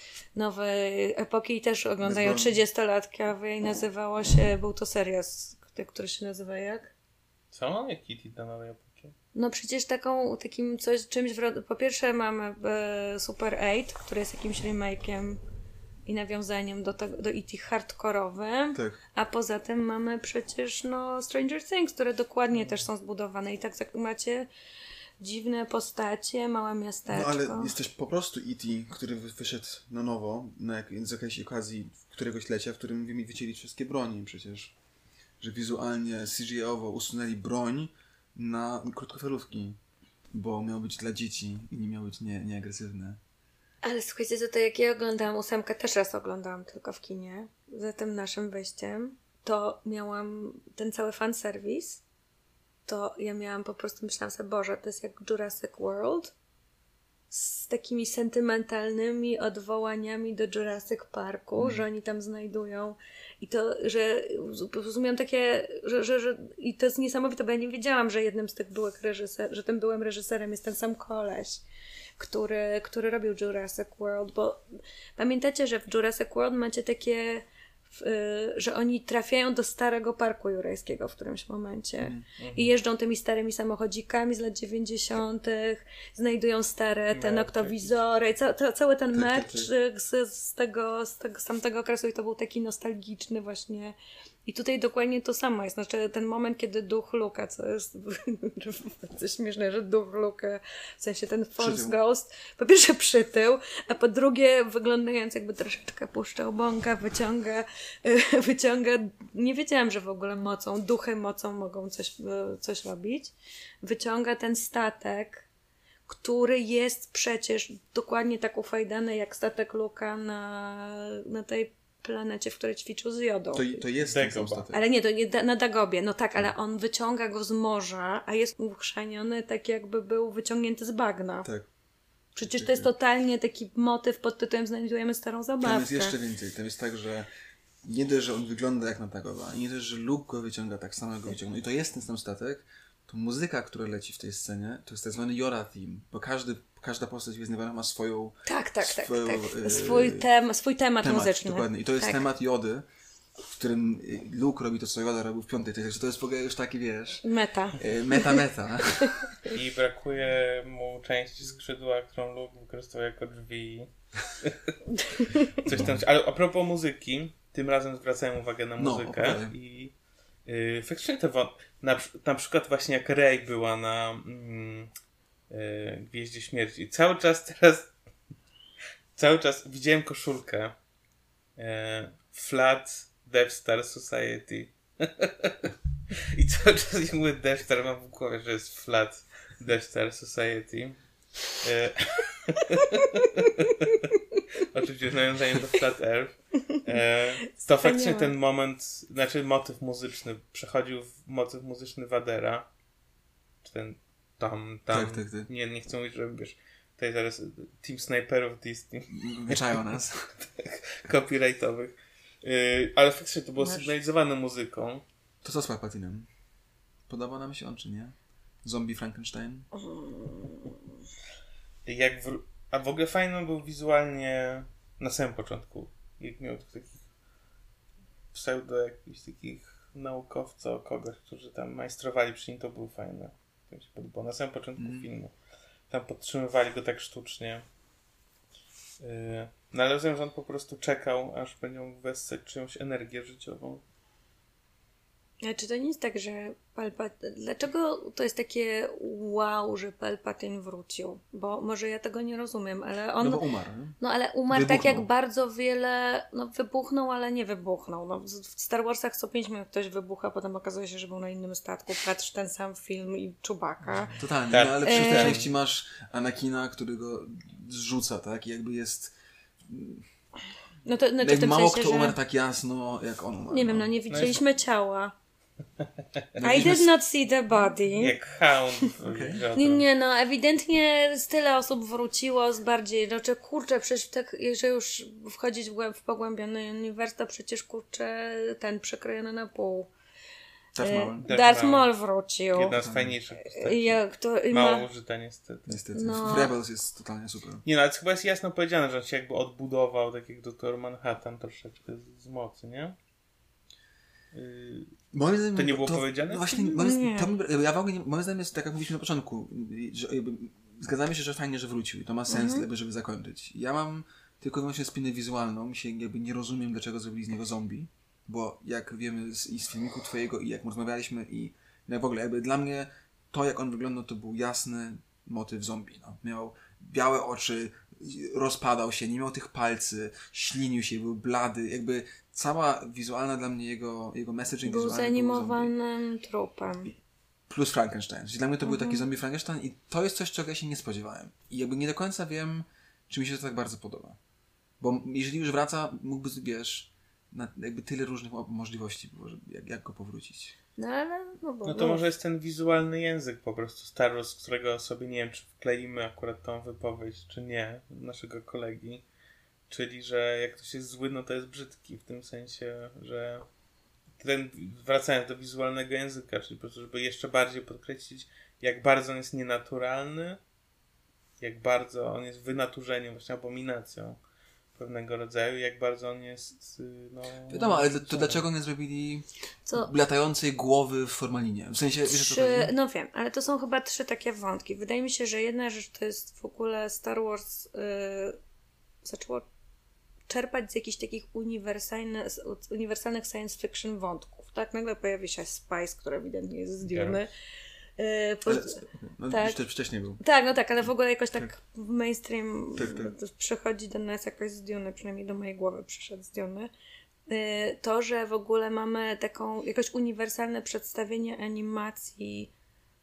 nowej epoki i też oglądają trzydziestolatkowie i nazywało się, był to serial, który się nazywa jak? Co? Jak E T dla nowej epoki? No przecież taką, takim coś, czymś w rodzaju, po pierwsze mamy e, Super osiem, który jest jakimś remake'iem i nawiązaniem do, tego, do E T hardkorowym, Tak. a poza tym mamy przecież no Stranger Things, które dokładnie też są zbudowane i tak, tak macie dziwne postacie, małe miasteczko. No ale jest też po prostu E T, który wyszedł na nowo, na jak, z jakiejś okazji któregoś lecia, w którym mi wycięli wszystkie broni przecież. Że wizualnie C G I-owo usunęli broń na krótkofalówki, bo miał być dla dzieci i nie miał być nie, nieagresywne. Ale słuchajcie, za to jak ja oglądałam ósemkę, też raz oglądałam tylko w kinie, za tym naszym wejściem, to miałam ten cały fanserwis, to ja miałam po prostu, myślałam sobie, Boże, to jest jak Jurassic World z takimi sentymentalnymi odwołaniami do Jurassic Parku, mm. że oni tam znajdują i to, że rozumiałam takie, że, że, że i to jest niesamowite, bo ja nie wiedziałam, że jednym z tych byłych reżyserów, że tym byłym reżyserem jest ten sam koleś, który, który robił Jurassic World, bo pamiętacie, że w Jurassic World macie takie, w, że oni trafiają do starego parku jurajskiego w którymś momencie mm, mm. i jeżdżą tymi starymi samochodzikami z lat dziewięćdziesiątych, znajdują stare te noktowizory, ca, ca, cały ten tak, mecz tak, tak. Z, z, tego, z tego z tamtego okresu i to był taki nostalgiczny właśnie. I tutaj dokładnie to samo jest. Znaczy ten moment, kiedy duch Luka, co jest bardzo śmieszne, że duch Luka, w sensie ten Force Ghost, po pierwsze przytył, a po drugie wyglądając jakby troszeczkę puszczał bąka, wyciąga, wyciąga, nie wiedziałam, że w ogóle mocą, duchy mocą mogą coś, coś robić. Wyciąga ten statek, który jest przecież dokładnie tak ufajdany jak statek Luka na, na tej planecie, w której ćwiczył z Jodą. To, to jest ten sam statek. Ale nie, to nie na Dagobie. No tak, ale on wyciąga go z morza, a jest uchrzaniony tak jakby był wyciągnięty z bagna. Tak. Przecież to jest totalnie taki motyw pod tytułem znajdujemy starą zabawkę. Tam jest jeszcze więcej. Tam jest tak, że nie dość, że on wygląda jak na Dagoba, nie dość, że Luke go wyciąga tak samo, jak go wyciągnął. I to jest ten sam statek. To muzyka, która leci w tej scenie, to jest tak zwany Yoda theme, bo każdy, każda postać Gwiezdnych Wojen ma swoją... Tak, tak, swoją, tak. tak. E, swój, tem, swój temat, temat muzyczny. Dokładnie. I to jest tak. temat Jody, w którym Luke robi to, co Yoda robił w piątej. Także to jest w ogóle już taki, wiesz... Meta. E, meta, meta. I brakuje mu części skrzydła, którą Luke wykorzystał jako drzwi. Coś tam. Ale a propos muzyki, tym razem zwracałem uwagę na muzykę. No, i Yy, faktycznie to wo- na, na przykład właśnie jak Rey była na mm, yy, Gwieździe Śmierci. Cały czas teraz cały czas widziałem koszulkę yy, Flat Death Star Society. I cały czas jak mówię Death Star, mam w głowie, że jest Flat Death Star Society. Yy. Oczywiście nawiązaniem do Flat Earth. E, to faktycznie ten moment, znaczy motyw muzyczny przechodził w motyw muzyczny Vadera. Czy ten tam, tam. Tak, tak, tak. Nie, nie chcę mówić, że wiesz, tutaj zaraz Team Sniperów Disney. Wieczają nas. Tak, copyrightowych. E, ale faktycznie to było Masz... sygnalizowane muzyką. To co z Palpatinem? Podoba nam się on, czy nie? Zombie Frankenstein? Jak w... A w ogóle fajny był wizualnie Na samym początku. Jak miał tych takich pseudo jakichś takich naukowców, kogoś, którzy tam majstrowali przy nim, to było fajne. To mi się podobało. Na samym początku mm. filmu. Tam podtrzymywali go tak sztucznie. Yy, no ale rozumiem, że on po prostu czekał, aż będą wessać czyjąś energię życiową. A czy to nie jest tak, że Palpatine... Dlaczego to jest takie wow, że Palpatine wrócił? Bo może ja tego nie rozumiem, ale on... No bo umarł. Nie? No ale umarł Wybuchnął. tak jak bardzo wiele... No wybuchnął, ale nie wybuchnął. No, w Star Warsach co pięć minut ktoś wybucha, potem okazuje się, że był na innym statku. Patrz ten sam film i Chewbacca. Totalnie, Tak. no, ale przy tej E... części masz Anakina, który go zrzuca, tak? I jakby jest... No to znaczy w Jak tym mało sensie, kto że... umarł tak jasno, jak on umarł. Nie wiem, no nie widzieliśmy jest... ciała. No, I did not see the body. Jak Hound. Okay. Nie, nie, no ewidentnie z tyle osób wróciło z bardziej, znaczy kurczę, przecież tak, jeżeli już wchodzić w, głęb, w pogłębiony uniwers, to przecież kurczę ten przekrojony na pół. Darth Maul. Darth Darth Maul. Maul wrócił. Jedna z fajniejszych postaci. Jak to, i Mało ma... użyta niestety. Niestety. No. W Rebels jest totalnie super. Nie no, ale chyba jest jasno powiedziane, że on się jakby odbudował, tak jak doktor Manhattan troszeczkę z, z mocy, nie? Yy, Moim zdaniem, to nie było to, powiedziane? No właśnie, moim, Nie. to, ja w ogóle nie, moim zdaniem jest tak, jak mówiliśmy na początku, że jakby, zgadzamy się, że fajnie, że wrócił i to ma sens, Mhm. jakby, żeby zakończyć. Ja mam tylko i wyłącznie spinę wizualną, mi się jakby nie rozumiem, dlaczego zrobili z niego zombie, bo jak wiemy z, i z filmiku twojego i jak rozmawialiśmy i jak w ogóle jakby dla mnie to, jak on wyglądał, to był jasny motyw zombie. No. Miał białe oczy, rozpadał się, nie miał tych palcy, ślinił się, był blady, jakby cała wizualna dla mnie jego, jego messaging Był wizualny zanimowanym trupem. plus Frankenstein. Czyli dla mnie to Mhm. był taki zombie Frankenstein i to jest coś, czego ja się nie spodziewałem. I jakby nie do końca wiem, czy mi się to tak bardzo podoba. Bo jeżeli już wraca, mógłby, wiesz, na jakby tyle różnych mo- możliwości było, żeby, jak, jak go powrócić. No ale... No, bo, No to może jest ten wizualny język po prostu Star Wars, z którego sobie nie wiem, czy wkleimy akurat tą wypowiedź, czy nie, naszego kolegi. Czyli, że jak ktoś jest zły, no to jest brzydki, w tym sensie, że ten, wracając do wizualnego języka, czyli po prostu, żeby jeszcze bardziej podkreślić, jak bardzo on jest nienaturalny, jak bardzo on jest wynaturzeniem, właśnie abominacją pewnego rodzaju, jak bardzo on jest, no... Wiadomo, ale to dlaczego nie zrobili Co? latającej głowy w formalinie? W sensie, wiesz, co Trzy, chodzi? no wiem, ale to są chyba trzy takie wątki. Wydaje mi się, że jedna rzecz to jest w ogóle Star Wars yy, zaczęło czerpać z jakichś takich uniwersalnych, uniwersalnych science fiction wątków. Tak, nagle pojawi się Spice, który ewidentnie jest z Duny. Yy, po, Ale, no, tak. już też wcześniej był. tak, no tak, ale w ogóle jakoś tak, w mainstream Tak, tak. przychodzi do nas jakoś z Duny, przynajmniej do mojej głowy przyszedł z Duny. Yy, to, że w ogóle mamy taką jakoś uniwersalne przedstawienie animacji,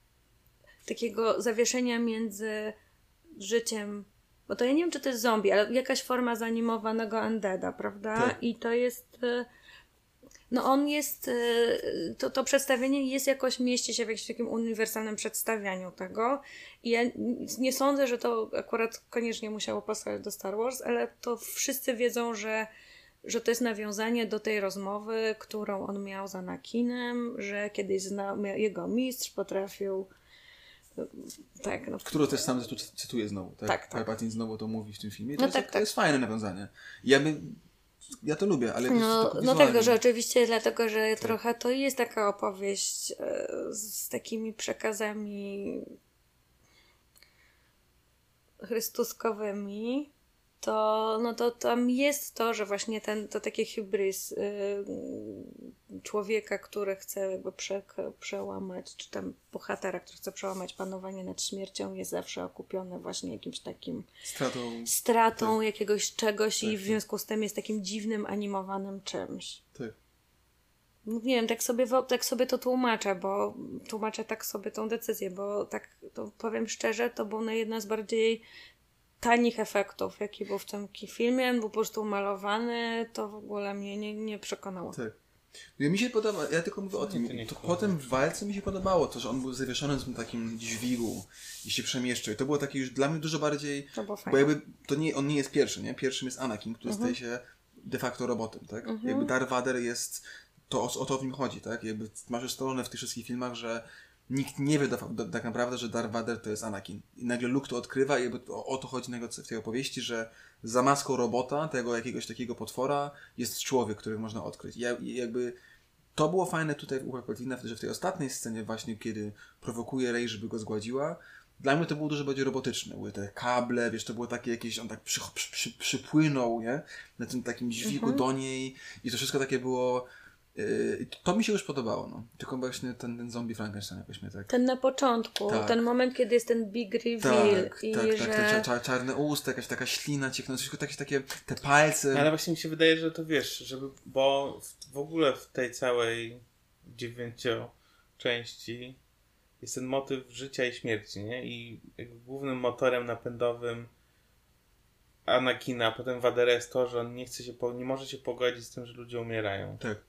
takiego zawieszenia między życiem, bo to ja nie wiem, czy to jest zombie, ale jakaś forma zanimowanego undeada, prawda? Tak. I to jest... Yy, no on jest, yy, to, to przedstawienie jest jakoś, mieści się w jakimś takim uniwersalnym przedstawianiu tego i ja nie sądzę, że to akurat koniecznie musiało pasować do Star Wars, ale to wszyscy wiedzą, że, że to jest nawiązanie do tej rozmowy, którą on miał z Anakinem, że kiedyś znał, jego mistrz potrafił tak, no. Którą też sam cytuję znowu. Tak, Tak, tak. Palpatine znowu to mówi w tym filmie. To, No jest, tak, to tak. jest fajne nawiązanie. Ja bym Ja to lubię, ale No, to no wizualnie. tego, że oczywiście dlatego, że trochę to jest taka opowieść e, z takimi przekazami chrystuskowymi, to, no to tam jest to, że właśnie ten, to takie hybryz y, człowieka, który chce jakby prze, przełamać, czy tam bohatera, który chce przełamać panowanie nad śmiercią, jest zawsze okupiony właśnie jakimś takim Stratą. stratą tak. jakiegoś czegoś Tak, i w związku z tym jest takim dziwnym, animowanym czymś. Tak. Nie wiem, tak sobie, tak sobie to tłumaczę, bo tłumaczę tak sobie tą decyzję, bo tak to powiem szczerze, to był jedna z bardziej tanich efektów, jaki był w tym filmie. On był po prostu malowany, to w ogóle mnie nie, nie przekonało. Tak. Ja mi się podoba, ja tylko mówię o tym, to potem w walce mi się podobało to, że on był zawieszony w tym takim dźwigu i się przemieszczał. I to było takie już dla mnie dużo bardziej, To było bo fajne. jakby to nie, on nie jest pierwszy, nie? Pierwszym jest Anakin, który Mhm. staje się de facto robotem, tak? Mhm. Jakby Darth Vader jest, to o, o to w nim chodzi, tak? Jakby masz ustalone w tych wszystkich filmach, że nikt nie wie do, do, tak naprawdę, że Darth Vader to jest Anakin. I nagle Luke to odkrywa i jakby o, o to chodzi w tej opowieści, że za maską robota, tego jakiegoś takiego potwora, jest człowiek, który można odkryć. I, i jakby to było fajne tutaj u Palpatina, że w tej ostatniej scenie właśnie, kiedy prowokuje Rey, żeby go zgładziła, dla mnie to było dużo bardziej robotyczne. Były te kable, wiesz, to było takie jakieś, on tak przy, przy, przy, przypłynął, nie? Na tym takim dźwigu mhm. do niej i to wszystko takie było... Yy, to mi się już podobało, no. Tylko właśnie ten, ten zombie Frankenstein jakoś mnie tak... Ten na początku, tak. ten moment, kiedy jest ten big reveal tak, i tak, że... tak, te czarne usta, jakaś taka ślina cieknąca, wszystko takie, takie te palce... No, ale właśnie mi się wydaje, że to wiesz, żeby, bo w, w ogóle w tej całej dziewięcioczęści jest ten motyw życia i śmierci, nie? I jakby głównym motorem napędowym Anakina, a potem Vadera jest to, że on nie chce się, po, nie może się pogodzić z tym, że ludzie umierają. Tak.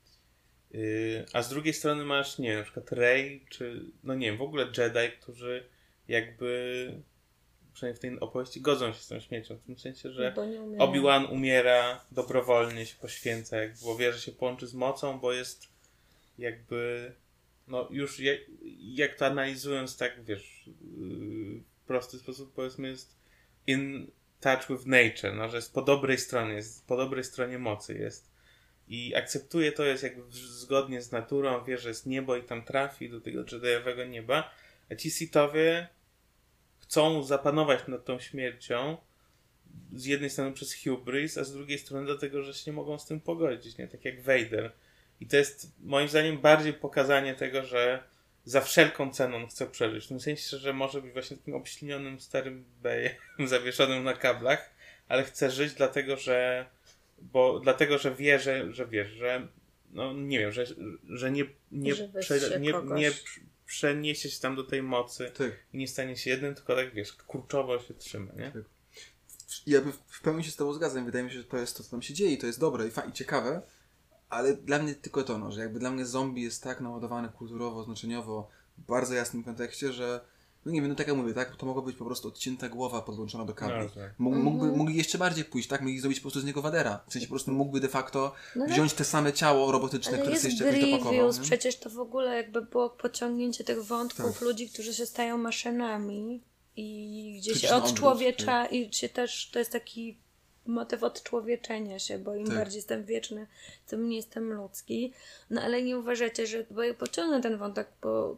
Yy, a z drugiej strony masz, nie wiem, na przykład Rey, czy, no nie wiem, w ogóle Jedi, którzy jakby, przynajmniej w tej opowieści, godzą się z tą śmiercią. W tym sensie, że Obi-Wan umiera, dobrowolnie się poświęca, jakby, bo wie, że się połączy z mocą, bo jest jakby, no już jak, jak to analizując tak, wiesz, w prosty sposób, powiedzmy, jest in touch with nature, no, że jest po dobrej stronie, jest po dobrej stronie mocy jest. I akceptuje to, jest jakby zgodnie z naturą, wie, że jest niebo i tam trafi do tego Jediowego nieba, a ci Sithowie chcą zapanować nad tą śmiercią z jednej strony przez hubris, a z drugiej strony dlatego, że się nie mogą z tym pogodzić, nie? Tak jak Vader. I to jest moim zdaniem bardziej pokazanie tego, że za wszelką ceną on chce przeżyć. W tym sensie, że może być właśnie takim obślinionym starym bejem zawieszonym na kablach, ale chce żyć dlatego, że bo dlatego, że wie, że, że wiesz, że no nie wiem, że, że nie, nie, że prze, nie, nie przeniesie się tam do tej mocy tak. i nie stanie się jednym, tylko tak wiesz, kurczowo się trzyma, nie? Tak. Ja w pełni się z tobą zgadzam. Wydaje mi się, że to jest to, co tam się dzieje i to jest dobre i, fa- i ciekawe, ale dla mnie tylko to, no, że jakby dla mnie zombie jest tak naładowane kulturowo, znaczeniowo, w bardzo jasnym kontekście, że no nie wiem, no tak jak mówię, tak, to mogła być po prostu odcięta głowa podłączona do kabli. No, tak. Mógł, mógłby, mógłby jeszcze bardziej pójść, tak? Mógłby zrobić po prostu z niego Vadera. W sensie po prostu mógłby de facto no wziąć te same ciało robotyczne, ale które sobie jeszcze jakoś dopakował. Grievous, przecież to w ogóle jakby było pociągnięcie tych wątków tak. ludzi, którzy się stają maszynami i gdzieś się odczłowiecza i się też, to jest taki motyw odczłowieczenia się, bo im tak. bardziej jestem wieczny, tym mniej jestem ludzki. No ale nie uważacie, że, bo ja pociągnę ten wątek, bo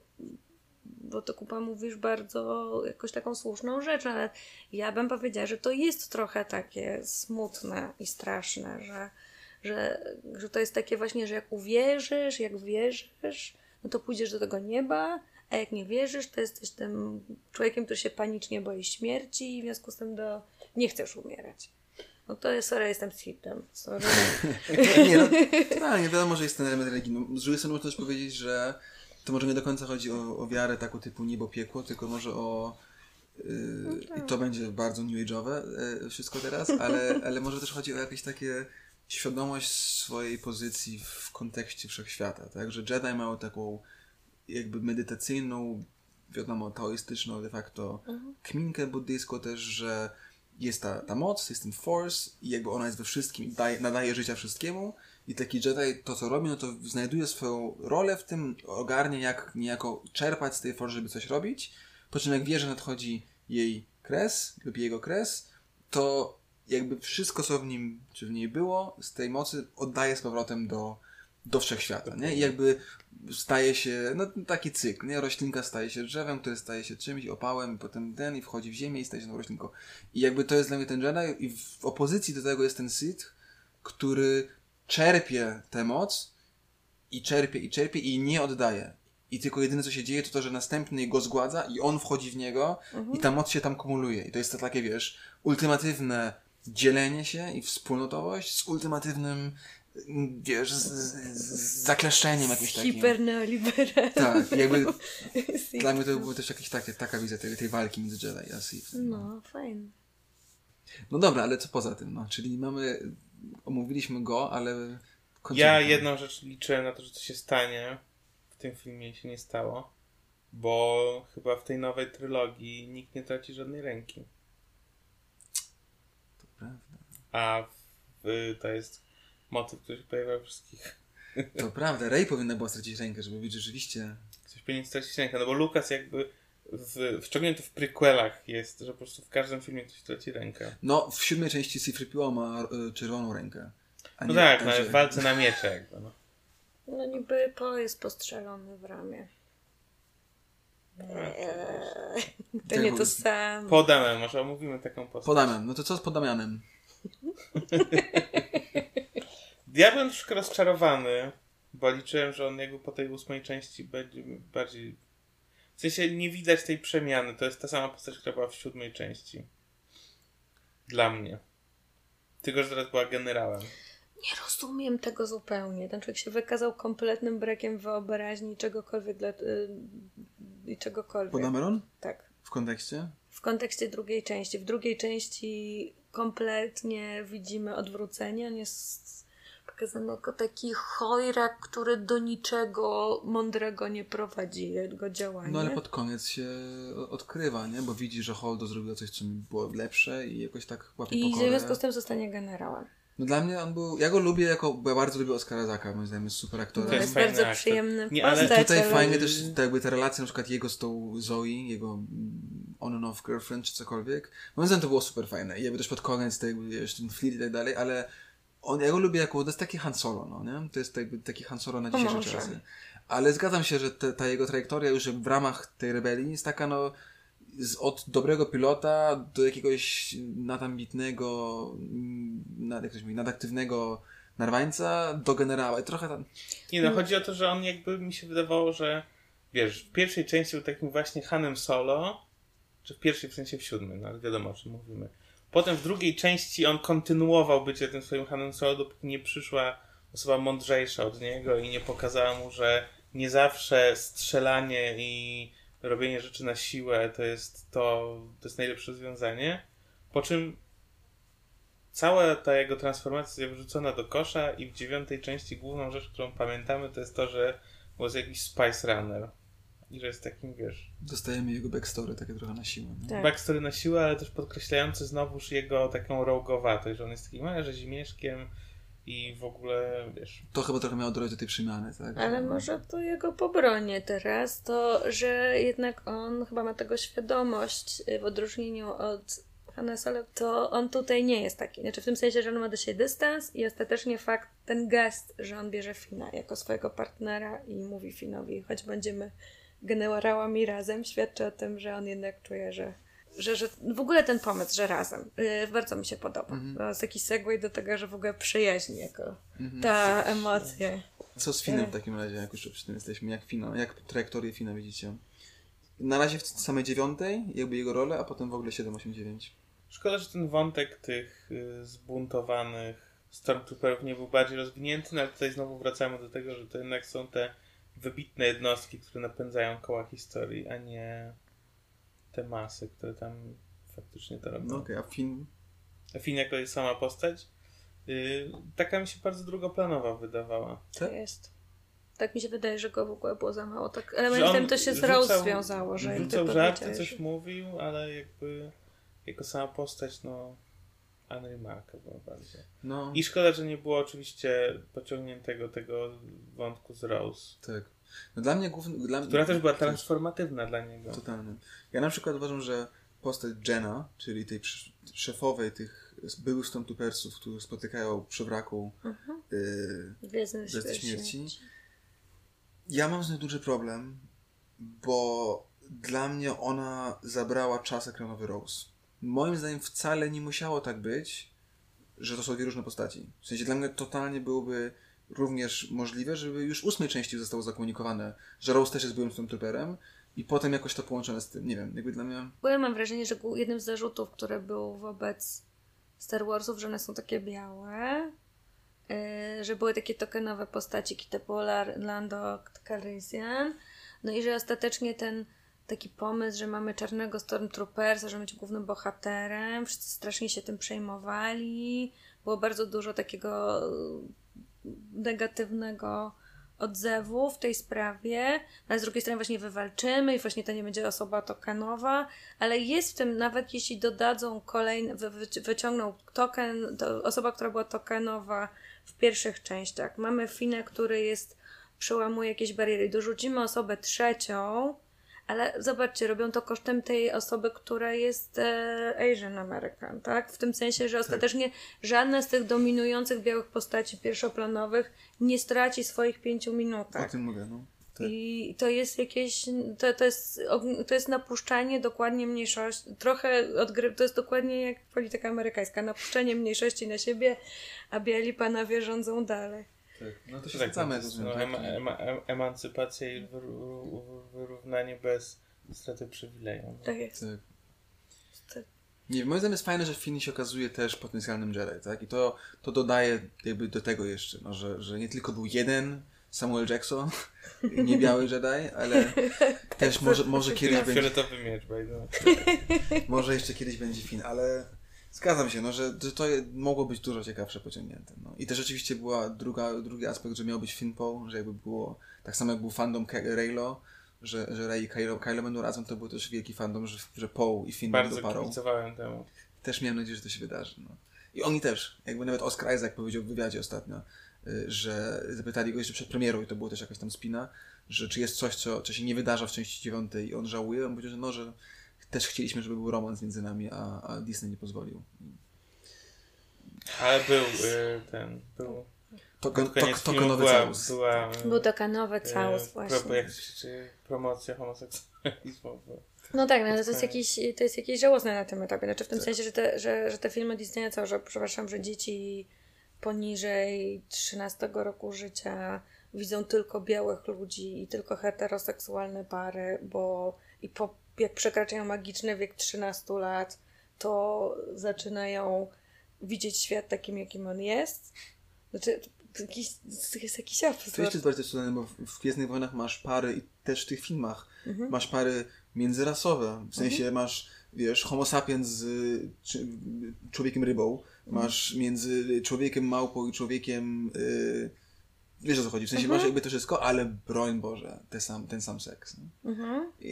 bo to Kuba mówisz bardzo jakoś taką słuszną rzecz, ale ja bym powiedziała, że to jest trochę takie smutne i straszne, że, że, że to jest takie właśnie, że jak uwierzysz, jak wierzysz, no to pójdziesz do tego nieba, a jak nie wierzysz, to jesteś tym człowiekiem, który się panicznie boi śmierci i w związku z tym do... nie chcesz umierać. No to jest, sorry, jestem Sithem. Sorry. nie, no, no, nie wiadomo, że jest ten element religii. No, z drugiej strony można też powiedzieć, że to może nie do końca chodzi o, o wiarę taką typu niebo, piekło, tylko może o... Yy, no tak. I to będzie bardzo new age'owe yy, wszystko teraz, ale, ale może też chodzi o jakieś takie świadomość swojej pozycji w kontekście wszechświata, tak? Że Jedi mają taką jakby medytacyjną, wiadomo, taoistyczną de facto mhm. kminkę buddyjską też, że jest ta, ta moc, jest ten force i jakby ona jest we wszystkim i daje, nadaje życia wszystkiemu. I taki Jedi to, co robi, no to znajduje swoją rolę w tym, ogarnie jak niejako czerpać z tej force, żeby coś robić. Po czym jak wie, że nadchodzi jej kres lub jego kres, to jakby wszystko, co w nim, czy w niej było, z tej mocy oddaje z powrotem do, do wszechświata, nie? I jakby staje się, no taki cykl, nie? Roślinka staje się drzewem, które staje się czymś, opałem, i potem ten, i wchodzi w ziemię i staje się tą roślinką. I jakby to jest dla mnie ten Jedi i w opozycji do tego jest ten Sith, który czerpie tę moc i czerpie, i czerpie i nie oddaje. I tylko jedyne, co się dzieje, to to, że następny go zgładza i on wchodzi w niego mhm. i ta moc się tam kumuluje. I to jest to takie, wiesz, ultimatywne dzielenie się i wspólnotowość z ultimatywnym, wiesz, z, z, z zakleszczeniem jakimś takim. Hiperneoliberalnym. Tak, jakby dla mnie to była też jakaś takie, taka wizja tej, tej walki między Jedi a Sith. No, fajnie. No dobra, ale co poza tym, no? Czyli mamy, omówiliśmy go, ale... Ja jedną rzecz liczyłem na to, że to się stanie. W tym filmie się nie stało. Bo chyba w tej nowej trylogii nikt nie traci żadnej ręki. To prawda. A w, to jest motyw, który się pojawia we wszystkich To prawda, Rey powinna była stracić rękę, żeby być rzeczywiście... Coś powinien stracić rękę, no bo Lucas jakby w, wciągnięty w prequelach jest, że po prostu w każdym filmie ktoś traci rękę. No, w siódmej części C trzy P O ma y, czerwoną rękę. A No nie, tak, a no, że- w walce na miecze jakby, no. No niby Po jest postrzelony w ramię. To Tak, nie bo- to samo. Po Damian, może omówimy taką postać. Po Damian, no to co z Podamianem? Ja byłem troszkę rozczarowany, bo liczyłem, że on jakby po tej ósmej części będzie bardziej... W sensie nie widać tej przemiany, to jest ta sama postać, która była w siódmej części. Dla mnie. Tylko, że teraz była generałem. Nie rozumiem tego zupełnie. Ten człowiek się wykazał kompletnym brakiem wyobraźni i czegokolwiek dla... y, i czegokolwiek. Podameron? Tak. W kontekście? W kontekście drugiej części. W drugiej części kompletnie widzimy odwrócenie. On jest pokazany jako taki chojrak, który do niczego mądrego nie prowadzi jego działanie. No ale pod koniec się o- odkrywa, nie? Bo widzi, że Holdo zrobiła coś, co było lepsze i jakoś tak łapie I w pokorę. związku z tym zostanie generałem. No dla mnie on był... Ja go lubię jako... Bo ja bardzo lubię Oscara Isaaca, moim zdaniem jest super aktorem. To jest fajny bardzo aktor. przyjemny Nie, ale postać, Tutaj ale... fajnie też ta, jakby ta relacja na przykład jego z tą Zoe, jego mm, on and off girlfriend czy cokolwiek. Moim zdaniem to było super fajne. I jakby też pod koniec to jakby wiesz, ten flirt i tak dalej, ale on, ja go lubię jako, to jest taki Han Solo, no nie? To jest jakby taki Han Solo na dzisiejsze może. czasy. Ale zgadzam się, że te, ta jego trajektoria już w ramach tej rebelii jest taka no z, od dobrego pilota do jakiegoś nadambitnego, mm, nad, jak to się mówi, nadaktywnego narwańca do generała. I trochę tam... Nie no, chodzi o to, że on jakby mi się wydawało, że wiesz, w pierwszej części był takim właśnie Hanem Solo, czy w pierwszej, w sensie w siódmej, no ale wiadomo o czym mówimy. Potem w drugiej części on kontynuował bycie tym swoim Hanem Solo, dopóki nie przyszła osoba mądrzejsza od niego i nie pokazała mu, że nie zawsze strzelanie i robienie rzeczy na siłę to jest to, to jest najlepsze rozwiązanie. Po czym cała ta jego transformacja jest wyrzucona do kosza i w dziewiątej części główną rzecz, którą pamiętamy, to jest to, że był jakiś Spice Runner. I że jest takim, wiesz, Dostajemy jego backstory takie trochę na siłę. Nie? Tak. backstory na siłę, ale też podkreślający znowuż jego taką roguowatość, że on jest takim małym rzezimieszkiem i w ogóle, wiesz... To chyba trochę miało dojść do tej przemiany, tak? Ale może to jego pobronię teraz, to że jednak on chyba ma tego świadomość y, w odróżnieniu od Hana Solo, to on tutaj nie jest taki. Znaczy w tym sensie, że on ma do siebie dystans i ostatecznie fakt, ten gest, że on bierze Fina jako swojego partnera i mówi Finowi, choć będziemy generałami razem, świadczy o tym, że on jednak czuje, że Że, że w ogóle ten pomysł, że razem, yy, bardzo mi się podoba. Mhm. To jest taki segway do tego, że w ogóle przyjaźń jako Mhm. ta emocja. Co z Finem w takim razie, jak już przy tym jesteśmy? Jak Fina, jak trajektorię Fina widzicie? Na razie w samej dziewiątej, jakby jego rolę, a potem w ogóle siedem, osiem, dziewięć. Szkoda, że ten wątek tych y, zbuntowanych Stormtrooperów nie był bardziej rozwinięty, no ale tutaj znowu wracamy do tego, że to jednak są te wybitne jednostki, które napędzają koła historii, a nie te masy, które tam faktycznie to robią. No okej, okay, a Fin... A Finn jako jest sama postać, yy, taka mi się bardzo drugoplanowa wydawała. To jest. Tak mi się wydaje, że go w ogóle było za mało. Tak, ale Że moim on zdaniem to się z rzucał- Rose związało, że jak Rzucał ty żarty, powiedziałeś, coś że- mówił, ale jakby jako sama postać, no unremarkable bardzo. No, I szkoda, że nie było oczywiście pociągniętego tego wątku z Rose, tak. No dla mnie główny... Dla... która też była transformatywna dla niego. Totalnie. Ja na przykład uważam, że postać Jenna, czyli tej sz- szefowej tych byłych Stormtroopersów, których spotykają przy wraku Mhm. yy, Gwiezdny Gwiazdy Świat Śmierci. Śmierci. Ja mam z nią duży problem, bo dla mnie ona zabrała czas ekranowy Rose. Moim zdaniem wcale nie musiało tak być, że to są dwie różne postaci. W sensie dla mnie totalnie byłoby również możliwe, żeby już w ósmej części zostało zakomunikowane, że Rose też jest byłym Stormtrooperem i potem jakoś to połączone z tym. Nie wiem, jakby dla mnie... W ogóle mam wrażenie, że jednym z zarzutów, które był wobec Star Warsów, że one są takie białe, yy, że były takie tokenowe postaci, Kit Polar, Lando Calrissian, no i że ostatecznie ten taki pomysł, że mamy czarnego Stormtroopersa, że być głównym bohaterem, wszyscy strasznie się tym przejmowali, było bardzo dużo takiego negatywnego odzewu w tej sprawie, ale z drugiej strony właśnie wywalczymy i właśnie to nie będzie osoba tokenowa, ale jest w tym, nawet jeśli dodadzą kolejny, wy, wy, wyciągną token, to osoba, która była tokenowa w pierwszych częściach. Mamy Fina, który jest, przełamuje jakieś bariery. Dorzucimy osobę trzecią, ale zobaczcie, robią to kosztem tej osoby, która jest e, Asian American, tak? W tym sensie, że ostatecznie żadna z tych dominujących białych postaci pierwszoplanowych nie straci swoich pięciu minutek. O tym mówię, no. Tak. I to jest jakieś, to, to, jest, to jest napuszczanie dokładnie mniejszości, trochę odgry, to jest dokładnie jak polityka amerykańska, napuszczenie mniejszości na siebie, a biali panowie rządzą dalej. Tak. No to się Tak, zgadzamy. no, no, ema, ema, emancypacja i wyru- wyrównanie bez straty przywileju. Tak jest. Tak. Tak. Nie, moim zdaniem jest fajne, że Finn się okazuje też potencjalnym Jedi, tak? I to, to dodaje jakby do tego jeszcze, no, że, że nie tylko był jeden Samuel Jackson, nie biały Jedi, ale też może, może kiedyś będzie... Fioletowy miecz, by the way. Może jeszcze kiedyś będzie Finn, ale zgadzam się, no, że, że to mogło być dużo ciekawsze pociągnięte. No. I też rzeczywiście była druga, drugi aspekt, że miał być Finn Poe, że jakby było, tak samo jak był fandom Ke- Reylo, że, że Rey i Kylo, Kylo będą razem, to był też wielki fandom, że, że Poe i Finn Bardzo będą parą. kibicowałem temu. Też miałem nadzieję, że to się wydarzy. No. I oni też, jakby nawet Oscar Isaac powiedział w wywiadzie ostatnio, że zapytali go jeszcze przed premierą i to było też jakaś tam spina, że czy jest coś, co, co się nie wydarza w części dziewiątej i on żałuje. On powiedział, że no, że też chcieliśmy, żeby był romans między nami, a, a Disney nie pozwolił. Ale był y, ten, był... To, Pod to, koniec to, filmu to była, całus. była, Był takanowy całus e, właśnie. Pro, jak, czy promocja homoseksualizmu. No tak, no, ale to jest, jakiś, to jest jakieś żałosne na tym etapie. Znaczy w tym Tak. sensie, że te, że, że te filmy Disneya, co, że przepraszam, że dzieci poniżej trzynastego roku życia widzą tylko białych ludzi i tylko heteroseksualne pary, bo i po, jak przekraczają magiczny wiek trzynastu lat, to zaczynają widzieć świat takim, jakim on jest. Znaczy, to jakiś, to jest jakiś absurd. To jeszcze jest bardziej cudowne, bo w- w Gwiezdnych Wojnach masz pary i też w tych filmach Mhm. masz pary międzyrasowe. W sensie masz, wiesz, homo sapiens z y, czy, człowiekiem rybą, masz między człowiekiem małpą i człowiekiem... Y, wiesz o co chodzi, w sensie Mhm. masz jakby to wszystko, ale broń Boże, ten sam, ten sam seks. Nie? Mhm. I-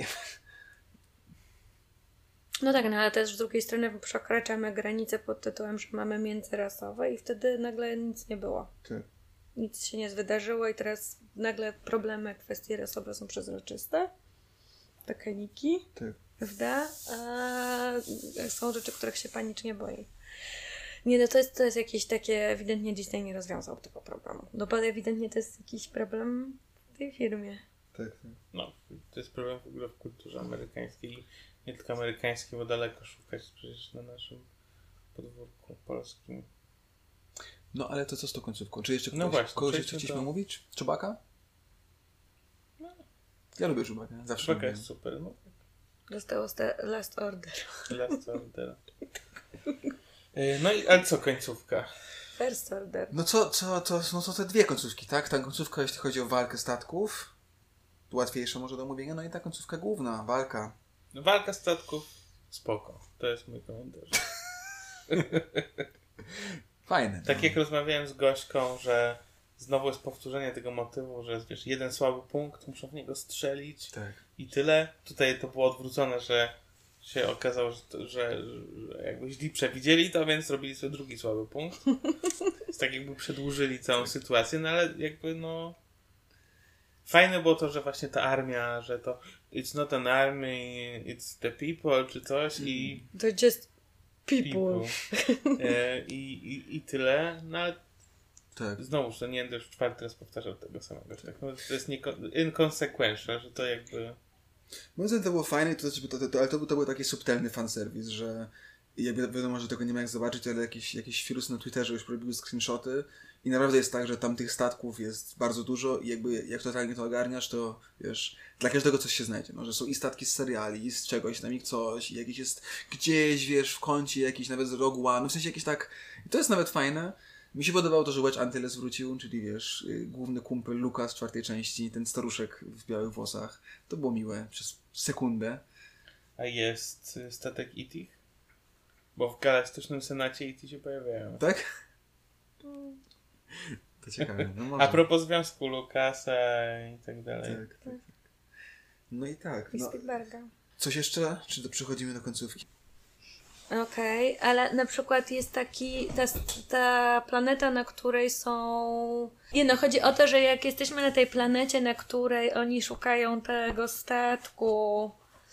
No tak, no ale też z drugiej strony przekraczamy granicę pod tytułem, że mamy międzyrasowe i wtedy nagle nic nie było. Tak. Nic się nie wydarzyło i teraz nagle problemy, kwestie rasowe są przezroczyste. Takie niki, Tak. prawda? A są rzeczy, których się panicznie boi. Nie, no to jest, to jest jakieś takie, ewidentnie Disney nie rozwiązał tego problemu. No bo ewidentnie to jest jakiś problem w tej firmie. Tak, tak. No, to jest problem w ogóle w kulturze amerykańskiej. Nie tylko amerykańskiej, bo daleko szukać przecież na naszym podwórku polskim. No ale to co z tą końcówką? Czy jeszcze kogoś, No właśnie, kogoś przejdźmy jeszcze chcieliśmy do- mówić? Czubaka? Ja lubię Czubaka, zawsze Czubaka lubię. jest super, no. Zostało sta- Last Order. Last Order. Y, No i, ale co końcówka? First Order. No co, co, to no to te dwie końcówki, tak? Ta końcówka, jeśli chodzi o walkę statków, łatwiejsza może do omówienia, no i ta końcówka główna, walka. No, walka statków, spoko. To jest mój komentarz. Fajne. Tak no. jak rozmawiałem z Gośką, że znowu jest powtórzenie tego motywu, że jest, wiesz, jeden słaby punkt, muszą w niego strzelić Tak. i tyle. Tutaj to było odwrócone, że się okazało, że, to, że, że jakby źli przewidzieli to, więc zrobili sobie drugi słaby punkt. Więc tak jakby przedłużyli całą sytuację, no ale jakby no... Fajne było to, że właśnie ta armia, że to it's not an army, it's the people, czy coś i To just people. people. E, i, i, I tyle, no ale Tak. znowuż, to nie będę już czwarty raz powtarzał tego samego. Tak? No, to jest nieko- inconsequential, że to jakby... Moim zdaniem to było fajne, to, to, to, to, ale to, był- to był taki subtelny fanserwis, że jakby wiadomo, że tego nie ma jak zobaczyć, ale jakieś, jakieś firusy na Twitterze już robiły screenshoty i naprawdę jest tak, że tam tych statków jest bardzo dużo i jakby jak totalnie to ogarniasz, to wiesz, dla każdego coś się znajdzie, no, że są i statki z seriali, i z czegoś tam, i coś, i jakieś jest gdzieś, wiesz, w kącie jakiś nawet z Rogue One, no w sensie jakieś tak, i to jest nawet fajne. Mi się podobało to, że Wedge Antilles wrócił, czyli wiesz, y, główny kumpel Luka z czwartej części, ten staruszek w białych włosach. To było miłe, przez sekundę. A jest y, statek E T? Bo w Galaktycznym Senacie E T się pojawiają. Tak? To ciekawe, no może. A propos związku Lucasa i tak dalej. Tak, tak, tak. No i tak. I No. Spielberga. Coś jeszcze? Czy to przechodzimy do końcówki? Okej, okay, ale na przykład jest taki, ta, ta planeta, na której są... Nie no, chodzi o to, że jak jesteśmy na tej planecie, na której oni szukają tego statku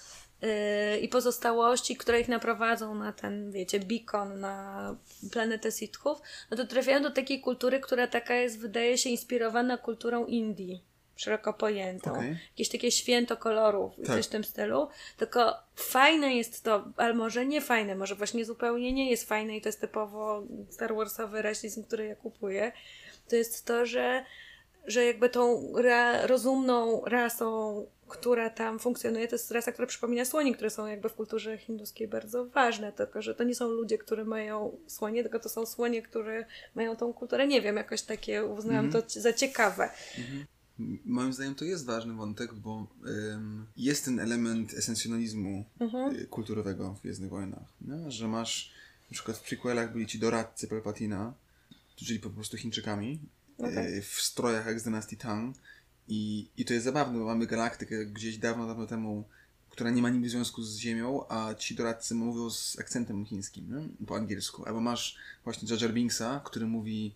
yy, i pozostałości, które ich naprowadzą na ten, wiecie, beacon, na planetę Sithów, no to trafiają do takiej kultury, która taka jest, wydaje się, inspirowana kulturą Indii. Szeroko pojętą. Okay. Jakieś takie święto kolorów, tak. Coś w tym stylu. Tylko fajne jest to, ale może nie fajne, może właśnie zupełnie nie jest fajne i to jest typowo Star Warsowy rasizm, który ja kupuję. To jest to, że, że jakby tą ra, rozumną rasą, która tam funkcjonuje, to jest rasa, która przypomina słonie, które są jakby w kulturze hinduskiej bardzo ważne. Tylko, że to nie są ludzie, którzy mają słonie, tylko to są słonie, które mają tą kulturę. Nie wiem, jakoś takie uznałam mm-hmm. to za ciekawe. Mm-hmm. Moim zdaniem to jest ważny wątek, bo ym, jest ten element esencjonalizmu mhm. y, kulturowego w Gwiezdnych Wojnach. Nie? Że masz, na przykład w prequelach byli ci doradcy Palpatina, czyli po prostu Chińczykami, okay. y, w strojach jak z dynastii Tang. I, I to jest zabawne, bo mamy galaktykę gdzieś dawno, dawno temu, która nie ma niby związku z Ziemią, a ci doradcy mówią z akcentem chińskim, nie? Po angielsku. Albo masz właśnie Jar Jar Binksa, który mówi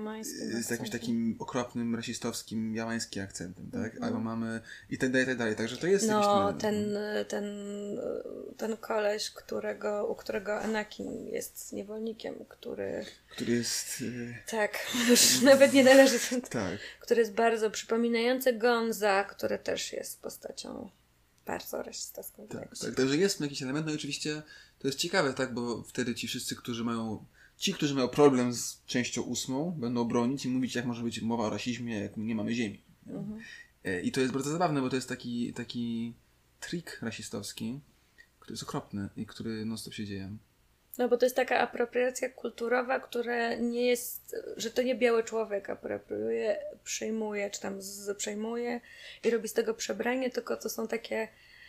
z jakimś takim okropnym, rasistowskim, jamańskim akcentem, tak? Mm-hmm. Albo mamy i tak dalej, i tak dalej. Także to jest no, jakiś... ten, ten, ten koleś, którego, u którego Anakin jest niewolnikiem, który... Który jest... Yy... Tak, już nawet nie należy... tak. Który jest bardzo przypominający Gonza, który też jest postacią bardzo rasistowską. Tak, tak, także jest jakiś element, no i oczywiście to jest ciekawe, tak, bo wtedy ci wszyscy, którzy mają, ci, którzy mają problem z częścią ósmą, będą bronić i mówić, jak może być mowa o rasizmie, jak nie mamy ziemi. Mhm. I to jest bardzo zabawne, bo to jest taki, taki trik rasistowski, który jest okropny i który non stop się dzieje. No bo to jest taka apropriacja kulturowa, która nie jest, że to nie biały człowiek apropriuje, przyjmuje, czy tam z, przejmuje i robi z tego przebranie, tylko to są takie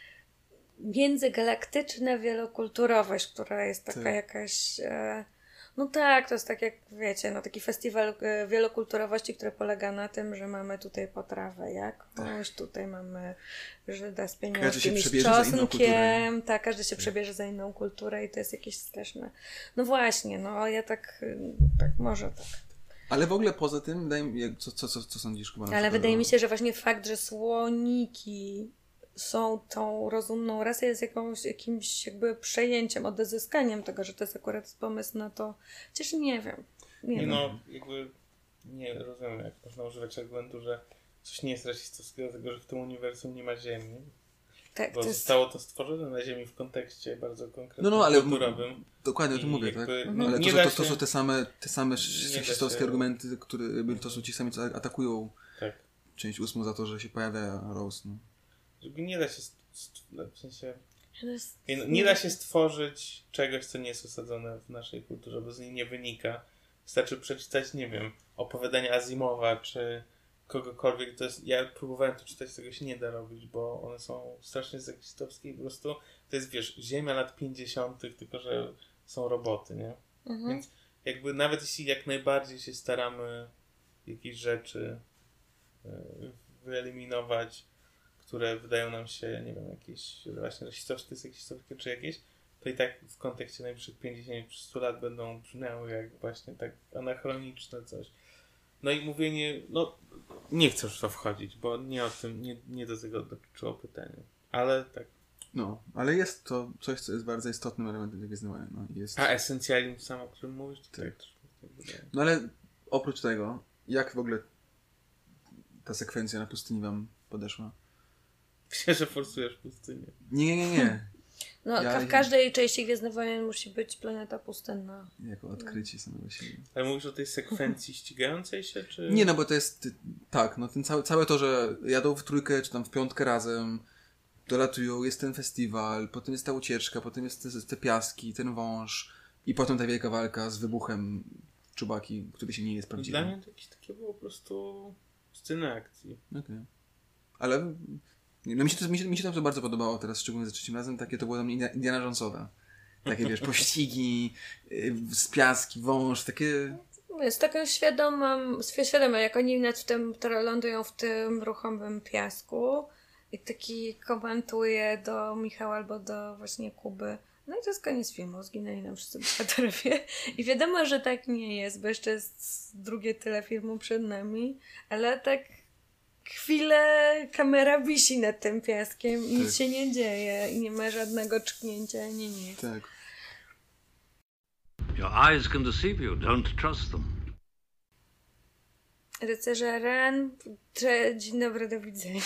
międzygalaktyczna wielokulturowość, która jest taka tak. jakaś... E, no tak, to jest tak jak, wiecie, no taki festiwal e, wielokulturowości, który polega na tym, że mamy tutaj potrawę jakąś, tak. tutaj mamy Żyda z pieniążkiem i z czosnkiem, tak, każdy się tak. przebierze za inną kulturę i to jest jakieś straszne. No właśnie, no ja tak, tak może tak. Ale w ogóle poza tym, daj mi, co, co, co, co sądzisz chyba? Ale wydaje mi się, że właśnie fakt, że słoniki są tą rozumną rasą, jest jakąś, jakimś jakby przejęciem, odezyskaniem tego, że to jest akurat pomysł na to. Chociaż nie wiem. Nie, nie wiem. no, jakby nie rozumiem, jak można używać argumentu, że coś nie jest rasistowskiego, dlatego że w tym uniwersum nie ma ziemi. Tak, bo to jest... zostało to stworzone na ziemi w kontekście bardzo konkretnym, no, no, ale kulturowym. Dokładnie o tym mówię, tak? No, ale to, to, to, to są te same, te same rasistowskie się... argumenty, które to są ci sami, co atakują tak. część ósmą za to, że się pojawia Rose. No. Nie da się st- w sensie nie, nie da się stworzyć czegoś, co nie jest osadzone w naszej kulturze, bo z niej nie wynika. Wystarczy przeczytać, nie wiem, opowiadania Asimowa, czy kogokolwiek. To jest, ja próbowałem to czytać, tego się nie da robić, bo one są strasznie seksistowskie i po prostu to jest, wiesz, ziemia lat pięćdziesiątych, tylko że są roboty, nie? Mhm. Więc jakby nawet jeśli jak najbardziej się staramy jakieś rzeczy yy, wyeliminować, które wydają nam się, nie wiem, jakieś właśnie rasistowskie, seksistowskie czy jakieś, to i tak w kontekście najbliższych pięćdziesięciu stu lat będą brzmiały jak właśnie tak anachroniczne coś. No i mówienie, no nie chcę już w to wchodzić, bo nie o tym, nie, nie do tego dotyczyło pytanie. Ale tak. No, ale jest to coś, co jest bardzo istotnym elementem Gwiezdnych Wojen. No, jest... A esencjalizm sam, o którym mówisz? To tak. Też, tak wydaje. No ale oprócz tego, jak w ogóle ta sekwencja na pustyni wam podeszła? Myślę, że forsujesz pustynię. Nie, nie, nie. No, ja, w każdej części Gwiezdnych Wojen musi być planeta pustynna. Jako odkrycie samego siebie. Ale mówisz o tej sekwencji ścigającej się, czy... Nie, no bo to jest, tak, no ten cały, całe to, że jadą w trójkę, czy tam w piątkę razem, dolatują, jest ten festiwal, potem jest ta ucieczka, potem jest te, te piaski, ten wąż i potem ta wielka walka z wybuchem Czubaki, który się nie jest prawdziwy. Dla mnie to jakieś takie było po prostu sceny akcji. Okej. Okay. Ale... No mi, się to, mi, się, mi się to bardzo podobało teraz, szczególnie za trzecim razem, takie to było dla mnie Indiana Jonesowe. Takie, wiesz, pościgi, yy, z piaski, wąż, takie... Jest taka świadoma, świadoma, jak oni nad tym lądują w tym ruchomym piasku i taki komentuje do Michała albo do właśnie Kuby, No i to jest koniec filmu, zginęli nam wszyscy bohaterowie. I wiadomo, że tak nie jest, bo jeszcze jest drugie tyle filmu przed nami, ale tak chwilę kamera wisi nad tym piaskiem i tak. Nic się nie dzieje i nie ma żadnego czknięcia, nie, nie. Tak. Your eyes can deceive you, don't trust them. Rycerze Ren, cze- dzień dobry, do widzenia.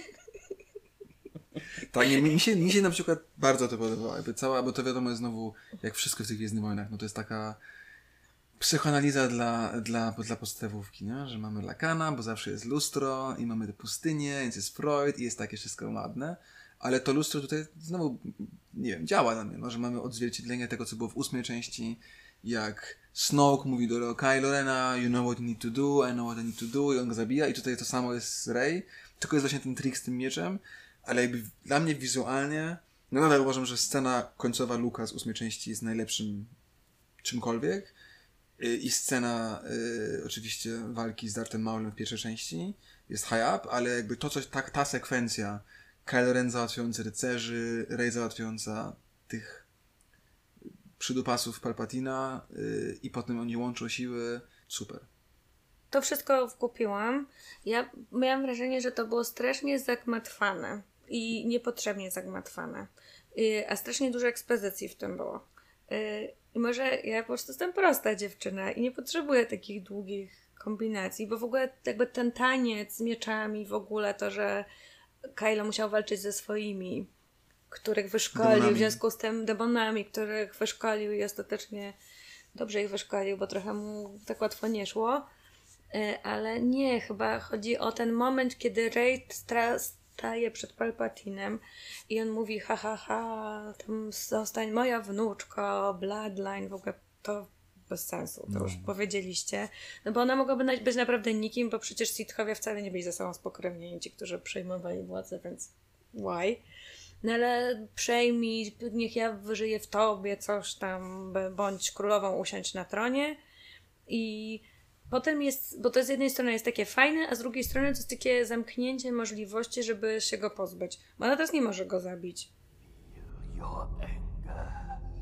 Tak, nie, mi, się, mi się na przykład bardzo to podobało. Jakby cała, bo to wiadomo jest znowu, jak wszystko w tych Gwiezdnych Wojnach, no to jest taka psychoanaliza dla, dla, dla podstawówki, nie? Że mamy Lakana, bo zawsze jest lustro i mamy te pustynie, więc jest Freud i jest takie wszystko ładne. Ale to lustro tutaj znowu, nie wiem, działa na mnie, no, że mamy odzwierciedlenie tego, co było w ósmej części, jak Snoke mówi do Kylo Rena, you know what you need to do, I know what I need to do, i on go zabija, i tutaj to samo jest z Rey, tylko jest właśnie ten trik z tym mieczem, ale jakby dla mnie wizualnie, no nadal uważam, że scena końcowa Luka z ósmej części jest najlepszym czymkolwiek, i scena y, oczywiście walki z Darthem Maulem w pierwszej części jest high up, ale jakby to coś, ta, ta sekwencja, Kylo Ren załatwiający rycerzy, Rey załatwiająca tych przydupasów Palpatina yy, i potem oni łączą siły. Super. To wszystko wkupiłam. Ja miałam wrażenie, że to było strasznie zagmatwane i niepotrzebnie zagmatwane. Yy, a strasznie dużo ekspozycji w tym było. Yy, I może ja po prostu jestem prosta dziewczyna i nie potrzebuję takich długich kombinacji, bo w ogóle jakby ten taniec z mieczami, w ogóle to, że Kylo musiał walczyć ze swoimi, których wyszkolił, demonami. W związku z tym demonami, których wyszkolił i ostatecznie dobrze ich wyszkolił, bo trochę mu tak łatwo nie szło. Ale nie, chyba chodzi o ten moment, kiedy Rey stra- staje przed Palpatinem i on mówi ha, ha, ha, tam zostań moja wnuczko, bloodline, w ogóle to bez sensu, to no. Już powiedzieliście. No bo ona mogłaby być naprawdę nikim, bo przecież Sithowie wcale nie byli ze sobą spokrewnieni, ci, którzy przejmowali władzę, więc why? No ale przejmij, niech ja wyżyję w tobie coś tam, bądź królową usiądź na tronie i potem jest, bo to z jednej strony jest takie fajne, a z drugiej strony to jest takie zamknięcie możliwości, żeby się go pozbyć. Bo ona teraz nie może go zabić. Your anger.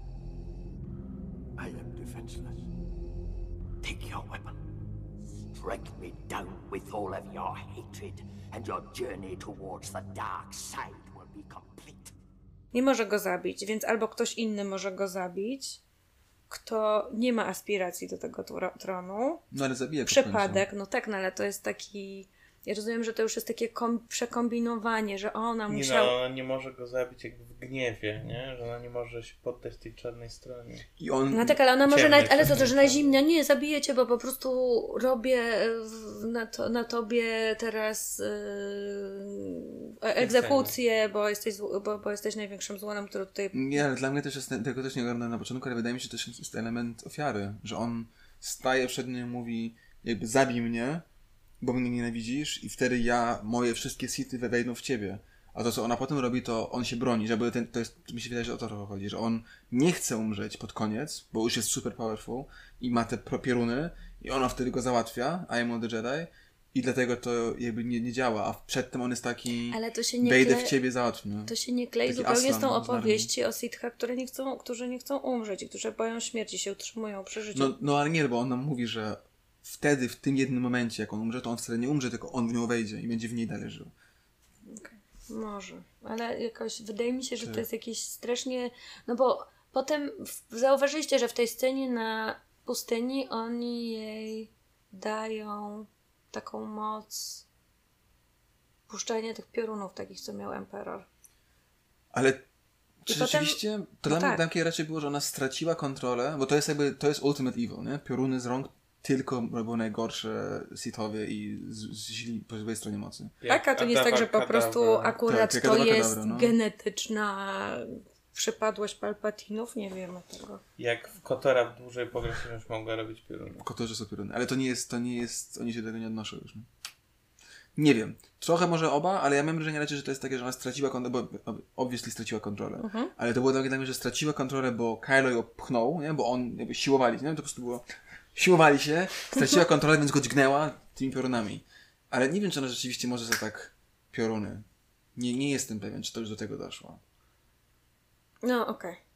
I am defenseless. Take your weapon. Strike me down with all of your hatred, and your journey towards the dark side will be complete. Nie może go zabić, więc albo ktoś inny może go zabić, kto nie ma aspiracji do tego tronu. No ale zabija. Przypadek, no tak, no ale to jest taki... Ja rozumiem, że to już jest takie kom- przekombinowanie, że ona nie musiała... No, ona nie może go zabić jak w gniewie, nie? Że ona nie może się poddać tej czarnej stronie. I on... No tak, ale ona może nawet... Ale co to, że na zimno? Nie, zabiję cię, bo po prostu robię na, to, na tobie teraz yy, egzekucję, bo jesteś, bo, bo jesteś największym złonem, który tutaj... Nie, ale dla mnie też jest... Tego też nie ogarnąłem na początku, ale wydaje mi się, że to też jest element ofiary. Że on staje przed nim i mówi jakby zabij mnie, bo mnie nienawidzisz i wtedy ja, moje wszystkie sity wejdą w ciebie. A to, co ona potem robi, to on się broni, żeby ten, to jest, mi się wydaje, że o to chodzi, że on nie chce umrzeć pod koniec, bo już jest super powerful i ma te pioruny i ona wtedy go załatwia, I am the Jedi, i dlatego to jakby nie, nie działa, a przedtem on jest taki, ale to się nie wejdę kle... w ciebie, załatw mnie. To się nie klei taki zupełnie z tą Aslan, opowieści o Sithach, które nie chcą, którzy nie chcą umrzeć i którzy boją śmierci, się utrzymują przy życiu. No, no ale nie, bo on nam mówi, że wtedy, w tym jednym momencie, jak on umrze, to on wtedy nie umrze, tylko on w nią wejdzie i będzie w niej dalej żył. Okay. Może, ale jakoś wydaje mi się, że tak. to jest jakieś strasznie... No bo potem w... zauważyliście, że w tej scenie na pustyni oni jej dają taką moc puszczania tych piorunów takich, co miał Emperor. Ale czy potem... rzeczywiście, to no dla tak. mnie takie raczej było, że ona straciła kontrolę, bo to jest jakby, to jest ultimate evil, nie? Pioruny z rąk tylko robią najgorsze Sithowie i z, z źli po złej stronie mocy. Tak, a to nie jest tak, że po prostu akurat tak, to jest kadabra, no. genetyczna przypadłość Palpatinów, nie wiemy tego. Jak w Kotora w dłużej pogrzebie już mogła robić pioruny. W Kotorze są pioruny, ale to nie jest, to nie jest, oni się do tego nie odnoszą już. Nie? Nie wiem. Trochę może oba, ale ja mam wrażenie raczej, że to jest takie, że ona straciła kontrolę, bo obviously straciła kontrolę. Mhm. Ale to było dla mnie, że straciła kontrolę, bo Kylo ją pchnął, nie? Bo on jakby siłowali, nie? To po prostu było... Siłowali się, straciła kontrolę, więc go dźgnęła tymi piorunami. Ale nie wiem, czy ona rzeczywiście może za tak pioruny. Nie, nie jestem pewien, czy to już do tego doszło. No, okej. Okay.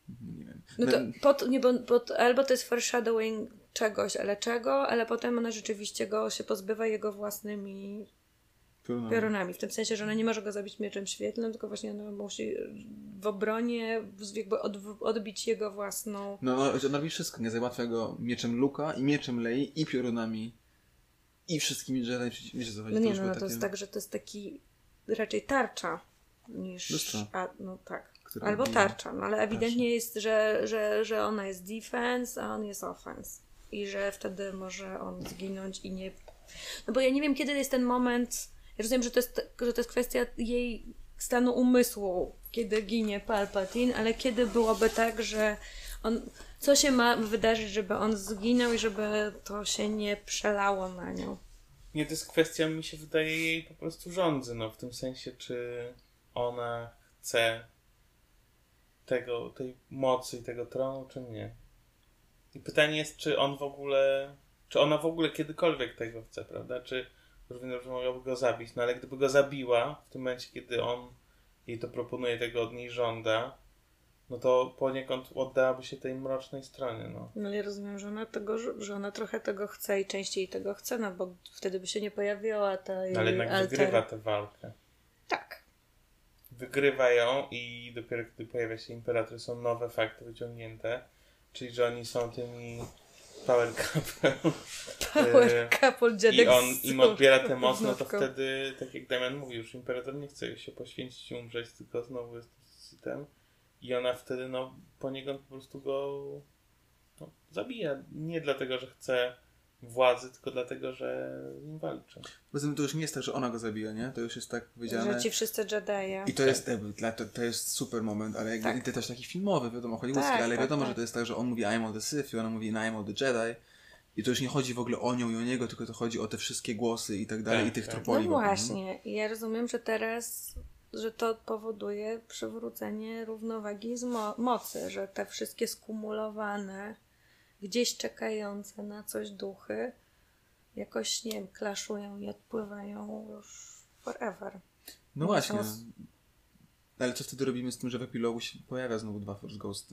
Nie wiem. No to Ben- pod, nie, bo, pod, albo to jest foreshadowing czegoś, ale czego, ale potem ona rzeczywiście go się pozbywa jego własnymi Piorunami. piorunami. W tym sensie, że ona nie może go zabić mieczem świetlnym, tylko właśnie ona musi w obronie jakby od, odbić jego własną... No, no, ona robi wszystko. Nie załatwia go mieczem Luka i mieczem Lei i piorunami i wszystkimi Jedi. Wiecie, co chodzi? No nie, już no, było no to takie- jest tak, że to jest taki raczej tarcza niż... Lustro. A, no tak. Która Albo bije. tarcza, no ale ewidentnie jest, że, że, że ona jest defense, a on jest offense. I że wtedy może on zginąć i nie... No bo ja nie wiem, kiedy jest ten moment... Ja rozumiem, że to jest, że to jest kwestia jej stanu umysłu, kiedy ginie Palpatine, ale kiedy byłoby tak, że on... Co się ma wydarzyć, żeby on zginął i żeby to się nie przelało na nią? Nie, to jest kwestia, mi się wydaje, jej po prostu rządzy, no w tym sensie, czy ona chce tego, tej mocy i tego tronu, czy nie. I pytanie jest, czy on w ogóle, czy ona w ogóle kiedykolwiek tego chce, prawda? Czy równie dobrze mogłaby go zabić, no ale gdyby go zabiła w tym momencie, kiedy on jej to proponuje, tego od niej żąda, no to poniekąd oddałaby się tej mrocznej stronie, no. No ja rozumiem, że ona, tego, że ona trochę tego chce i częściej tego chce, no bo wtedy by się nie pojawiała ta jej Ale jednak alter... wygrywa tę walkę. Tak. Wygrywa ją i dopiero gdy pojawia się imperator, są nowe fakty wyciągnięte, czyli że oni są tymi power couple. Power couple dziadek I on z im odbiera tę moc, no to wnówką. wtedy, tak jak Damian mówił, już imperator nie chce się poświęcić i umrzeć, tylko znowu jest Sithem. I ona wtedy, no, poniekąd po prostu go no, zabija. Nie dlatego, że chce władzy, tylko dlatego, że z nim walczy. Poza tym to już nie jest tak, że ona go zabija, nie? To już jest tak powiedziane. Że ci wszyscy Jedi'e. I to jest, jakby, dla- to, to jest super moment, ale jakby Tak. i to też taki filmowy, wiadomo, hollywoodzki, Tak, ale tak, wiadomo, tak. że to jest tak, że on mówi I'm all the Sith i ona mówi I'm all the Jedi. I to już nie chodzi w ogóle o nią i o niego, tylko to chodzi o te wszystkie głosy i tak dalej, Tak, i tych tak. No tropoli. wokół, nie? właśnie. I ja rozumiem, że teraz, że to powoduje przywrócenie równowagi z mo- mocy, że te wszystkie skumulowane, gdzieś czekające na coś duchy jakoś, nie wiem, klaszują i odpływają już forever. No No właśnie. to- Ale co wtedy robimy z tym, że w epilogu się pojawia znowu dwa Force Ghosty?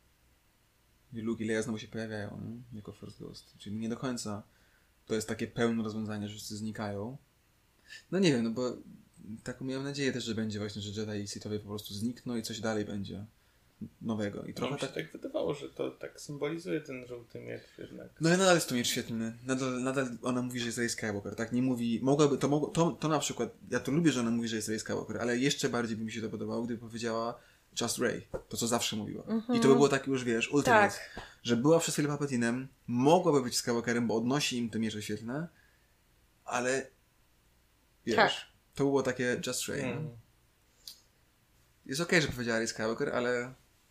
I Luke i Leia znowu się pojawiają, nie? Jako Force Ghost. Czyli nie do końca to jest takie pełne rozwiązanie, że wszyscy znikają. No nie wiem, no bo taką miałem nadzieję też, że będzie właśnie, że Jedi i Sithowie po prostu znikną i coś dalej będzie nowego. I No trochę mi się tak... tak wydawało, że to tak symbolizuje ten żółty miecz jednak. No i nadal jest to miecz świetlny. Nadal, nadal ona mówi, że jest Rey Skywalker, tak? Nie mówi... Mogłaby... To, mogło, to, to na przykład... Ja to lubię, że ona mówi, że jest Rey Skywalker, ale jeszcze bardziej by mi się to podobało, gdyby powiedziała Just Rey. To, co zawsze mówiła. I to by było tak już, wiesz, ultimate. Tak. Że była przez chwilę Palpatinem, mogłaby być Skywalkerem, bo odnosi im te miecze świetlne, ale... Wiesz... Tak. To było takie Just Rey. Mm. No. Jest okej, że powiedziała Rey Skywalker, ale...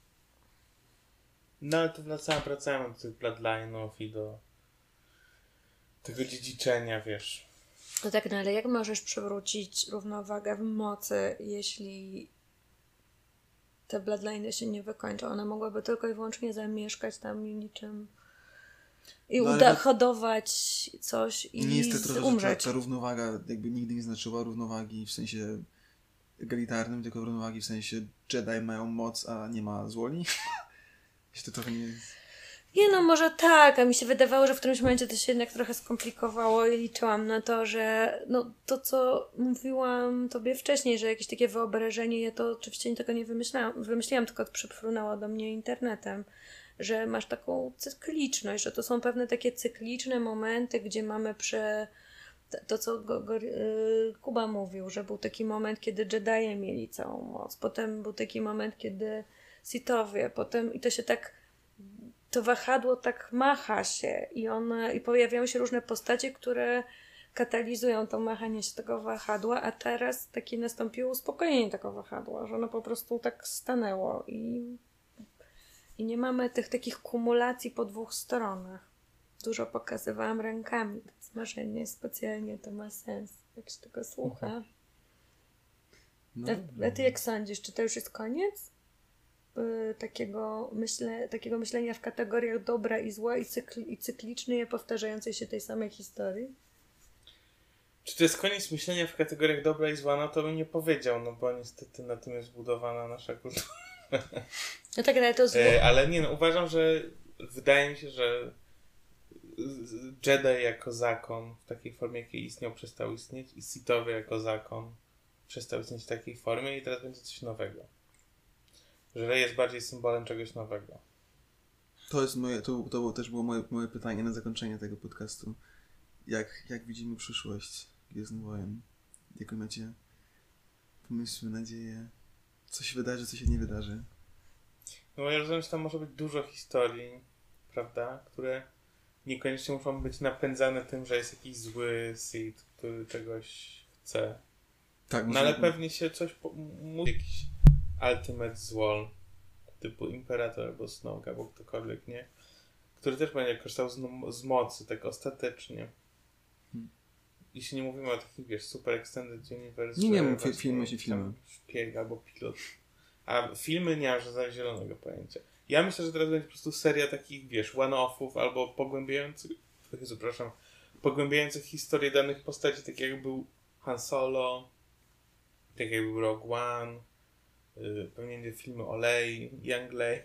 No ale to wracamy, wracamy do tych bloodline'ów i do tego dziedziczenia, wiesz. No tak, no ale jak możesz przywrócić równowagę w mocy, jeśli te bloodliny się nie wykończą? Ona mogłaby tylko i wyłącznie zamieszkać tam i niczym i No, ale uda to- hodować coś i Nie jest to trochę, że ta, umrzeć. ta równowaga jakby nigdy nie znaczyła równowagi w sensie egalitarnym, tylko równowagi w sensie Jedi mają moc, a nie ma złoli. Jeśli to trochę nie... Nie no, może tak, a mi się wydawało, że w którymś momencie to się jednak trochę skomplikowało i liczyłam na to, że no to, co mówiłam tobie wcześniej, że jakieś takie wyobrażenie, ja to oczywiście tego nie wymyślałam, wymyśliłam, tylko przypłynęło do mnie internetem, że masz taką cykliczność, że to są pewne takie cykliczne momenty, gdzie mamy prze... To, to co go, go, yy, Kuba mówił, że był taki moment, kiedy Jedi'e mieli całą moc, potem był taki moment, kiedy Sithowie, potem i to się tak to wahadło tak macha się i one, i pojawiają się różne postacie, które katalizują to machanie się tego wahadła, a teraz takie nastąpiło uspokojenie tego wahadła, że ono po prostu tak stanęło i, i nie mamy tych takich kumulacji po dwóch stronach. Dużo pokazywałam rękami, więc może nie specjalnie to ma sens, jak się tego słucha. No, A, a ty jak sądzisz, czy to już jest koniec? Y, takiego, myśle, takiego myślenia w kategoriach dobra i zła i, cykl, i cyklicznej, a powtarzającej się tej samej historii? Czy to jest koniec myślenia w kategoriach dobra i zła? No to bym nie powiedział, no bo niestety na tym jest zbudowana nasza kultura. No tak, ale to zło... E, ale nie no, uważam, że wydaje mi się, że Jedi jako zakon w takiej formie, jakiej istniał, przestał istnieć i Sithowie jako zakon przestał istnieć w takiej formie i teraz będzie coś nowego. Że Rey jest bardziej symbolem czegoś nowego. To jest moje, to, to było, też było moje, moje pytanie na zakończenie tego podcastu. Jak, jak widzimy przyszłość Gwiezdnych Wojen? Jakie macie pomysły, nadzieje? Co się wydarzy, co się nie wydarzy? No ja rozumiem, że tam może być dużo historii, prawda? Które niekoniecznie muszą być napędzane tym, że jest jakiś zły Sith, który czegoś chce. Tak, no ale pewnie się coś... Po, mu, jakiś ultimate zło typu Imperator albo Snoke albo ktokolwiek, nie? Który też będzie korzystał z, z mocy, tak ostatecznie. Hmm. Jeśli nie mówimy o takich, wiesz, super extended universe... Nie, nie, fi- filmy się filmy. Szpieg albo pilot. A filmy nie masz za zielonego pojęcia. Ja myślę, że teraz będzie po prostu seria takich, wiesz, one-offów albo pogłębiających, przepraszam, pogłębiających historię danych postaci, tak jak był Han Solo, tak jak był Rogue One, yy, pewnie nie filmy o Lei, Young Lei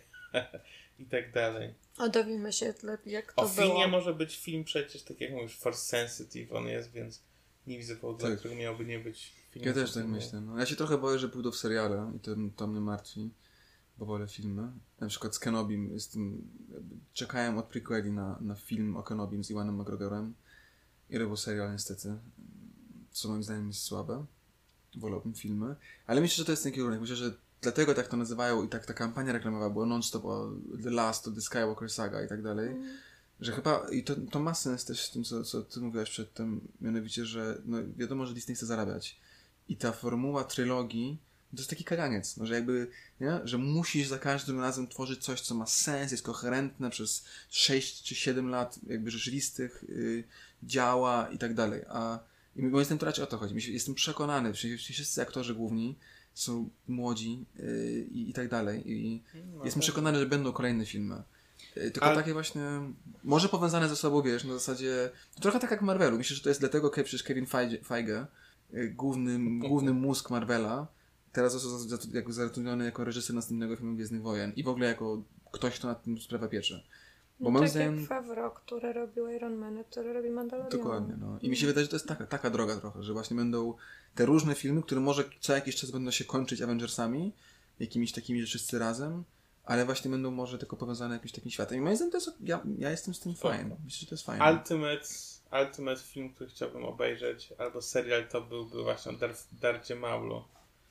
i tak dalej. O, dowiemy się, jak to o było. O filmie może być film przecież, tak jak mówisz, Force Sensitive on jest, więc nie widzę powodu, tak. dla którego miałby nie być film. Ja też tak myślę. No. Ja się trochę boję, że pójdą w seriale i to, to mnie martwi, bo wolę filmy. Na przykład z Kenobim jestem, czekałem od prequeli na, na film o Kenobim z Ewanem McGregorem i robił serial niestety, co moim zdaniem jest słabe. Wolałbym filmy, ale myślę, że to jest ten kierunek. Myślę, że dlatego tak to nazywają i tak ta kampania reklamowa była non-stop o The Last, o The Skywalker Saga i tak dalej, mm. że chyba, i to, to ma sens też w tym, co, co ty mówiłaś przedtem, mianowicie, że no, wiadomo, że Disney chce zarabiać i ta formuła trylogii to jest taki kaganiec, no, że jakby, nie? Że musisz za każdym razem tworzyć coś, co ma sens, jest koherentne przez sześć czy siedem lat jakby rzeczywistych yy, działa i tak dalej, a i moim zdaniem to raczej o to chodzi. Jestem przekonany, że wszyscy aktorzy główni są młodzi yy, i, i tak dalej. I no, jestem tak. przekonany, że będą kolejne filmy. Yy, tylko Ale... takie właśnie, może powiązane ze sobą, wiesz, na zasadzie, trochę tak jak w Marvelu. Myślę, że to jest dlatego, że przecież Kevin Feige, yy, główny, główny mózg Marvela, teraz został jako zatrudniony jako reżyser następnego filmu Gwiezdnych Wojen i w ogóle jako ktoś, kto nad tym sprawę piecze. Bo no tak zdaniem... jak Favreau, który robił Iron Man, który robi Mandalorian. Dokładnie, no. I mi się wydaje, że to jest taka, taka droga trochę, że właśnie będą te różne filmy, które może co jakiś czas będą się kończyć Avengersami, jakimiś takimi, że wszyscy razem, ale właśnie będą może tylko powiązane jakimś takim światem. I moim zdaniem to jest, ja, ja jestem z tym fajny. Myślę, że to jest fajne. Ultimate, ultimate film, który chciałbym obejrzeć, albo serial, to byłby właśnie o Dar- Darcie Maulu.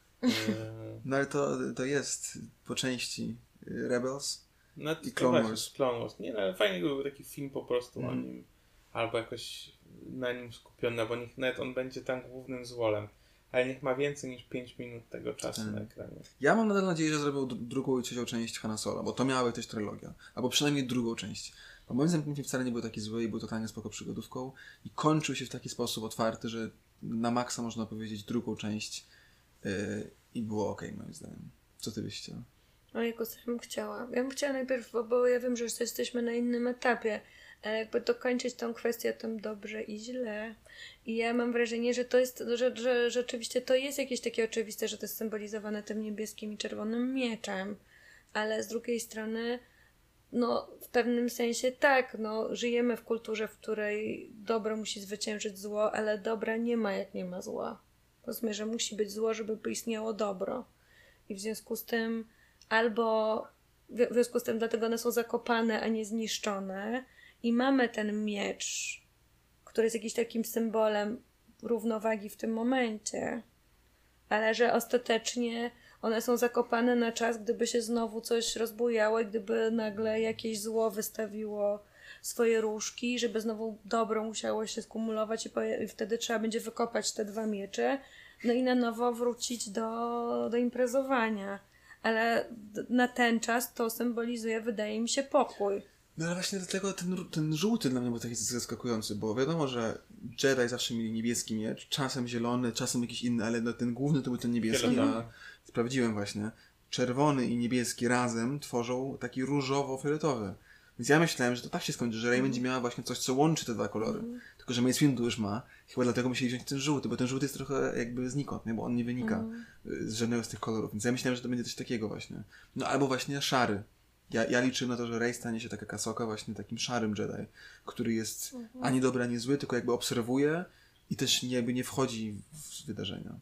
No ale to, to jest po części Rebels. No, i Clone Wars. Clone Wars. Nie, no, ale fajnie byłby taki film po prostu mm. o nim, albo jakoś na nim skupiony, bo niech nawet on będzie tam głównym złolem, ale niech ma więcej niż pięć minut tego czasu mm. na ekranie. Ja mam nadal nadzieję, że zrobią d- drugą i trzecią część Hanna Solo, bo to miała być też trylogia, albo przynajmniej drugą część. Bo moim zdaniem ten film wcale nie był taki zły i był totalnie spoko przygodówką i kończył się w taki sposób otwarty, że na maksa można powiedzieć drugą część yy, i było okej, okay, moim zdaniem. Co ty byś chciała? O, jako co bym chciała. Ja bym chciała najpierw, bo, bo ja wiem, że już jesteśmy na innym etapie, ale jakby dokończyć tą kwestię o tym dobrze i źle. I ja mam wrażenie, że to jest, że, że rzeczywiście to jest jakieś takie oczywiste, że to jest symbolizowane tym niebieskim i czerwonym mieczem, ale z drugiej strony no w pewnym sensie tak, no żyjemy w kulturze, w której dobro musi zwyciężyć zło, ale dobra nie ma jak nie ma zła. Powiedzmy, że musi być zło, żeby istniało dobro. I w związku z tym albo w związku z tym dlatego one są zakopane, a nie zniszczone i mamy ten miecz, który jest jakimś takim symbolem równowagi w tym momencie, ale że ostatecznie one są zakopane na czas, gdyby się znowu coś rozbujało i gdyby nagle jakieś zło wystawiło swoje różki, żeby znowu dobro musiało się skumulować i, poja- i wtedy trzeba będzie wykopać te dwa miecze, no i na nowo wrócić do, do imprezowania. Ale na ten czas to symbolizuje, wydaje mi się, pokój. No ale właśnie dlatego ten, ten żółty dla mnie był taki zaskakujący, bo wiadomo, że Jedi zawsze mieli niebieski miecz, czasem zielony, czasem jakiś inny, ale no ten główny to był ten niebieski, a sprawdziłem właśnie, czerwony i niebieski razem tworzą taki różowo-fioletowy. Więc ja myślałem, że to tak się skończy, że Rey będzie miała właśnie coś, co łączy te dwa kolory. Mm. Tylko, że Mace Windu już ma. Chyba dlatego musieli wziąć ten żółty, bo ten żółty jest trochę jakby znikąd, nie? Bo on nie wynika mm. z żadnego z tych kolorów. Więc ja myślałem, że to będzie coś takiego właśnie. No albo właśnie szary. Ja, ja liczę na to, że Rey stanie się taka Ahsoka właśnie takim szarym Jedi, który jest mm. ani dobry, ani zły, tylko jakby obserwuje i też nie, jakby nie wchodzi w wydarzenia.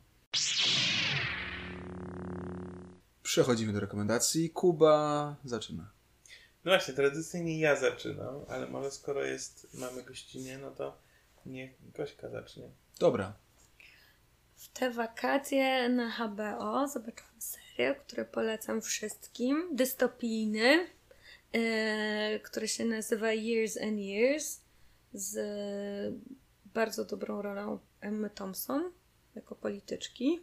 Przechodzimy do rekomendacji. Kuba zaczyna. No właśnie, tradycyjnie ja zaczynam, ale może skoro jest, mamy gościnę, no to niech Gośka zacznie. Dobra. W te wakacje na H B O zobaczyłam serial, który polecam wszystkim. Dystopijny, yy, który się nazywa Years and Years z bardzo dobrą rolą Emmy Thompson jako polityczki.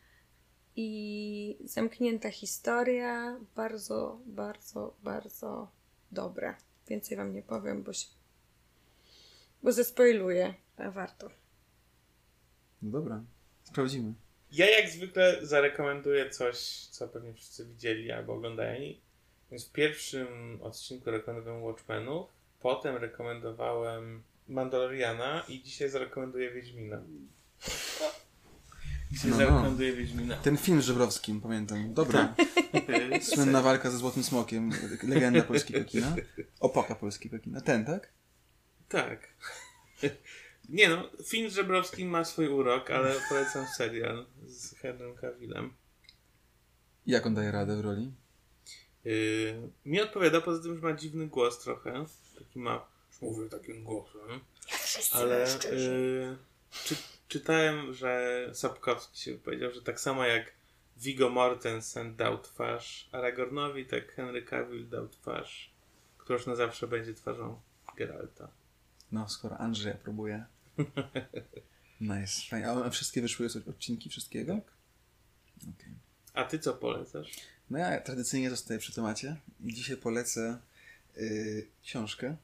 I zamknięta historia, bardzo, bardzo, bardzo dobra. Więcej wam nie powiem, bo się bo zespoiluję, a warto. No dobra, sprawdzimy. Ja jak zwykle zarekomenduję coś, co pewnie wszyscy widzieli albo oglądali. Więc w pierwszym odcinku rekomendowałem Watchmenów, potem rekomendowałem Mandaloriana i dzisiaj zarekomenduję Wiedźmina. Dzisiaj no, zarekomenduję no. Wiedźmina. Ten film z Żebrowskim, pamiętam. Dobra. Słynna walka ze Złotym Smokiem. Legenda polskiego kina. Opoka polskiego kina. Ten, tak? Tak. Nie no, film z Żebrowskim ma swój urok, ale polecam serial z Henrym Cavillem. Jak on daje radę w roli? Yy, mi odpowiada, poza tym, że ma dziwny głos trochę. Taki ma, mówię takim głosem. Ale yy, czy, czytałem, że Sapkowski się powiedział, że tak samo jak Viggo Mortensen dał twarz Aragornowi, tak Henry Cavill dał twarz, która już na zawsze będzie twarzą Geralta. No, skoro Andrzej próbuje. Nice. Fajnie. A wszystkie wyszły z odcinki wszystkiego? Tak. Okay. A ty co polecasz? No ja tradycyjnie zostaję przy temacie i dzisiaj polecę yy, książkę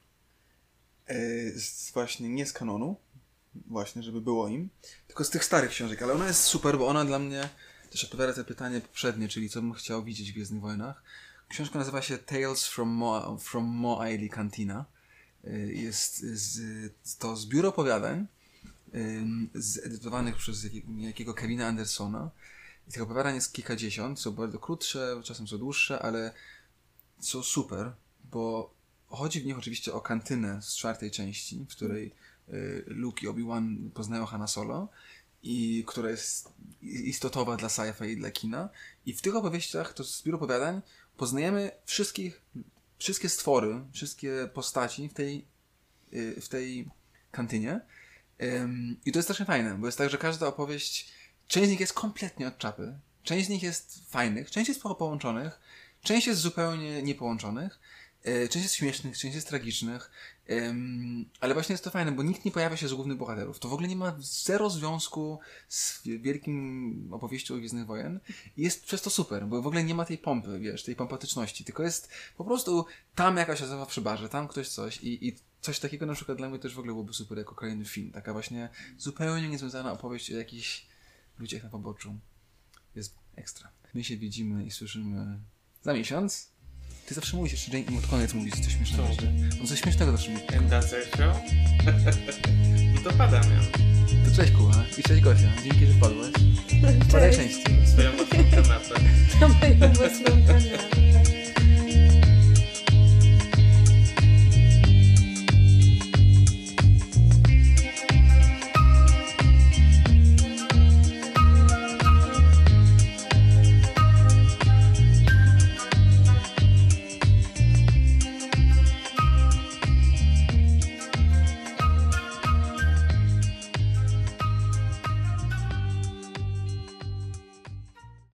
yy, z, właśnie nie z kanonu, właśnie, żeby było im, tylko z tych starych książek, ale ona jest super, bo ona dla mnie też odpowiada na pytanie poprzednie, czyli co bym chciał widzieć w Gwiezdnych Wojnach. Książka nazywa się Tales from Mo, from Mo Ailey Cantina. Jest z, to zbiór opowiadań zedytowanych przez jakiego, jakiego Kevina Andersona. I tych opowiadań jest kilkadziesiąt, są bardzo krótsze, czasem są dłuższe, ale są super, bo chodzi w nich oczywiście o kantynę z czwartej części, w której Luke i Obi-Wan poznają Hanna Solo i która jest istotowa dla sci-fi i dla kina. I w tych opowieściach, to zbiór opowiadań, poznajemy wszystkich wszystkie stwory, wszystkie postaci w tej, w tej kantynie. I to jest strasznie fajne, bo jest tak, że każda opowieść, część z nich jest kompletnie od czapy, część z nich jest fajnych, część jest połączonych, część jest zupełnie niepołączonych, część jest śmiesznych, część jest tragicznych, ale właśnie jest to fajne, bo nikt nie pojawia się z głównych bohaterów. To w ogóle nie ma zero związku z wielkim opowieścią o Gwiezdnych Wojen i jest przez to super, bo w ogóle nie ma tej pompy, wiesz, tej pompatyczności, tylko jest po prostu tam jakaś osoba przy barze, tam ktoś coś i, i coś takiego na przykład dla mnie też w ogóle byłoby super jako kolejny film. Taka właśnie zupełnie niezwiązana opowieść o jakichś ludziach na poboczu. Jest ekstra. My się widzimy i słyszymy za miesiąc. Ty zawsze mówisz, jeszcze Jane pod koniec mówisz coś śmiesznego. On coś śmiesznego zawsze mówi. And that's our show? No to padam ja. To cześć Kuba i cześć Gosia. Dzięki, że wpadłeś. Padaj częściej. Swoją mocną kanapę.